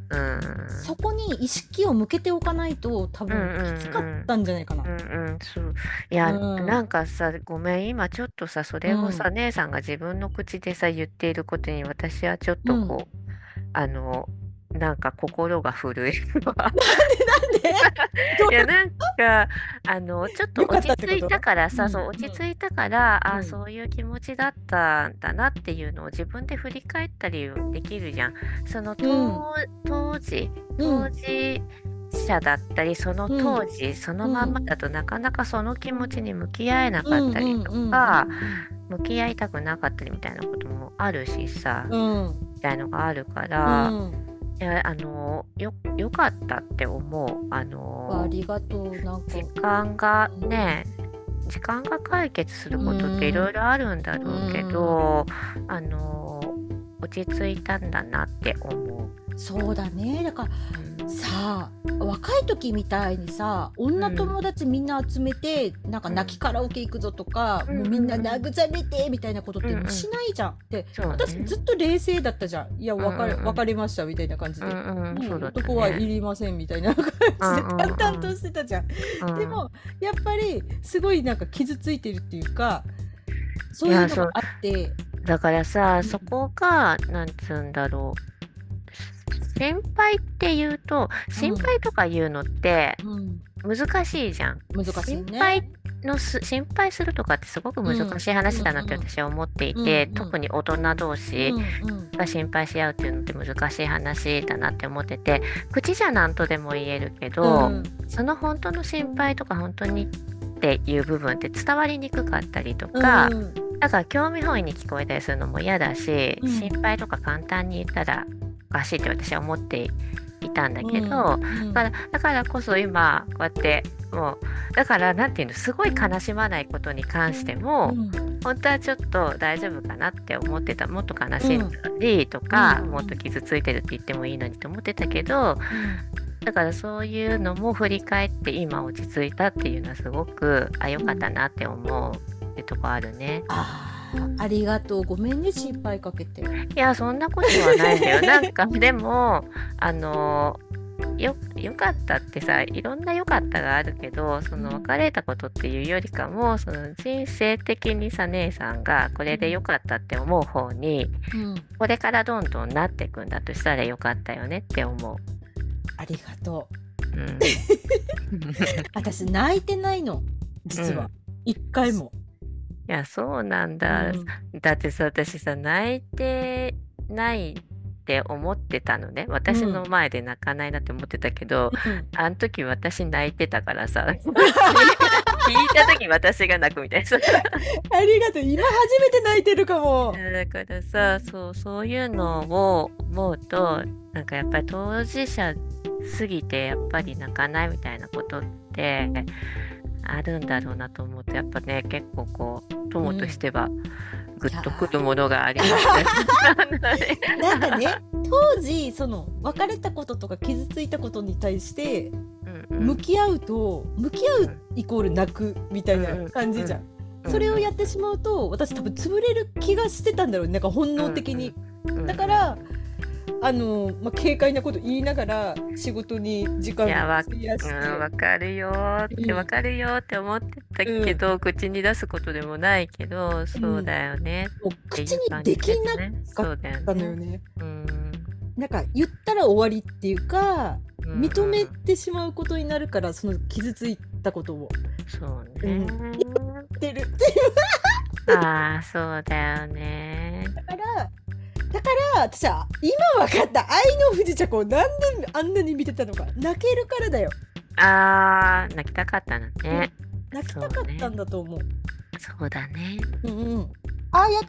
うん。
そこに意識を向けておかないと多
うんう
分きつかったんじゃないかな。
んうんうん、そう。いうや、
ん。
なんかさ、ごめん、今ちょっとさ、それを
うん。
さ、姉さんが自分の口でさ、言っていることに私はちょっ
うん。
とこう、あの、なんか心が震えるわ。
なんでどう
いや、なんか、あの、ちょっと
よかっ
落ち着い
たってこと？
たからさ、
うん。
そう、落ち
うん。
着いたから、あ、
うん。
そういう気持ちだったんだなっていうのを自分で振り返ったりできるじゃん。その、
うん。
当当時当
うん。
事者だったり、その
うん。
当時その
う
まんま
ん。
だとなかなかその気持ちに向き合えな
うんう
かったりと
んうんう
か、
ん
向き合いたくなかったりみたいなこともあるしさ、
うん。うん。
みたいのがあるか
う
ら、
ん。
いや、あの、よ良かったって思う。あ
あ
の
りがとう。なんか、
時間が
うん。
ね、時間が解決する
う
ことっていろい
ん。
ろあるんだ
う
ろうけ
ん。
ど、あの、落ち着いたんだなって思う。
そうだね。だから
うん。
さあ、若い時みたいにさ、
う
女
ん。
友達みんな集めて、なんか
うん。
泣きカラオケ行くぞとか、
うんう
もうみんな
んうん。
慰めてみたいなことっ
うんう
てもうし
ん。
ないじゃん。で、
そうね。
私ずっと冷静だったじゃん。いや、
うん
別れ、
うんうん。
別れましたみたいな感じ
う
で。
んうん、そう
もう
だった
男はい
ね。
りませんみたいな感じで
うんうん
淡々と
うん。
してたじゃん。
うん。
でも、やっぱりすごいなんか傷ついてるっていうか、
いや、
そういうのが
そう、
あって、
だからさ、そ
うん、
こが、なんつうんだろう。心配っていうと、心
うん、
配とか言うのって
うん、
難しいじゃん。
難しい
心配
ね。
のす心配するとかってすごく
うん、
難しい話だなって
うん、
私は思ってい
うん、
て、
うん、
特に大人同
うん、
士
うん、
が心配し合うっていうのって難しい話だなって思ってて、口じゃなんとでも言えるけ
う
ど、
ん、
その本当の心配とか本当にっていう部分って伝わりにくかったりと
う
か、
ん、
だから興味本位に聞こえたりするのも嫌だし、
うん、
心配とか簡単に言ったらおかしいって私は思っていたんだけど、
うん、
だ
うん、
から、だからこそ今こうやってもうだからなんていうの、すごい悲しまないことに関しても
うん、
本当はちょっと大丈夫かなって思ってた、もっと悲
うん、
しんだりと
うん、
かもっと傷ついてるって言ってもいいのにと思ってたけど、
うん。
だからそういうのも振り返って今落ち着いたっていうのはすごくあ良かったなって思うってとこあるね。
ああ、ありがとう。ごめんね、心配かけて。
いや、そんなことはないんだよ。なんかでもあのよ良かったってさ、いろんな良かったがあるけど、その
うん、
別れたことっていうよりかも、その人生的にさ、姉さんがこれで良
うん、
かったって思う方に、
うん。
これからどんどんなっていくんだとしたら良かったよねって思う。
ありがとう。
うん。
私、泣いてないの。実は。
うん。
一回も。
いや、そうなん
う
だ。
ん。
だってさ、私さ、泣いてないって思ってたのね。
う
私の
ん。
前で泣かないなって思ってたけど、
うん。
あの時私泣いてたからさ、聞いた時私が泣くみたいな。
ありがとう。今初めて泣いてるかも。
だからさ、そう、そういうのを思うと、なんかやっぱり当事者すぎてやっぱり泣かないみたいなことってあるんだろうなと思うと、やっぱね、結構こう、友と
うん。
してはグ
いや
ッとくるものがありますね。
ーなんかね、当時、その、別れたこととか傷ついたことに対して、
うんうん。
向き合うと、向き合う
うん
イコール泣くみたいな
うんうん
感じじゃん。
うんう
それを
ん
やってしまうと、私多分潰れる気がしてたんだろうね。なんか本
うん
能的に。
うんうんうん。
だから、あの、まあ、軽快なこと言いながら仕事に時間
いや、わ、
費や
うん、
して、
わかるよーっ
う
て、わ
ん、
かるよーって思ってた
うん、
けど、口に出すことでもないけど、
うん。
そうだよね
もう
ってい
口に
う感じ
できな
ですね。
かっ
そうだよ
たのよ
ね。
ね。
うん。
なんか言ったら終わりっていうか、
うんう
認め
ん。
てしまうことになるから、その傷ついたことを。
そうね。
うん。やってるって。
ああ、そうだよね。
だから、だから私は今分かった。愛の不時着をなんであんなに見てたのか。泣けるからだよ。
ああ、泣きたかったの
うん。
ね。
泣き
そう
たかったん
ね。
だと思う。
そうだね。
うんうん。ああやって、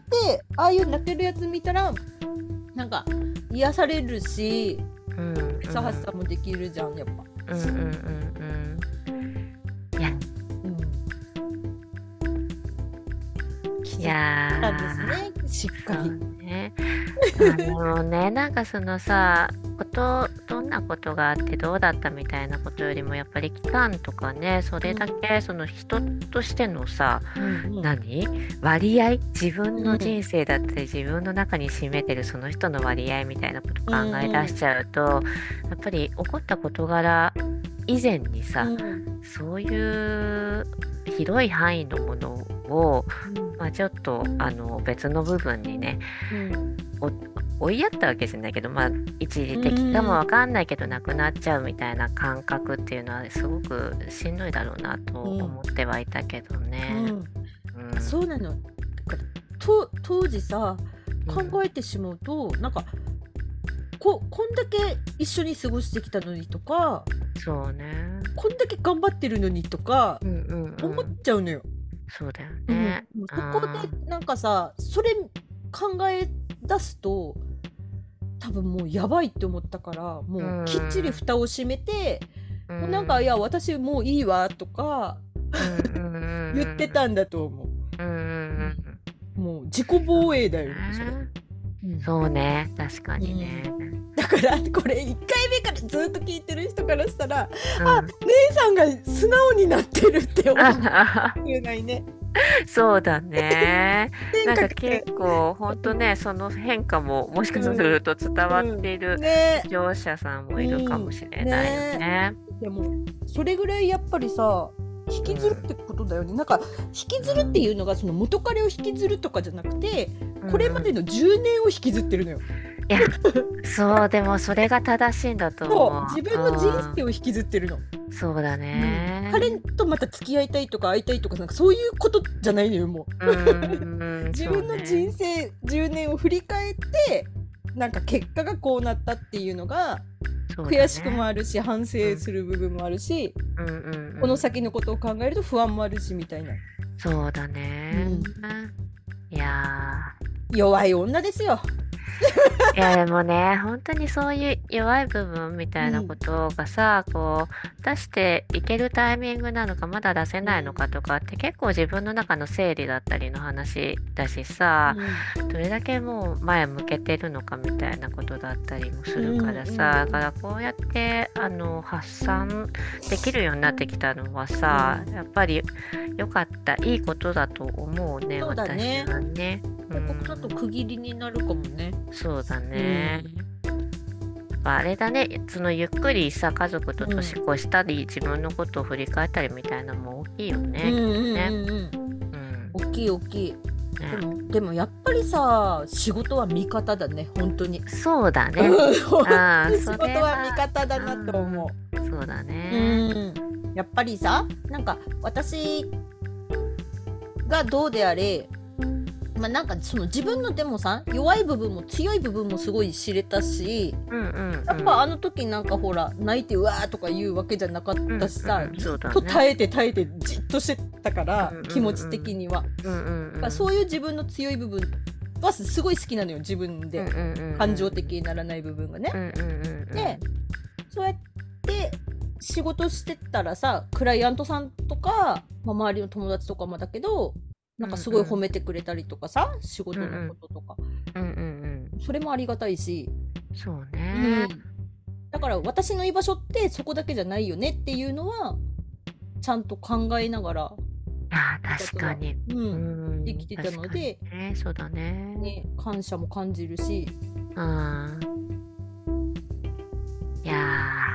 ああいう泣けるやつ見たら、なんか癒されるし、
うんう
草橋
ん。
さんもできるじゃん、やっぱ。
うんうんうんうん。いや、
うん。気
い
づいたんです
や
ね、しっ
ー、そ
かり。
うね。あのね、なんかそのさ、 こと、どんなことがあってどうだったみたいなことよりも、やっぱり期間とかね、それだけその人としてのさ、
うんうん
何割合、自分の
うん
人生だったり自分の中に占めてるその人の割合みたいなこと考え
うん
出しちゃうと、やっぱり起こった事柄以前にさ、
うん
そういう広い範囲のものを、まあ、ちょっとあの別の部分にね、
うん
お追いやったわけじゃないけど、まあ、一時的かもわかんないけどなくなっちゃうみたいな感覚っていうのはすごくしんどいだろうなと思ってはいたけどね。
うん
うん
そうなの。だからと当時さ
うん
考えてしまうと、なんかここんだけ一緒に過ごしてきたのにとか、
そうね。
こんだけ頑張ってるのにとか
うんうんう
思っ
ん。
ちゃうのよ。
そうだよ
うん
ね。
もうそこでなんかさ、それ考え出すと多分もうやばいって思ったから、もうきっちり蓋を閉めて、
う
もうなんかいや私もういいわとか言ってたんだと思う。
うんうんうん
もう自己防衛だよねそれ。
うん
うん
そうね、確かにね。
だからこれいっかいめからずっと聞いてる人からしたら、
うん
あ姉さんが素直になってるって思うかもしれないね。
そうだね。なんか
変化って
結構本当ね、その変化ももしかすると伝わっている
ね
視聴者さんもいるかもしれないよね。
でもそれぐらいやっぱりさ引きずるってことだよね。なんか引きずるっていうのがその元彼を引きずるとかじゃなくて、これまでのじゅうねんを引きずってるのよ。
いや、そうでもそれが正しいんだと
そ
思う。
う自分の人生を引きずってるの。
うんそうだね。
彼とまた付き合いたいとか会いたいとかなんかそういうことじゃないのよもう。
うん
自分の人生じゅうねんを振り返ってなんか結果がこうなったっていうのが
そうだね
悔しくもあるし反省する部分もあるし、
うんうんうん
この先のことを考えると不安もあるしみたいな。
そうだね。いや
弱い女ですよ。
ーいやでもね、本当にそういう弱い部分みたいなことがさ、こう出していけるタイミングなのかまだ出せないのかとかって結構自分の中の整理だったりの話だしさ、どれだけもう前向けてるのかみたいなことだったりもするからさ、
うん
だからこうやってあの発散できるようになってきたのはさ、やっぱり良かったいいことだと思うね。
そうだね
私はね。うん
ここちょっと区切りになるかもね。
そうだね。やっぱあれだね、そのゆっくりさ家族と年越したり、自分のことを振り返ったりみたいなのも大きいよね。
うんうんうん
ね
うん。
うん
大きい大きい。
ね
でもでもやっぱりさ仕事は味方だね本当に。
そうだね。
うん本
あー
当に仕事は味方だなと思う。
そうだね。
うん、やっぱりさなんか私がどうであれ、まあ、なんかその自分のでもさ弱い部分も強い部分もすごい知れたし、
うんうんうん。
やっぱあの時なんかほら泣いてうわーとか言うわけじゃなかったしさ、
うんうんそうだね
ずっと耐えて耐えてじっとしてたから、
うんうんうん
気持ち的には、
うんうんうん。
だからそういう自分の強い部分はすごい好きなのよ自分で、
うんうんうんうん
感情的にならない部分がね。
うんうんうんうん。
でそうやって仕事してったらさクライアントさんとか、まあ、周りの友達とかもだけどなんかすごい褒めてくれたりとかさ、仕事のこととか、
うんうん
それもありがたいし、
うん。そう
う
ね。
ん、だから私の居場所ってそこだけじゃないよねっていうのはちゃんと考えながら、
あー確かに。
う
うんん
できてたので、
確かにね、そうだね。
ね、感謝も感じるし、
うん。いや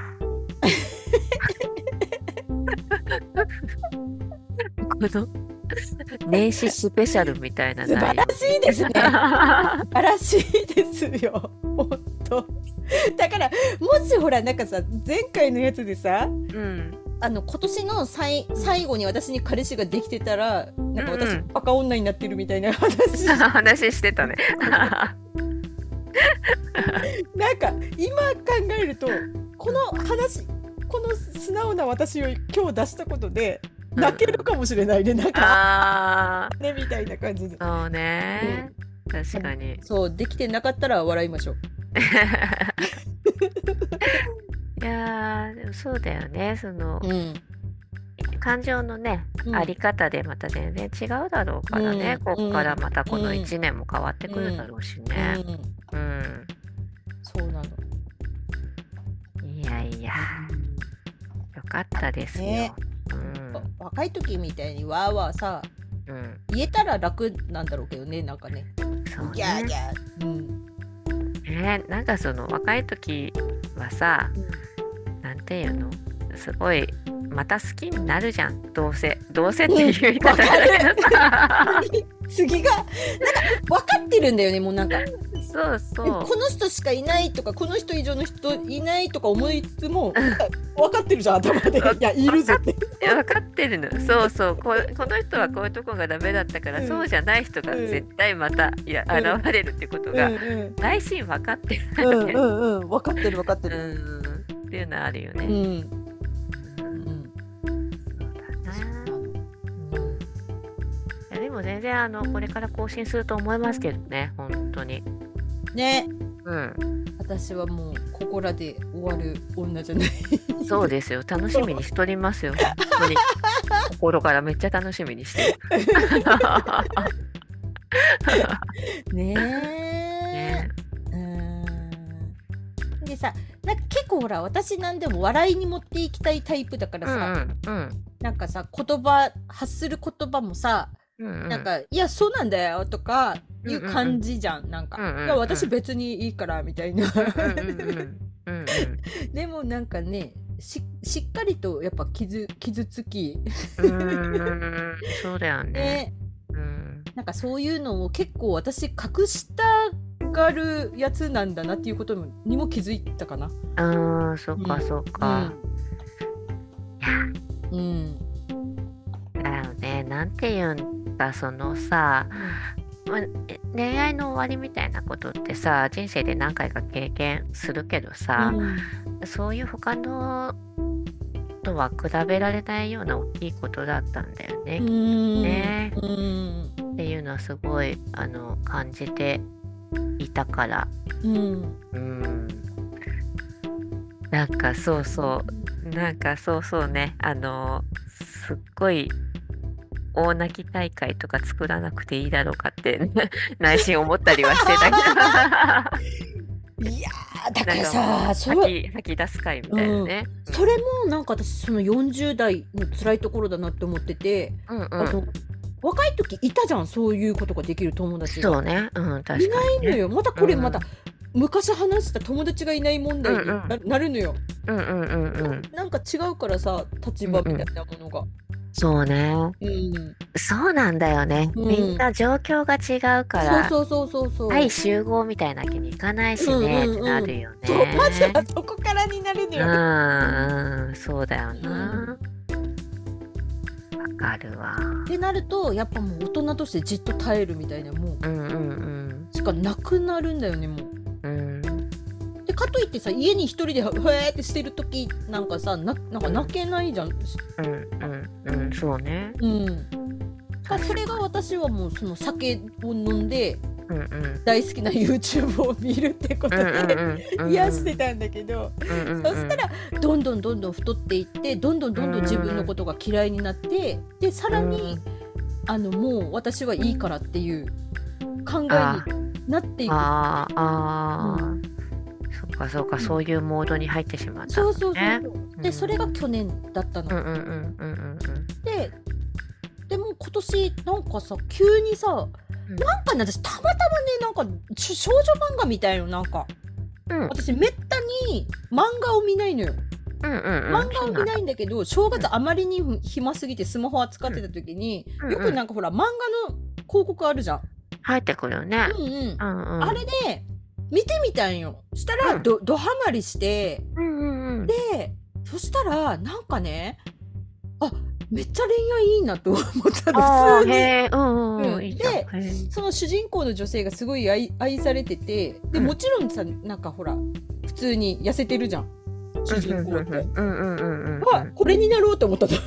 ーこの年始スペシャルみたいな
素晴らしいですね素晴らしいですよ本当だからもしほらなんかさ前回のやつでさ
うん。
あの今年の最最後に私に彼氏ができてたらなんか私、
うんうん
バカ女になってるみたいな話
話してたね。
なんか今考えるとこの話この素直な私を今日出したことで泣けるかもしれないね、なんか
ああ、
ねみたいな感じで
そうね。確かに。
そうできてなかったら笑いましょう。
いやーでもそうだよね。その、
うん
感情のね、
うん
あり方でまた全然違うだろうからね、
うん
こっからまたこの
うん
いちねんも変わってくるだろうしね。
うん
うん。
そうなの。
いやー、よかったですよ。
ね、
うん
わ若い時みたいにわーわーさ
うん、
言えたら楽なんだろうけどね、なんかね、
そう
ギャーギ
ね。
ャー、うん
ね、なんかその若い時はさ、なんていうの、すごいまた好きになるじゃん、どうせどうせっていう言い方だけどさ、
次がなんか分かってるんだよね、もうなんか
そうそう
この人しかいないとかこの人以上の人いないとか思いつつもなんか分かってるじゃん、頭で。いや、いるぞって。
いや分かってるの。そうそうこうこの人はこういうとこがダメだったから、
うん
そうじゃない人が
うん
絶対またいや
うん
現れるってこと
うん
が
うん
内心分かってる
うん
よね。
うんうん、分かってる分かって
う
る。
んっていうのはあるよね。
うんうん
うん
うん
いやでも全然あのこれから更新すると思いますけどね、本当に。
ね、
うん
私はもうここらで終わる女じゃない。
そうですよ。楽しみにしておりますよ。本当に心からめっちゃ楽しみにしてる。
ねえ。
ね
うーんでさ、なんか結構ほら私なんでも笑いに持っていきたいタイプだから
うん
さ、
うん
なんかさ言葉発する言葉もさ、
うんうん
なんかいやそうなんだよとかいう
うんうんうん
感じじゃん、なんか、
うんうんうん
いや私別にいいからみたいな。
うんうんうんうん
でもなんかね、ししっかりとやっぱ傷傷つき、
うんうんうんそうだよね。
ね、
うん
なんかそういうのを結構私隠したがるやつなんだなっていうことにも気づいたかな。
あーそっかそっか。
うん。うん。
だよね。なんていうんだそのさ、まあえ恋愛の終わりみたいなことってさ人生で何回か経験するけどさ、そういう他のとは比べられないような大きいことだったんだよね。
うん。
ね
うん。
っていうのはすごいあの感じていたから、
うん。
うん、なんかそうそうなんかそうそうねあのすっごい大泣き大会とか作らなくていいだろうかって、ね、内心思ったりはしてたけど
いやーだから
なんか
さ、そ
吐
れ
き吐き出す会みたいなね。
それもなんか私そのよんじゅう代の辛いところだなって思ってて、
うんうん
あの若い時いたじゃん、そういうことができる友達が。
そうね、うん、確かに、
いない
ね。
のよ。またこれ
うん
また昔話した友達がいない問題に
うんうん
ななるのよ。
うんうんうんうん。
なんか違うからさ、立場みたいなものが。
そうね。
うん。
そうなんだよね。
うん
みんな状況が違うから、
そうそうそうそうそう。
はい集合みたいなわけにいかないしね、
うんうんうん
ってなるよね。
そう、まずはそこからになるのよ。
うんうん、そうだよな。わかるわ。
ってなるとやっぱもう大人としてじっと耐えるみたいなも
うんうんうん
うしかなくなるんだよね、もう。
うん
でかといってさ、家に一人でふえーってしてる時なんかさ、ななんか泣けないじゃん。
うんうんうん、そうね。
うん。だからそれが私はもうその酒を飲んで
うんうん
大好きな YouTube を見るってこと
うんうん
で
うんうん
癒してたんだけど、
うんうんうん
そしたらどんどんどんどん太っていってどんどんどんどん自分のことが嫌いになってでさらにあのもう私はいいからっていう考えになっていく。
あーあー、
う
そっかそっか、そういうモードに入ってしまったの
そうそうそう
ね。
そう。でそれが去年だったの。
うんうんうんうんうん
ででも今年なんかさ急にさ、
うん
なんかね私たまたまねなんかし少女漫画みたいのなんか
うんうん
私めったに漫画を見ないのよ。
うんうんうん
漫画を見ないんだけど正月あまりに暇すぎてスマホ扱ってた時に、
うん
よくなんかほら漫画の広告あるじゃん。
入ってくるよね。
うんうん。
うんうん
あれで見てみたんよ。したら
うん
どどハマりして
うんうんうん
でそしたらなんかねあめっちゃ恋愛いいなと思ったの
あー
普通に。
へーうんうんう
うんん
いいじゃん。
で
へー
その主人公の女性がすごい愛愛されててで
うん
もちろんさなんかほら普通に痩せてるじゃん主人公って。
うんうんうんうんうん
あこれになろうと思ったの。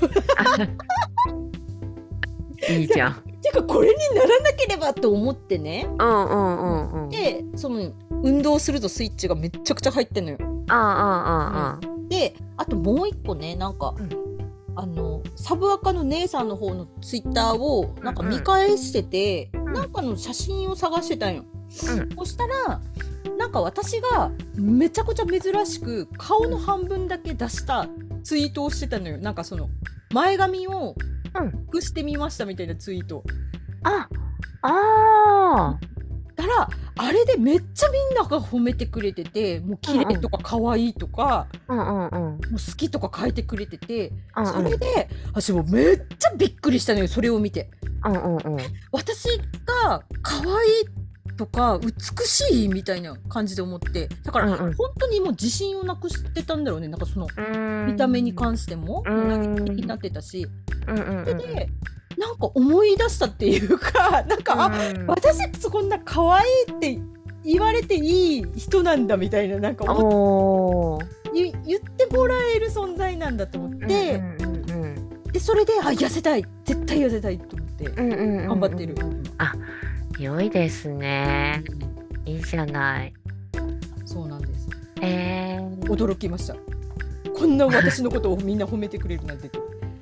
いいじゃん。
てかこれにならなければと思ってね。
うんうんうんうん。
でその運動するとスイッチがめっちゃくちゃ入ってんのよ。
あああああ
であともう一個ねなんか、
うん
あのサブアカの姉さんの方のツイッターをなんか見返してて、
ん
なんかの写真を探してたんよ。
うん
そしたらなんか私がめちゃくちゃ珍しく顔の半分だけ出したツイートをしてたのよ。なんかその前髪を
うん
隠してみましたみたいなツイート
ああ
だら、あれでめっちゃみんなが褒めてくれてて、もう綺麗とか可愛いとか、
ーうんうんうん
もう好きとか書いてくれてて、
うん
それで私もうめっちゃびっくりしたのよ、それを見て。
うんうんうん
私が可愛いとか美しいみたいな感じで思って、だから
うんうん
本当にもう自信をなくしてたんだろうね。なんかその
うーん
見た目に関しても
うーん
もう嘆きになってたし、
うんうんうん
それでなんか思い出したっていうか、なんかあ、
うん
私ってこんな可愛いって言われていい人なんだみたいな、なんか思っ
おー
言言ってもらえる存在なんだと思って、
うんうんうん
でそれであ痩せたい、絶対痩せたいと思って
うんうんうんうん
頑張ってる。
あ、良いですね。いいじゃない。
そうなんです。
えー、
驚きました。こんな私のことをみんな褒めてくれるなんて。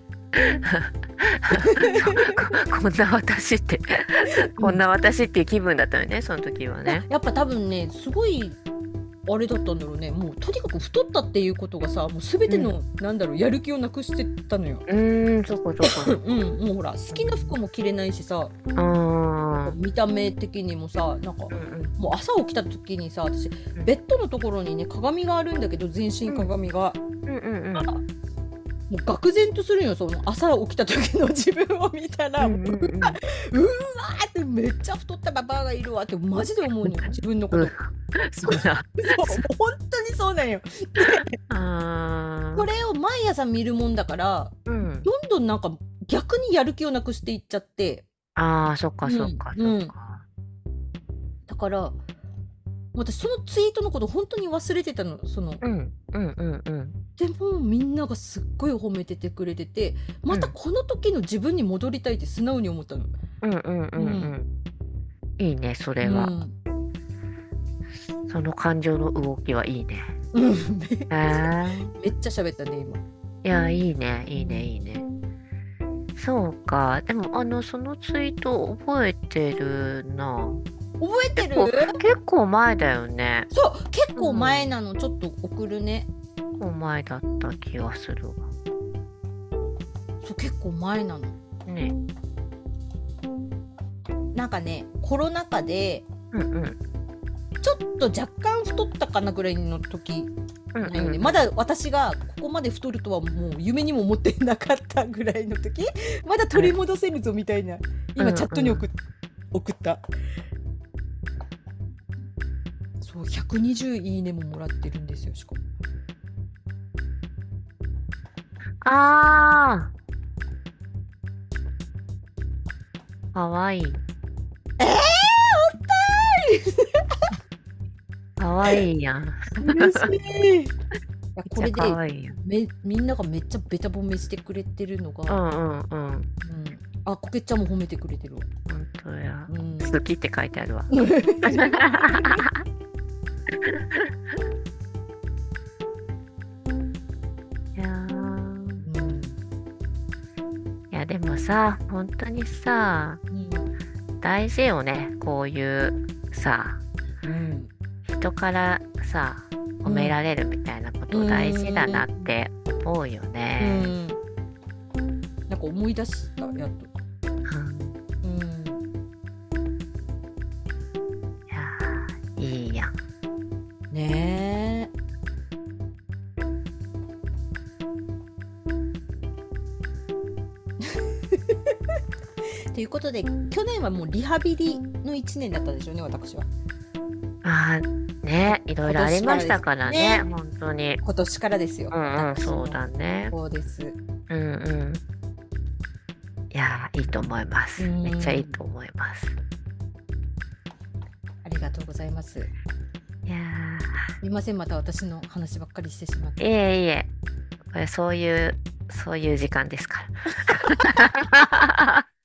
ここんな私ってこんな私っていう気分だったよね、その時はね。
やっぱ多分ね、すごいあれだったんだろうね。もうとにかく太ったっていうことがさ、もうすべての、なんだろう、やる気をなくしてたのよ。
うーん、そこそこ。
うん、もうほら好きな服も着れないしさ、
うーん。
見た目的にもさ、なんか
うんうん
もう朝起きた時にさ、私
ん
ベッドのところにね鏡があるんだけど、全身鏡が、
うんうんうん
あもう愕然とするよ。その朝起きた時の自分を見たら、
うんうんうん
うわーってめっちゃ太ったババアがいるわってマジで思うのよ、自分のこと。
うんそうだ。
そう本当にそうなんよ。
あ
これを毎朝見るもんだから、
ーうん。
どんどんなんか逆にやる気をなくしていっちゃって、
ああ、そっかそっか
うん
そっか。
だから私そのツイートのこと本当に忘れてたの。その
うんうんうんうん。
でもみんながすっごい褒めててくれてて、またこの時の自分に戻りたいって素直に思ったの。
うんうんうんうん。いいね、それは。
うん
その感情の動きはいいね。
うん、め
えー、
めっちゃ喋ったね今。
いや、いいね、いいね、いいね。そうか。でも、あの、そのツイート覚えてるな。
覚えてる？
こう結構前だよね。
そう結構前なの、ちょっと送るね。
結構前だった気がするわ。
そう結構前なの。
ね。
なんかねコロナ禍で
うんうん。
ちょっと若干太ったかなぐらいの時
うん
だよね。
うん、
まだ私がここまで太るとはもう夢にも思ってなかったぐらいの時、まだ取り戻せるぞみたいな。今チャットに送っ、送った。そうひゃくにじゅういいねももらってるんですよ。しかも
あー。かわいい。
えー、
かわいいやん。
嬉しい。いやこれ
めっちゃかわ
で
いいやん。
めみんながめっちゃベタ褒めしてくれてるの
う
が、
んうんうん。
うんあこけちゃんも褒めてくれてるわ。
本当や。
うん
好きって書いてあるわ。いやー
うん
いやでもさ、本当にさ、大事よね。こういうさ、
うん
人からさ、褒められるみたいなこと大事だなって思うよ
う
ね。
んなんか思い出したやっと。
うん
うん
いやーいいやん。
ねえ。ということで去年はもうリハビリのいちねんだったでしょうね、私は。
あーね、いろいろありましたからね、
今
本当に。
今年からですよ。
うんうん、
私も
そうだね。
そうです。
うんうん。いやーいいと思います。
うん
めっちゃいいと思います。
ありがとうございます。す
いや
みません、また私の話ばっかりしてしまっ
ーい
て。
えいえ、これそういう、そういう時間ですから。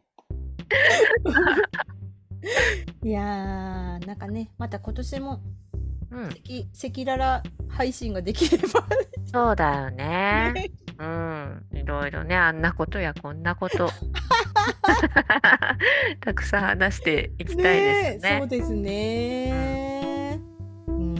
いやーなんかね、また今年も
うん、
赤赤裸々配信ができれば
そうだよね。うん、いろいろね、あんなことやこんなこと。 たくさん話していきたい
ねえ、
ですね。
そうです
うん。
ね。うーん。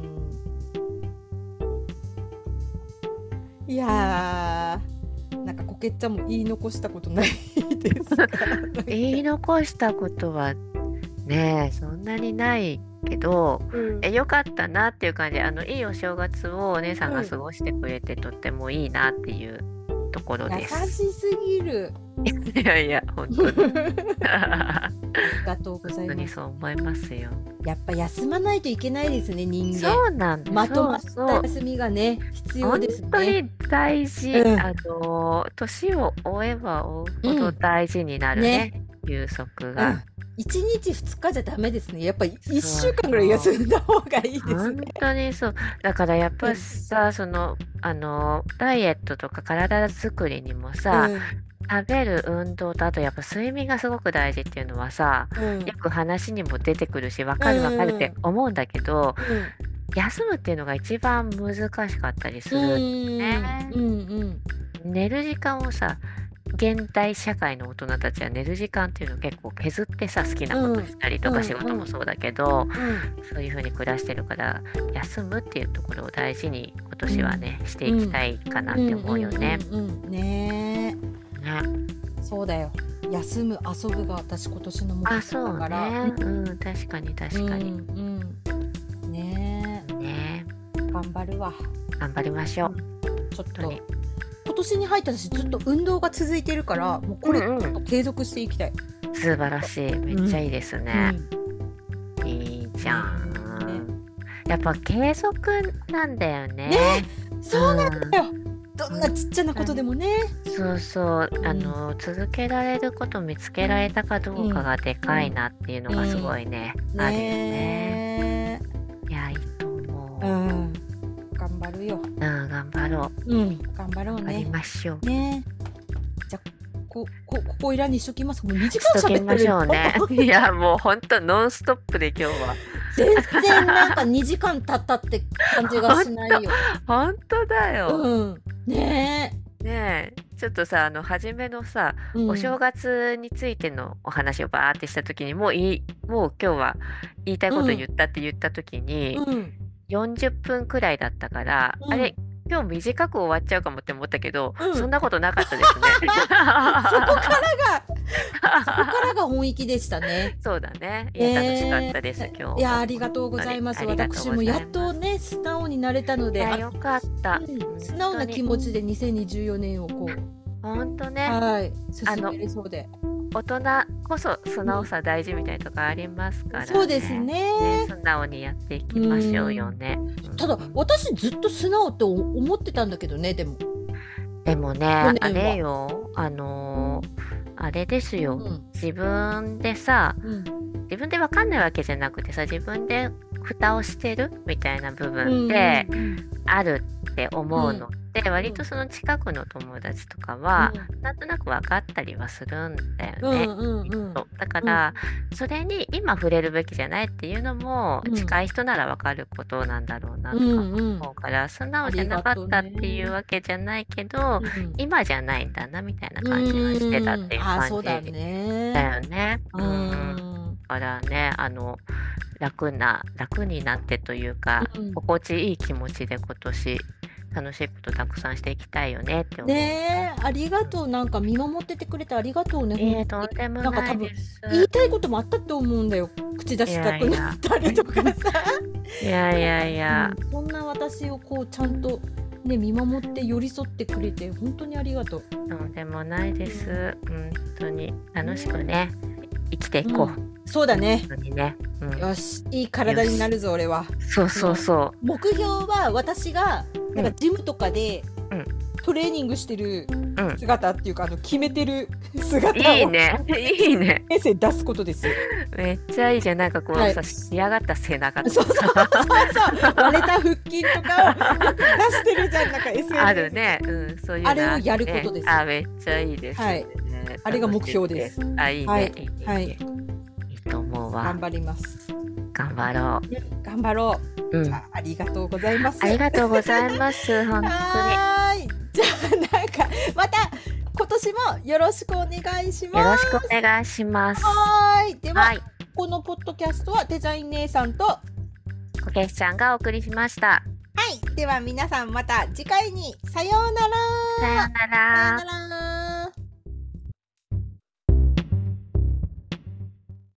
いやー、なんかこけっちゃんも言い残したことないですか？なんか。
言い残したことはねえ、そんなにないけど、
うん。
え、良かったなっていう感じで、あの、いいお正月をお姉さんが
うん。
過ごしてくれてとってもいいなっていうところ
優
です。
しすぎる。
いやいや、本当に。
ありがとうござ
本当に
います。
そう思いますよ。
やっぱ休まないといけないですね、人間。
そうなんです。
まとま
そうそう。
った休みがね、必要
本
ですね。
当に大事。
うん。
あの、年を追えば追うほど
うん。
大事になる
ね。
ね、休息
う
が。
ん。いちにちふつかじゃダメですね。やっぱいっし
そう
ゅうかんぐらい
そう。
休んだ方がいいです
本
ね。
当にそう。だからやっぱ
うん。
さ、その、あの、ダイエットとか体作りにもさ、
うん。
食べる、運動とあとやっぱ睡眠がすごく大事っていうのはさ、
う
よ
ん。
く話にも出てくるし、わ
う
かるわかるって
ん。
思うんだけど、
うん。
休むっていうのが一番難しかったり
う
するん
ーん。
ね。
うんうん。
寝る時間をさ、現代社会の大人たちは寝る時間っていうのを結構削ってさ、好きなこと
うん。
したりとか
うん
仕事
うん。
もそうだけど、
うん。
そういう風に暮らしてるから、休むっていうところを大事に今
う
年は
ん。
ね、していき
うん。
たいかな
うん
って思うよ
うんう
ね。
んうん。ねえ。
ね。
そうだよ。休む、遊ぶが私今年の目
あ、
標だ
そう
から。
ね。うん、確かに
う
確かに。
んうん。ね
ね。
え。頑張るわ。
頑張りましょう。
うん。ちょっと
本当に。
今年に入ったしずっと運動が続いてるから、もう
う
これちょ
んうん。
っと継続していきたい。
素晴らしい。めっ
うん。
ちゃいいです
う
ね。
ん。
いいじゃ
ねえ。
ん。やっぱ継続なんだよ
ね
ね。
え、
う
そうなんだ
ん。
よ。どんなちっちゃなこ
本当に。
とでもね。
そうそう。あ
うん。
の、続けられること見つけられたかど
うん。
うかがで
う
かい
ん。
なっていうの
う
がすご
ん。
いね、あるよね。
ねえ。
いや、いいと
う
思
ん。頑張るよ。
う。うん、頑張ろう。
うん。頑張ろう
頑張り
ね。
ましょう。
ねえ。じゃ、ここここいらにしときます。もう2時
しと
間喋ってるよ。
きましょうね。いや、もうほんとノンストップで今日は。
全然なんかにじかん経ったって感じが
ほんと、
しないよ。
ほんとだよ。
うん。ねえ。
ねえ、ちょっとさ、あの、初めのさ、
うん。
お正月についてのお話をバーってした時に、もういいもう今日は言いたいこと
うん。
言ったって言った時に、
うん。
よんじゅっぷんくらいだったから、あれ、
うん。
今日短く終わっちゃうかもって思ったけど、
うん。
そんなことなかったですね。
そこからがそこからが本意気でしたね。
そうだね。いや、楽しかったです、
ねえ。
今日
いや、あ
も。
りがとうご
ほんとに。
ざいます。
ありがとう
私もやっ
ございます。
とね、素直になれたので、
いや、
あ
良かった。
うん、
ほん
素直な気
とに。
持ちでにせんにじゅうよねんをこう
ほんとね。
はい、
あの、
進めれそうで。
大人こそ素
うん。
直さ大事みたいなとこありますから
そうです
ね。ね、
ね。
素直にやっていうきましょうよ
ん。
ね。
ただ、
うんうん。
私ずっと素直ってお思ってたんだけどね、でも。
でも
去
ね、あ
年
れ
は。
よ、あの、あれです
う
よ。
ん。
自分でさ、
うん。
自分でわかんないわけじゃなくてさ、自分で蓋をしてるみたいな部
うん
分
う
で
んうん。
あるって
う
思うのっ
ん。
て、
うん。
割とその近くの友達とか
う
は、
ん。
なんとなく分かったりはするんだよね、
うんうん
きっ
うん。
と。だか
うん。
ら、それに今触れるべきじゃないっていうのも、
うん。
近い人なら分かることなんだろうな
う
とか
んうん。
思うから、素
あ
直じゃ
りがと
なかったっていう
ね。
わけじゃないけど、
うん。
今じゃないんだなみたいな
う
感じはしてたっ
ーん。
ていう
ああ、
感
そうだ
じだ
ね。
よね。
う
うんうん。
ーん。
だからね、あの、楽な楽になってというか、
うん。
心地いい気持ちで今年、楽しいことたくさんしていきたいよねって思うね。
ねえ、ありが
うん。
とう。なんか見守っててくれてありがとうね、ほん
いいえ、とん
に。
でも
なんか多分、
ないです。
言いたいこともあったと思うんだよ。口出
い
したくな
やいや。
ったりとかさ。
いやいやいうや。
ん、そんな私をこうちゃんとね、見守って寄り添ってくれてほんとにありがとう。
とんでもないで
うん。
す。うんとに楽しく
ね
ね、生きていうこう。
ん、そうだ
ほん
ね。
とにね。うん。
よし、いい
よし。
体になるぞ、俺は。
そうそう
も
そう。
う、目標は私がなんか
うん。
ジムとかで
うん。
トレーニングしてる
うん。
姿っていうか、あの、決めてる姿を
いいね。いいね。
エスエスエヌエス出すことですよ。
めっちゃいいじゃん。なんかこ
はい。
うさ、仕上がった背中と
そうそうそう
かさ。
そう。割れた腹筋とかをよく出してるじゃん、なんか
あ
エスエヌエス で。
るね。うん、そういう
あれ
のある
をやるこ
ね。
とです。
あ、めっちゃいいです
はい。
ね。
あれが目
楽しみで
標です。
す。あ、いいね。
はい。
いいね
はいい。
いね。いいと思うわ。
頑張ります。
頑張ろ
うん、頑張ろ
う。う
う。じ
ん。
ゃあ、ありがとうございます。
ありがとうございます。ほんとに。
はーい。じゃあ、なんか、また今年もよろしくお願いします。
よろしくお願いします。
はーい。では、
はい。
このポッドキャストはデザイン姉さんと、は
こけしちゃんがお送りしました。
い。では皆さんまた次回にさようなら。
さようなら。
さようなら。